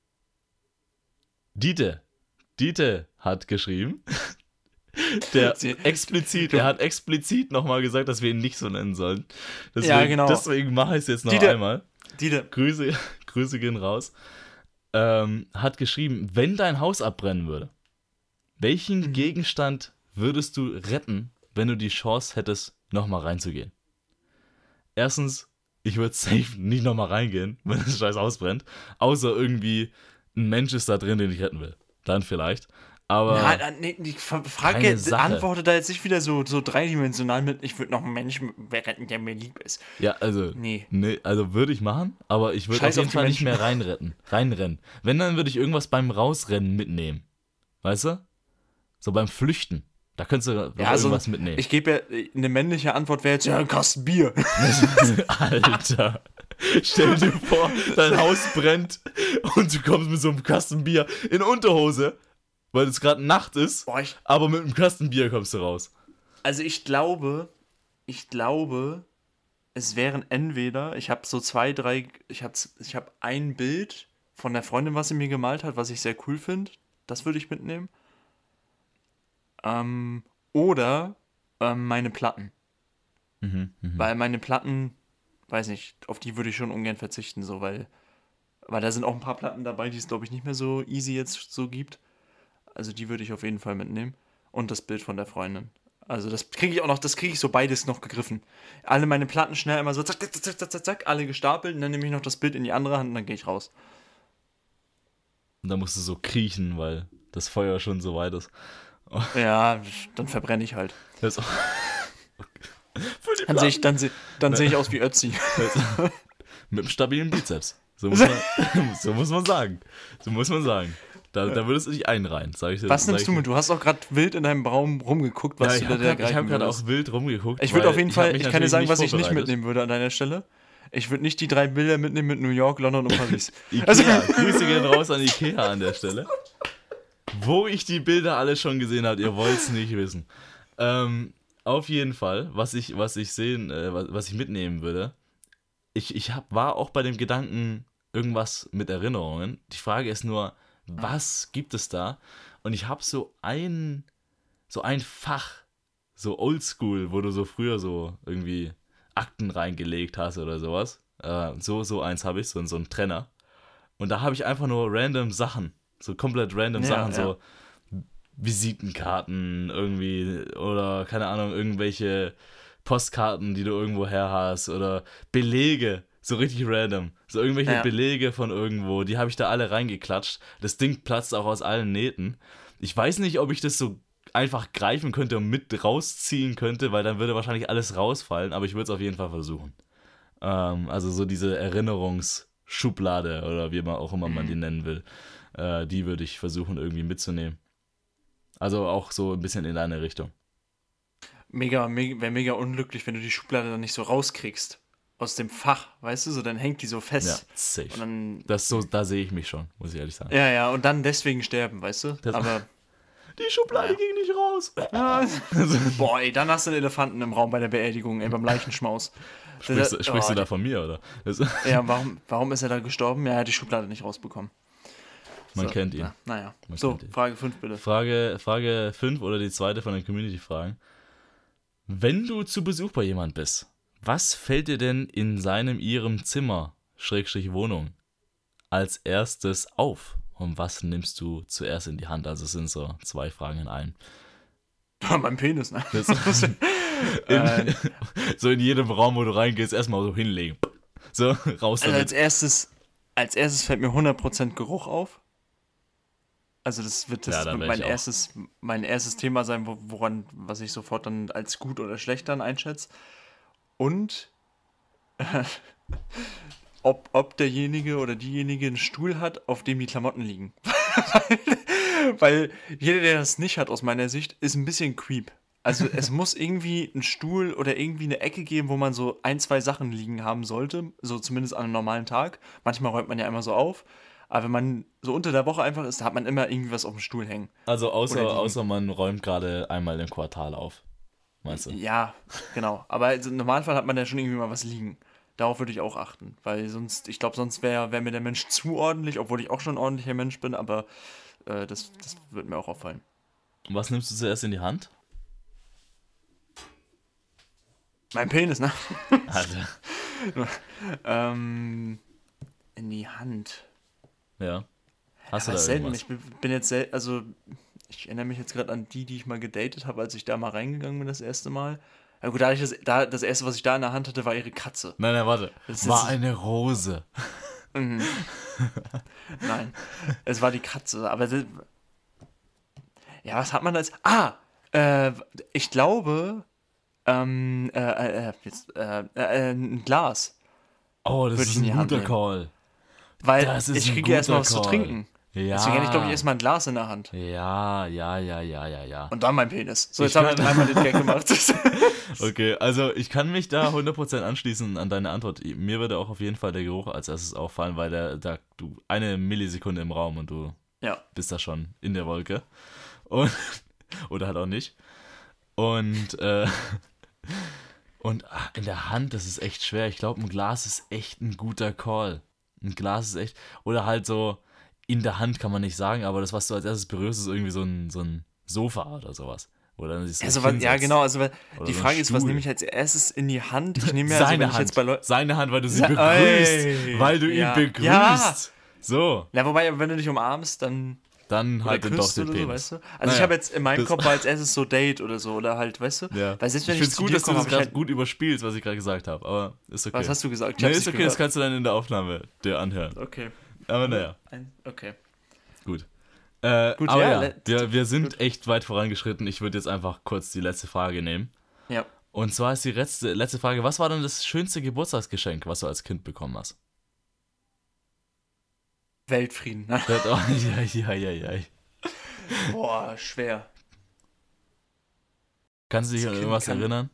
Dieter. Dieter hat geschrieben, der Sie- explizit, er hat explizit nochmal gesagt, dass wir ihn nicht so nennen sollen. Deswegen, Ja, genau. Deswegen mache ich es jetzt noch Dieter. einmal. Dieter, Grüße, Grüße gehen raus. Ähm, hat geschrieben, wenn dein Haus abbrennen würde, welchen Mhm. Gegenstand würdest du retten, wenn du die Chance hättest, nochmal reinzugehen? Erstens, ich würde safe nicht nochmal reingehen, wenn das scheiß Haus brennt, außer irgendwie ein Mensch ist da drin, den ich retten will. Dann vielleicht. Aber Ja, nee, die Frage keine Sache. antwortet da jetzt nicht wieder so, so dreidimensional mit, ich würde noch einen Menschen retten, der mir lieb ist. ja, also, Nee. nee, also würde ich machen, aber ich würde auf Scheiß jeden auf die Fall nicht Menschen. mehr reinrennen, reinrennen. Wenn, dann würde ich irgendwas beim Rausrennen mitnehmen. Weißt du? So beim Flüchten. Da könntest du noch Ja, so, irgendwas mitnehmen. ich gebe ja, eine männliche Antwort wäre jetzt, ja, ein Kasten Bier. Alter. Stell dir vor, dein Haus brennt und du kommst mit so einem Kasten Bier in Unterhose, weil es gerade Nacht ist, Boah, ich, aber mit einem Kasten Bier kommst du raus. also ich glaube, ich glaube, es wären entweder, ich habe so zwei, drei, ich habe ich hab ein Bild von der Freundin, was sie mir gemalt hat, was ich sehr cool finde. Das würde ich mitnehmen. Ähm, oder ähm, meine Platten. Mhm, mhm. Weil meine Platten, weiß nicht, auf die würde ich schon ungern verzichten, so, weil, weil da sind auch ein paar Platten dabei, die es, glaube ich, nicht mehr so easy jetzt so gibt. Also die würde ich auf jeden Fall mitnehmen. Und das Bild von der Freundin. Also das kriege ich auch noch, das kriege ich so beides noch gegriffen. Alle meine Platten schnell immer so zack, zack, zack, zack, zack, zack, alle gestapelt und dann nehme ich noch das Bild in die andere Hand und dann gehe ich raus. Und da musst du so kriechen, weil das Feuer schon so weit ist. Ja, dann verbrenne ich halt. Das Für die Dann sehe ich, Platten. dann seh, dann seh ich aus wie Ötzi. Das- Mit einem stabilen Bizeps. So muss man, so muss man sagen. So muss man sagen. Da, da würdest du dich einreihen, sag ich dir. Was sag nimmst ich du dir. mit? Du hast auch gerade wild in deinem Raum rumgeguckt, was Ja, ich du da habe dir gerade hab ergreifen grad würdest. auch wild rumgeguckt. Ich würde weil auf jeden ich hab Fall, mich ich kann dir natürlich sagen, was ich nicht vorbereitet. mitnehmen würde an deiner Stelle. Ich würde nicht die drei Bilder mitnehmen mit New York, London und Paris. Ikea, Grüße gehen raus an Ikea an der Stelle. Wo ich die Bilder alle schon gesehen habe, ihr wollt es nicht wissen. Ähm, auf jeden Fall, was ich, was ich sehen, äh, was, was ich mitnehmen würde, ich, ich hab, war auch bei dem Gedanken, irgendwas mit Erinnerungen. Die Frage ist nur, was gibt es da? Und ich habe so ein, so ein Fach, so oldschool, wo du so früher so irgendwie Akten reingelegt hast oder sowas. Äh, so, so eins habe ich, so, so einen Trenner. Und da habe ich einfach nur random Sachen, so komplett random Ja, Sachen, ja. so Visitenkarten irgendwie oder keine Ahnung, irgendwelche Postkarten, die du irgendwo her hast oder Belege, so richtig random. So irgendwelche Ja. Belege von irgendwo, die habe ich da alle reingeklatscht. Das Ding platzt auch aus allen Nähten. Ich weiß nicht, ob ich das so einfach greifen könnte und mit rausziehen könnte, weil dann würde wahrscheinlich alles rausfallen, aber ich würde es auf jeden Fall versuchen. Ähm, also so diese Erinnerungsschublade oder wie man auch immer man die nennen will, äh, die würde ich versuchen irgendwie mitzunehmen. Also auch so ein bisschen in deine Richtung. Mega, mega wäre mega unglücklich, wenn du die Schublade dann nicht so rauskriegst. Aus dem Fach, weißt du, so dann hängt die so Ja, fest. safe. Und dann, Das so, da sehe ich mich schon, muss ich ehrlich sagen. ja, ja, und dann deswegen sterben, weißt du? Das- Aber, Die Schublade Ja. ging nicht raus. boah, ey, dann hast du einen Elefanten im Raum bei der Beerdigung, ey, beim Leichenschmaus. Sprichst, du- Das- sprichst oh, du da von mir, oder? Das, Ja, warum, warum ist er da gestorben? Ja, er hat die Schublade nicht rausbekommen. man So, kennt ihn. Na, naja. Man So, kennt ihn. Frage fünf bitte. Frage, Frage fünf oder die zweite von den Community-Fragen. Wenn du zu Besuch bei jemand bist, was fällt dir denn in seinem, ihrem Zimmer, Schrägstrich Wohnung, als erstes auf? Und was nimmst du zuerst in die Hand? Also es sind so zwei Fragen in einem. Mein Penis, ne? Das, Äh, in, so in jedem Raum, wo du reingehst, erstmal so hinlegen. So, raus Also damit. als erstes, als erstes fällt mir hundert Prozent Geruch auf. Also das wird, das Ja, dann wird wär mein ich auch. erstes, mein erstes Thema sein, wo- woran, was ich sofort dann als gut oder schlecht dann einschätze. Und äh, ob, ob derjenige oder diejenige einen Stuhl hat, auf dem die Klamotten liegen. Weil jeder, der das nicht hat, aus meiner Sicht, ist ein bisschen creep. Also es muss irgendwie einen Stuhl oder irgendwie eine Ecke geben, wo man so ein, zwei Sachen liegen haben sollte. So zumindest an einem normalen Tag. Manchmal räumt man ja immer so auf. Aber wenn man so unter der Woche einfach ist, hat man immer irgendwie was auf dem Stuhl hängen. Also Oder außer, die- außer man räumt gerade einmal im Quartal auf. Meinst du? Ja, genau. Aber also im Normalfall hat man ja schon irgendwie mal was liegen. Darauf würde ich auch achten. Weil sonst, ich glaube, sonst wäre wär mir der Mensch zu ordentlich, obwohl ich auch schon ein ordentlicher Mensch bin. Aber äh, das, das wird mir auch auffallen. Und was nimmst du zuerst in die Hand? Mein Penis, ne? Alter. ähm, in die Hand. Ja. Hast du Aber da selten. irgendwas? Ich bin bin jetzt sel also ich erinnere mich jetzt gerade an die, die ich mal gedatet habe, als ich da mal reingegangen bin das erste Mal. Ja gut, da ich das, da, das erste, was ich da in der Hand hatte, war ihre Katze. Nein, nein, warte. Das War ist- eine Rose. Mhm. Nein, es war die Katze. Aber das, Ja, was hat man als. Ah! Äh, ich glaube. Ähm, äh, äh, jetzt, äh, äh, ein Glas. Oh, das Würde ist ich in ein die Hand guter nehmen. Call. Weil Das ist ich ein kriege ja erstmal guter was zu Call. trinken. Ja. Deswegen hätte ich, glaube ich, erstmal ein Glas in der Hand. Ja, ja, ja, ja, ja, ja. Und dann mein Penis. So, Ich jetzt habe ich kann- dreimal den Gag gemacht. Okay, also ich kann mich da hundert Prozent anschließen an deine Antwort. Mir würde auch auf jeden Fall der Geruch als erstes auffallen, weil der, da du eine Millisekunde im Raum und du Ja. bist da schon in der Wolke. Und, oder halt auch nicht. Und, äh, und ach, in der Hand, das ist echt schwer. Ich glaube, ein Glas ist echt ein guter Call. Ein Glas ist echt, oder halt so, in der Hand kann man nicht sagen, aber das, was du als erstes berührst, ist irgendwie so ein, so ein Sofa oder sowas. Oder dann sich so Also, was, ja, hinsetzt. genau. Also, weil Oder die so ein Frage ist, was Stuhl. nehme ich als erstes in die Hand? Ich nehme ja, also, Seine wenn ich Hand. jetzt bei Leuten. Seine Hand, weil du sie Se- begrüßt. Ey, weil du ja. ihn begrüßt. Ja. So, Na, wobei, aber wenn du dich umarmst, dann. dann Oder halt dann doch küsst den oder so, Penis. weißt du? Also, Naja, ich habe jetzt in meinem das- Kopf war als erstes so Date oder so. Oder halt, weißt du? Ja. Weil selbst wenn ich ich, finde es zu gut, dir dass du komme, das hab ich gerade halt, gut überspielst, was ich gerade gesagt habe. Aber ist okay. Was hast du gesagt? Ich Nee, hab's ist nicht okay, das gehört. kannst du dann in der Aufnahme dir anhören. Okay. Aber naja, Ein, okay. gut. Äh, Gut, aber ja, ja, le- wir, wir sind echt weit vorangeschritten. Ich würde jetzt einfach kurz die letzte Frage nehmen. Ja. Und zwar ist die letzte, letzte Frage, was war denn das schönste Geburtstagsgeschenk, was du als Kind bekommen hast? Weltfrieden. Ne? Das- oh, ja, ja, ja, ja. Boah, schwer. Kannst du dich Das an Kind irgendwas kann- erinnern?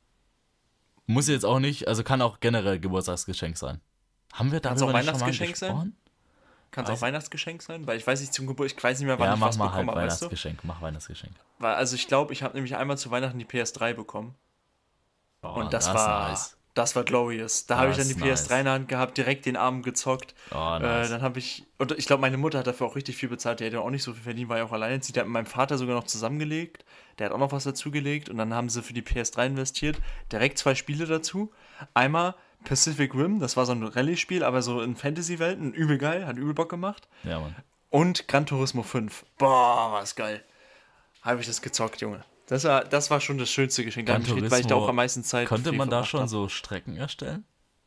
Muss jetzt auch nicht, also kann auch generell Geburtstagsgeschenk sein. Haben wir Kann's darüber auch nicht schon mal Weihnachtsgeschenk sein? gesprochen? Kann es Weiß- auch Weihnachtsgeschenk sein? Weil ich weiß nicht zum Geburtstag, ich weiß nicht mehr, wann Ja, ich mach was mal halt bekommen habe, weißt du? Weihnachtsgeschenk, mach Weihnachtsgeschenk. Weil, also ich glaube, ich habe nämlich einmal zu Weihnachten die P S drei bekommen. Oh, Und das, ist war nice. das war glorious. Da habe ich Das dann die ist P S drei nice. in der Hand gehabt, direkt den Abend gezockt. Oh, Äh, nice. dann habe ich, und ich glaube, meine Mutter hat dafür auch richtig viel bezahlt. Die hätte auch nicht so viel verdient, war ja auch alleinerziehend. Die hat mit meinem Vater sogar noch zusammengelegt. Der hat auch noch was dazugelegt. Und dann haben sie für die P S drei investiert. Direkt zwei Spiele dazu. Einmal Pacific Rim, das war so ein Rallye-Spiel, aber so in Fantasy-Welten. Übel geil, hat übel Bock gemacht. Ja, Mann. Und Gran Turismo fünf. Boah, was geil. Habe ich das gezockt, Junge. Das war, das war schon das schönste Geschenk. Da Gran hab ich richtig- weil ich da Turismo, auch am meisten Zeit Konnte viel man da verbracht schon hab. so Strecken erstellen?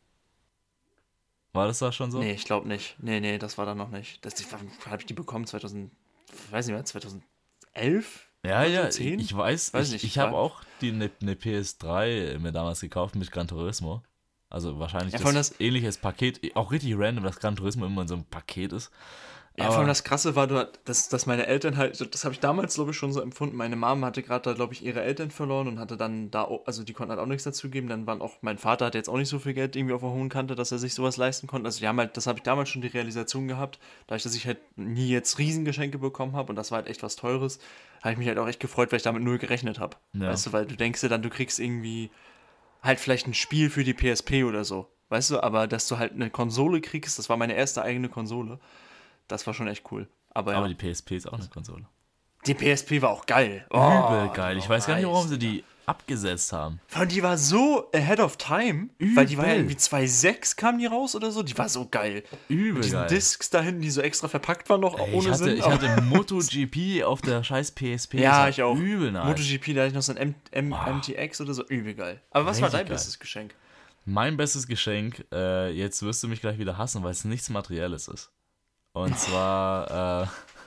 War das da schon so? Nee, ich glaube nicht. Nee, nee, das war da noch nicht. Das, habe ich die bekommen zweitausend, weiß nicht mehr, zweitausendelf? Ja, ja, zehn? ich weiß, Weiß ich, nicht, ich habe war- auch die eine ne P S drei mir damals gekauft mit Gran Turismo. Also wahrscheinlich Ja, das, vor allem das- ähnliches Paket, auch richtig random, dass Gran Turismo immer in so einem Paket ist. Ja, vor allem das Krasse war, du, dass, dass meine Eltern halt, das habe ich damals, glaube ich, schon so empfunden. Meine Mom hatte gerade da, glaube ich, ihre Eltern verloren und hatte dann da, auch- also die konnten halt auch nichts dazu geben. Dann waren auch, mein Vater hatte jetzt auch nicht so viel Geld irgendwie auf der hohen Kante, dass er sich sowas leisten konnte. Also die haben halt, das habe ich damals schon die Realisation gehabt, dadurch, dass ich halt nie jetzt Riesengeschenke bekommen habe und das war halt echt was Teures, habe ich mich halt auch echt gefreut, weil ich damit null gerechnet habe. Ja. Weißt du, weil du denkst dir dann, du kriegst irgendwie halt vielleicht ein Spiel für die P S P oder so. Weißt du, aber dass du halt eine Konsole kriegst, das war meine erste eigene Konsole. Das war schon echt cool. Aber, Aber ja, die P S P ist auch eine Konsole. die P S P war auch geil. Oh, Übel geil. Ich weiß gar nicht, warum nice. sie die abgesetzt haben. Und die war so ahead of time, weil die war ja Übel. irgendwie zwei Komma sechs kam die raus oder so. Die war so geil. Übel Mit diesen geil. Discs da hinten, die so extra verpackt waren noch, Ey, ohne ich hatte, Sinn. ich aber- hatte MotoGP auf der scheiß P S P. Das ja, war ich auch. Übel nice. MotoGP, da hatte ich noch so ein M M M T X oder so. Übel geil. Aber was war Richtig dein geil. bestes Geschenk? Mein bestes Geschenk, äh, jetzt wirst du mich gleich wieder hassen, weil es nichts Materielles ist. Und zwar, äh,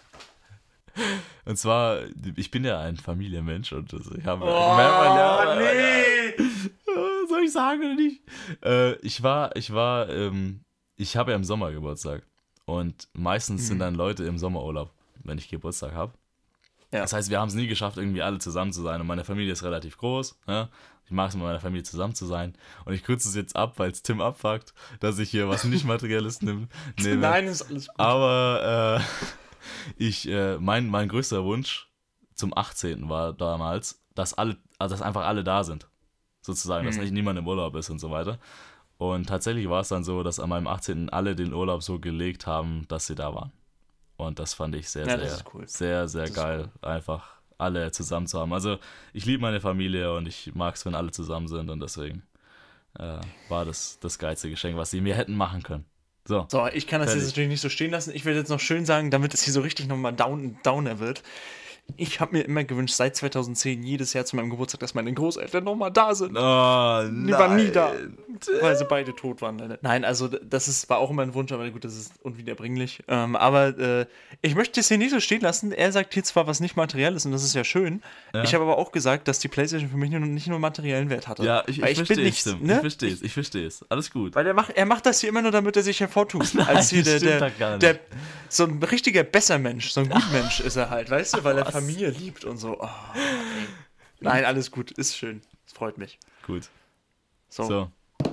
und zwar, ich bin ja ein Familienmensch und das, ich habe, Oh, ja, nee! soll ich sagen oder nicht? Äh, ich war, ich war, ähm, ich habe ja im Sommer Geburtstag und meistens Mhm. sind dann Leute im Sommerurlaub, wenn ich Geburtstag habe. Ja. Das heißt, wir haben es nie geschafft, irgendwie alle zusammen zu sein und meine Familie ist relativ groß, ne? Ich mag es mit meiner Familie zusammen zu sein und ich kürze es jetzt ab, weil es Tim abfuckt, dass ich hier was nicht Materielles nehm, nehme. Nein, ist alles gut. Aber äh, ich, äh, mein, mein größter Wunsch zum achtzehnten war damals, dass alle, also dass einfach alle da sind. Sozusagen, dass Mhm. nicht niemand im Urlaub ist und so weiter. Und tatsächlich war es dann so, dass an meinem achtzehnten alle den Urlaub so gelegt haben, dass sie da waren. Und das fand ich sehr, Ja, das sehr, ist cool. sehr, sehr Das ist geil, einfach alle zusammen zu haben. Also ich liebe meine Familie und ich mag es, wenn alle zusammen sind und deswegen äh, war das das geilste Geschenk, was sie mir hätten machen können. So, So, ich kann das Fertig. jetzt natürlich nicht so stehen lassen. Ich werde jetzt noch schön sagen, damit es hier so richtig nochmal down, downer wird. Ich habe mir immer gewünscht, seit zweitausendzehn, jedes Jahr zu meinem Geburtstag, dass meine Großeltern nochmal da sind. Oh, nein. Die waren nie da, weil sie beide tot waren. Nein, also das ist, war auch immer ein Wunsch, aber gut, das ist unwiederbringlich. Ähm, aber äh, ich möchte es hier nicht so stehen lassen. Er sagt hier zwar was nicht Materielles und das ist ja schön. Ja. Ich habe aber auch gesagt, dass die PlayStation für mich nur, nicht nur materiellen Wert hatte. Ja, ich, ich, ich verstehe es. Ne? Ich verstehe es, ich verstehe es. Alles gut. Weil er macht, er macht das hier immer nur, damit er sich hervortut. Nein, als hier der, der, der, der, so ein richtiger Bessermensch, so ein Gutmensch ist er halt, weißt du, weil er Familie liebt und so. Oh, nein, alles gut, ist schön. Es freut mich. Gut. So. so.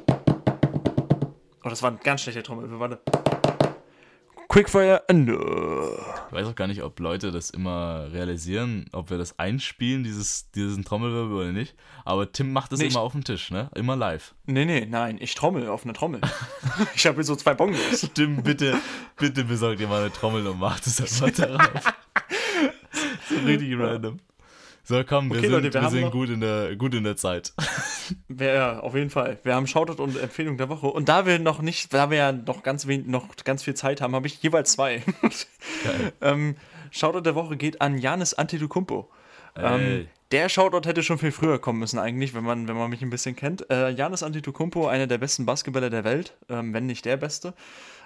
Oh, das war ein ganz schlechter Trommel. Warte. Quickfire. No. Ich weiß auch gar nicht, ob Leute das immer realisieren, ob wir das einspielen, dieses, diesen Trommelwirbel oder nicht. Aber Tim macht das nee, immer auf dem Tisch, ne? Immer live. Nee, nee, nein, ich trommel auf einer Trommel. Ich habe hier so zwei Bongos. Tim, bitte, bitte besorgt dir mal eine Trommel und macht es einfach darauf. So richtig random. So, komm, wir okay, sind, Leute, wir wir sind noch, gut, in der, gut in der Zeit. Ja, auf jeden Fall. Wir haben Shoutout und Empfehlung der Woche. Und da wir noch nicht, da wir ja noch ganz wenig, noch ganz viel Zeit haben, habe ich jeweils zwei. ähm, Shoutout der Woche geht an Giannis Antetokounmpo. Ähm, der Shoutout hätte schon viel früher kommen müssen eigentlich, wenn man, wenn man mich ein bisschen kennt. Äh, Giannis Antetokounmpo, einer der besten Basketballer der Welt, ähm, wenn nicht der Beste.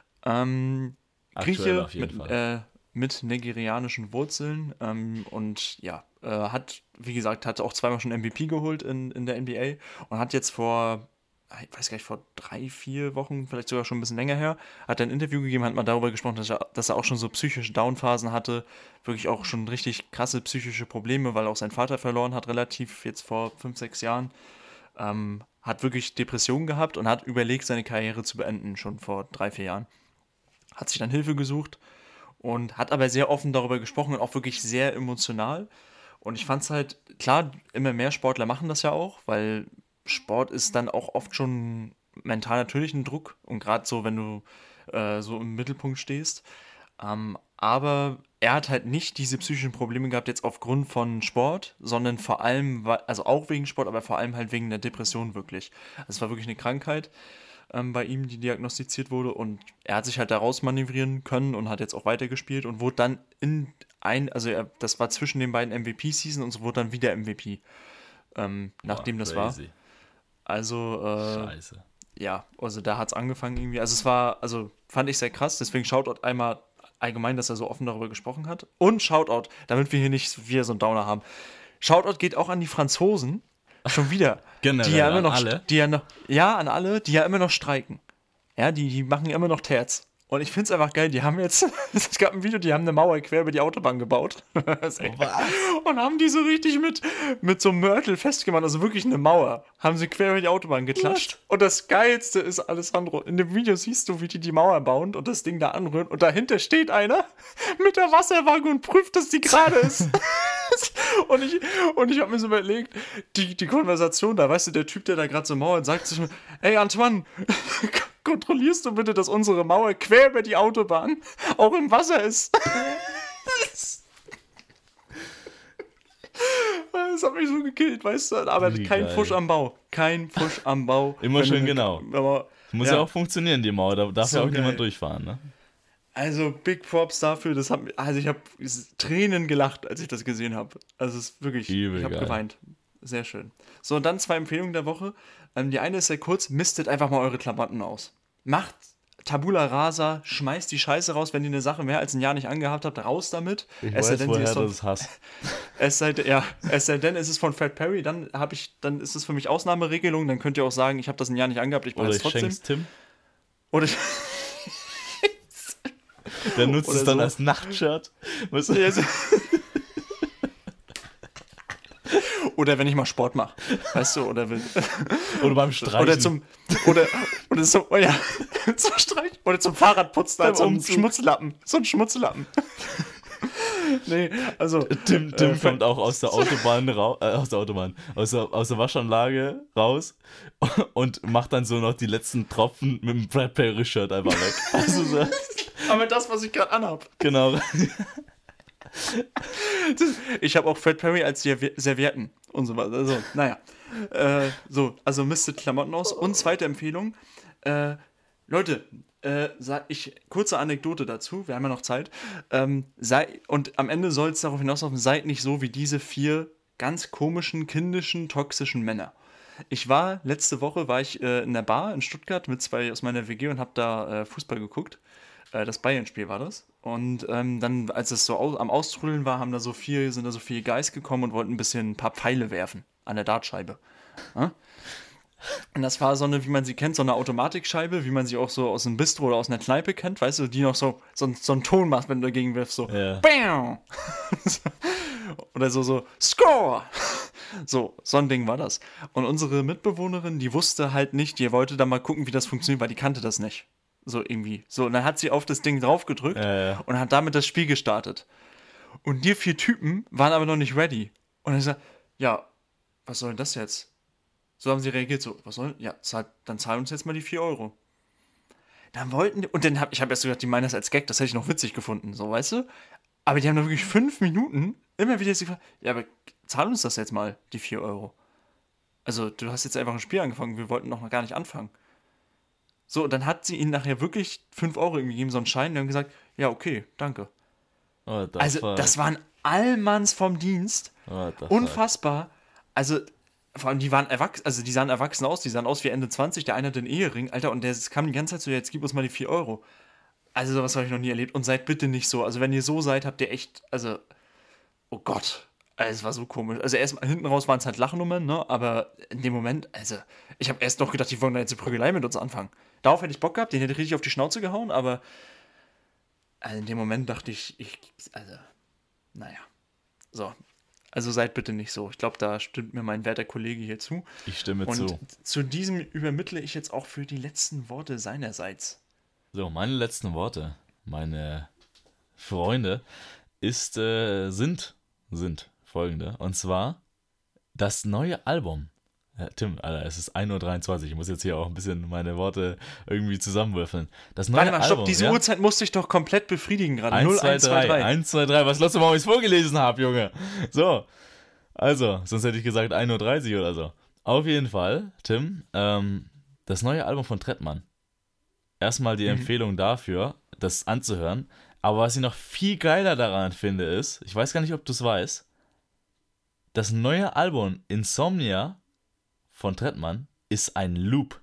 Ähm, Grieche auf jeden mit, Fall. Äh, mit nigerianischen Wurzeln ähm, und ja, äh, hat, wie gesagt, hat auch zweimal schon M V P geholt in, in der N B A und hat jetzt vor, ich weiß gar nicht, vor drei, vier Wochen, vielleicht sogar schon ein bisschen länger her, hat er ein Interview gegeben, hat mal darüber gesprochen, dass er, dass er auch schon so psychische Downphasen hatte, wirklich auch schon richtig krasse psychische Probleme, weil er auch seinen Vater verloren hat, relativ jetzt vor fünf, sechs Jahren. Ähm, hat wirklich Depressionen gehabt und hat überlegt, seine Karriere zu beenden, schon vor drei, vier Jahren. Hat sich dann Hilfe gesucht und hat aber sehr offen darüber gesprochen und auch wirklich sehr emotional. Und ich fand es halt, klar, immer mehr Sportler machen das ja auch, weil Sport ist dann auch oft schon mental natürlich ein Druck und gerade so, wenn du äh, so im Mittelpunkt stehst. Ähm, aber er hat halt nicht diese psychischen Probleme gehabt jetzt aufgrund von Sport, sondern vor allem, also auch wegen Sport, aber vor allem halt wegen der Depression wirklich. Also es war wirklich eine Krankheit ähm, bei ihm, die diagnostiziert wurde und er hat sich halt da raus manövrieren können und hat jetzt auch weitergespielt und wurde dann in ein, also er, das war zwischen den beiden M V P-Season und so wurde dann wieder M V P, ähm, nachdem Boah, das crazy. war. Also, äh, Scheiße. Ja, also da hat es angefangen irgendwie. Also es war, also fand ich sehr krass, deswegen Shoutout einmal allgemein, dass er so offen darüber gesprochen hat. Und Shoutout, damit wir hier nicht wieder so einen Downer haben. Shoutout geht auch an die Franzosen, schon wieder. Generell die ja immer an noch, alle? Die ja, noch, ja, an alle, die ja immer noch streiken. Ja, die, die machen ja immer noch Terz. Und ich finde es einfach geil, die haben jetzt, es gab ein Video, die haben eine Mauer quer über die Autobahn gebaut. Was? Und haben die so richtig mit, mit so Mörtel festgemacht, also wirklich eine Mauer, haben sie quer über die Autobahn geklatscht. What? Und das Geilste ist, Alessandro, in dem Video siehst du, wie die die Mauer bauen und das Ding da anrühren und dahinter steht einer mit der Wasserwaage und prüft, dass die gerade ist. Und ich, und ich habe mir so überlegt, die, die Konversation da, weißt du, der Typ, der da gerade so mauert, sagt sich mir, ey Antoine, kontrollierst du bitte, dass unsere Mauer quer über die Autobahn auch im Wasser ist? Das hat mich so gekillt, weißt du, aber Wie kein geil. Pfusch am Bau, kein Pfusch am Bau. Immer schön genau. Aber, muss ja. ja auch funktionieren, die Mauer, da darf so ja auch geil. niemand durchfahren, ne? Also Big Props dafür, das hat, also ich habe Tränen gelacht, als ich das gesehen habe. Also es ist wirklich, Übel ich habe geil. geweint. Sehr schön. So, und dann zwei Empfehlungen der Woche. Ähm, die eine ist sehr kurz, mistet einfach mal eure Klamotten aus. Macht Tabula Rasa, schmeißt die Scheiße raus, wenn ihr eine Sache mehr als ein Jahr nicht angehabt habt, raus damit. Ich es weiß, sei denn, woher sie ist du von, das hast. es sei, ja, es sei denn, es ist von Fred Perry, dann habe ich, dann ist es für mich Ausnahmeregelung, dann könnt ihr auch sagen, ich habe das ein Jahr nicht angehabt, ich brauche Oder es ich trotzdem. schenk's Tim. Oder ich Der nutzt Oder es dann so. als Nachtshirt. Weißt du? Ja, so. Oder wenn ich mal Sport mache, weißt du, oder will, Oder beim Streichen. oder zum oder oder zum oh ja, zum Streich oder zum Fahrradputzen als so ein Umzug. Schmutzlappen, so ein Schmutzlappen. Nee, also Tim, Tim äh, kommt auch aus der Autobahn raus, äh, aus der Autobahn, aus der, aus der Waschanlage raus und macht dann so noch die letzten Tropfen mit dem Brad Perry-Shirt einfach weg. Also so, aber das, was ich gerade anhab. genau. Das, ich habe auch Fred Perry als Servi- Servietten und so weiter. Also, naja. Äh, so, also mistet Klamotten aus. Und zweite Empfehlung, äh, Leute, äh, sag ich, kurze Anekdote dazu, wir haben ja noch Zeit. Ähm, sei, und am Ende soll es darauf hinauslaufen, seid nicht so wie diese vier ganz komischen, kindischen, toxischen Männer. Ich war, letzte Woche war ich äh, in der Bar in Stuttgart mit zwei aus meiner W G und habe da äh, Fußball geguckt. Äh, das Bayern-Spiel war das. Und ähm, dann, als es so au am Austrudeln war, haben da so viel, sind da so viele Guys gekommen und wollten ein bisschen ein paar Pfeile werfen an der Dartscheibe. Ja? Und das war so eine, wie man sie kennt, so eine Automatikscheibe, wie man sie auch so aus einem Bistro oder aus einer Kneipe kennt, weißt du, die noch so, so, so einen Ton macht, wenn du dagegen wirfst, so Ja. BAM! Oder so, so Score! So, so ein Ding war das. Und unsere Mitbewohnerin, die wusste halt nicht, die wollte da mal gucken, wie das funktioniert, weil die kannte das nicht. So irgendwie. So, und dann hat sie auf das Ding draufgedrückt Ja, ja. und hat damit das Spiel gestartet. Und die vier Typen waren aber noch nicht ready. Und dann ist er, ja, was soll denn das jetzt? So haben sie reagiert, so, was soll, ja, zahl, dann zahlen uns jetzt mal die vier Euro. Dann wollten die, und dann hab ich hab erst so gedacht, die meinen das als Gag, das hätte ich noch witzig gefunden, so, weißt du? Aber die haben da wirklich fünf Minuten immer wieder gefragt, ja, aber zahl uns das jetzt mal, die vier Euro. Also, du hast jetzt einfach ein Spiel angefangen, wir wollten noch gar nicht anfangen. So, und dann hat sie ihnen nachher wirklich fünf Euro irgendwie gegeben, so einen Schein, und haben gesagt, ja, okay, danke. What the Also, fuck? das waren Allmanns vom Dienst. What the fuck? Unfassbar. Also, vor allem, die waren erwachsen, also die sahen erwachsen aus, die sahen aus wie Ende zwanzig, der eine hat den Ehering, Alter, und der kam die ganze Zeit so, jetzt gib uns mal die vier Euro. Also, sowas habe ich noch nie erlebt. Und seid bitte nicht so. Also, wenn ihr so seid, habt ihr echt, also, oh Gott. Also, es war so komisch. Also, erst hinten raus waren es halt Lachnummern, ne? Aber in dem Moment, also, ich habe erst noch gedacht, die wollen da jetzt eine Prügelei mit uns anfangen. Darauf hätte ich Bock gehabt, den hätte ich richtig auf die Schnauze gehauen, aber also in dem Moment dachte ich, ich, also, naja. So. Also seid bitte nicht so. Ich glaube, da stimmt mir mein werter Kollege hier zu. Ich stimme Und zu. zu diesem übermittle ich jetzt auch für die letzten Worte seinerseits. So, meine letzten Worte, meine Freunde, ist, äh, sind, sind folgende. Und zwar das neue Album. Ja, Tim, Alter, es ist ein Uhr dreiundzwanzig. Ich muss jetzt hier auch ein bisschen meine Worte irgendwie zusammenwürfeln. Das neue Warte mal, stopp, Album, diese ja? Uhrzeit musste ich doch komplett befriedigen gerade. eins, null, zwei, eins, zwei, drei. drei. eins, zwei, drei. Was glaubst du, warum ich es vorgelesen habe, Junge? So, also, sonst hätte ich gesagt ein Uhr dreißig oder so. Auf jeden Fall, Tim, ähm, das neue Album von Trettmann. Erstmal die Mhm. Empfehlung dafür, das anzuhören. Aber was ich noch viel geiler daran finde, ist, ich weiß gar nicht, ob du es weißt, das neue Album Insomnia von Trettmann ist ein Loop.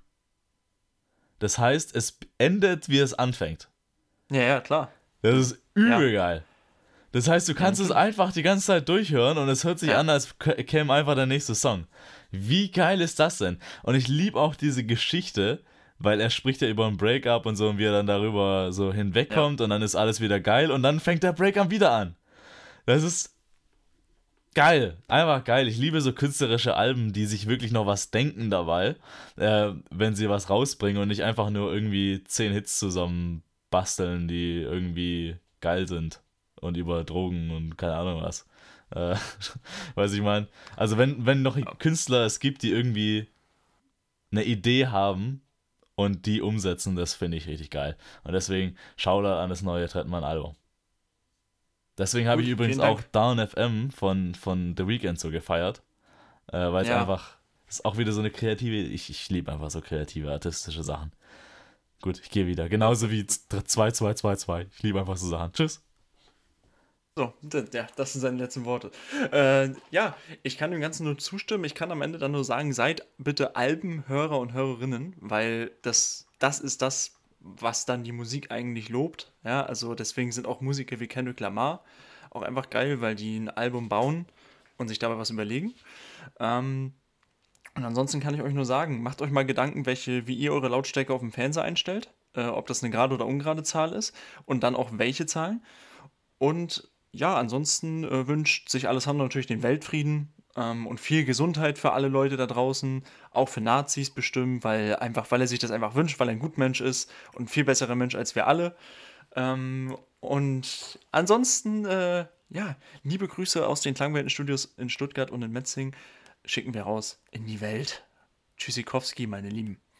Das heißt, es endet, wie es anfängt. Ja, ja, klar. Das ist übel Ja. geil. Das heißt, du kannst es einfach die ganze Zeit durchhören und es hört sich Ja. an, als k- käme einfach der nächste Song. Wie geil ist das denn? Und ich liebe auch diese Geschichte, weil er spricht ja über ein Breakup und so und wie er dann darüber so hinwegkommt und dann ist alles wieder geil und dann fängt der Breakup wieder an. Das ist geil, einfach geil. Ich liebe so künstlerische Alben, die sich wirklich noch was denken dabei, äh, wenn sie was rausbringen und nicht einfach nur irgendwie zehn Hits zusammen basteln, die irgendwie geil sind und über Drogen und keine Ahnung was. Äh, weiß ich meine. Also wenn, wenn noch Künstler es gibt, die irgendwie eine Idee haben und die umsetzen, das finde ich richtig geil. Und deswegen Shoutout an das neue Trettmann-Album. Deswegen habe Gut, ich übrigens vielen auch Dank. Down F M von, von The Weeknd so gefeiert, äh, weil es Ja. einfach, es ist auch wieder so eine kreative, ich, ich liebe einfach so kreative, artistische Sachen. Gut, ich gehe wieder. Genauso wie zwei zwei zwei zwei. Ich liebe einfach so Sachen. Tschüss. So, d- ja, das sind seine letzten Worte. Äh, ja, ich kann dem Ganzen nur zustimmen. Ich kann am Ende dann nur sagen, seid bitte Albenhörer und Hörerinnen, weil das, das ist das, was dann die Musik eigentlich lobt. Ja, also deswegen sind auch Musiker wie Kendrick Lamar auch einfach geil, weil die ein Album bauen und sich dabei was überlegen. Ähm, und ansonsten kann ich euch nur sagen, macht euch mal Gedanken, welche, wie ihr eure Lautstärke auf dem Fernseher einstellt, äh, ob das eine gerade oder ungerade Zahl ist und dann auch welche Zahlen. Und ja, ansonsten äh, wünscht sich Alessandro natürlich den Weltfrieden ähm, und viel Gesundheit für alle Leute da draußen, auch für Nazis bestimmt, weil einfach, weil er sich das einfach wünscht, weil er ein Gutmensch ist und ein viel besserer Mensch als wir alle. Ähm, und ansonsten, äh, ja, liebe Grüße aus den Klangweltenstudios in Stuttgart und in Metzing schicken wir raus in die Welt. Tschüssikowski, meine Lieben.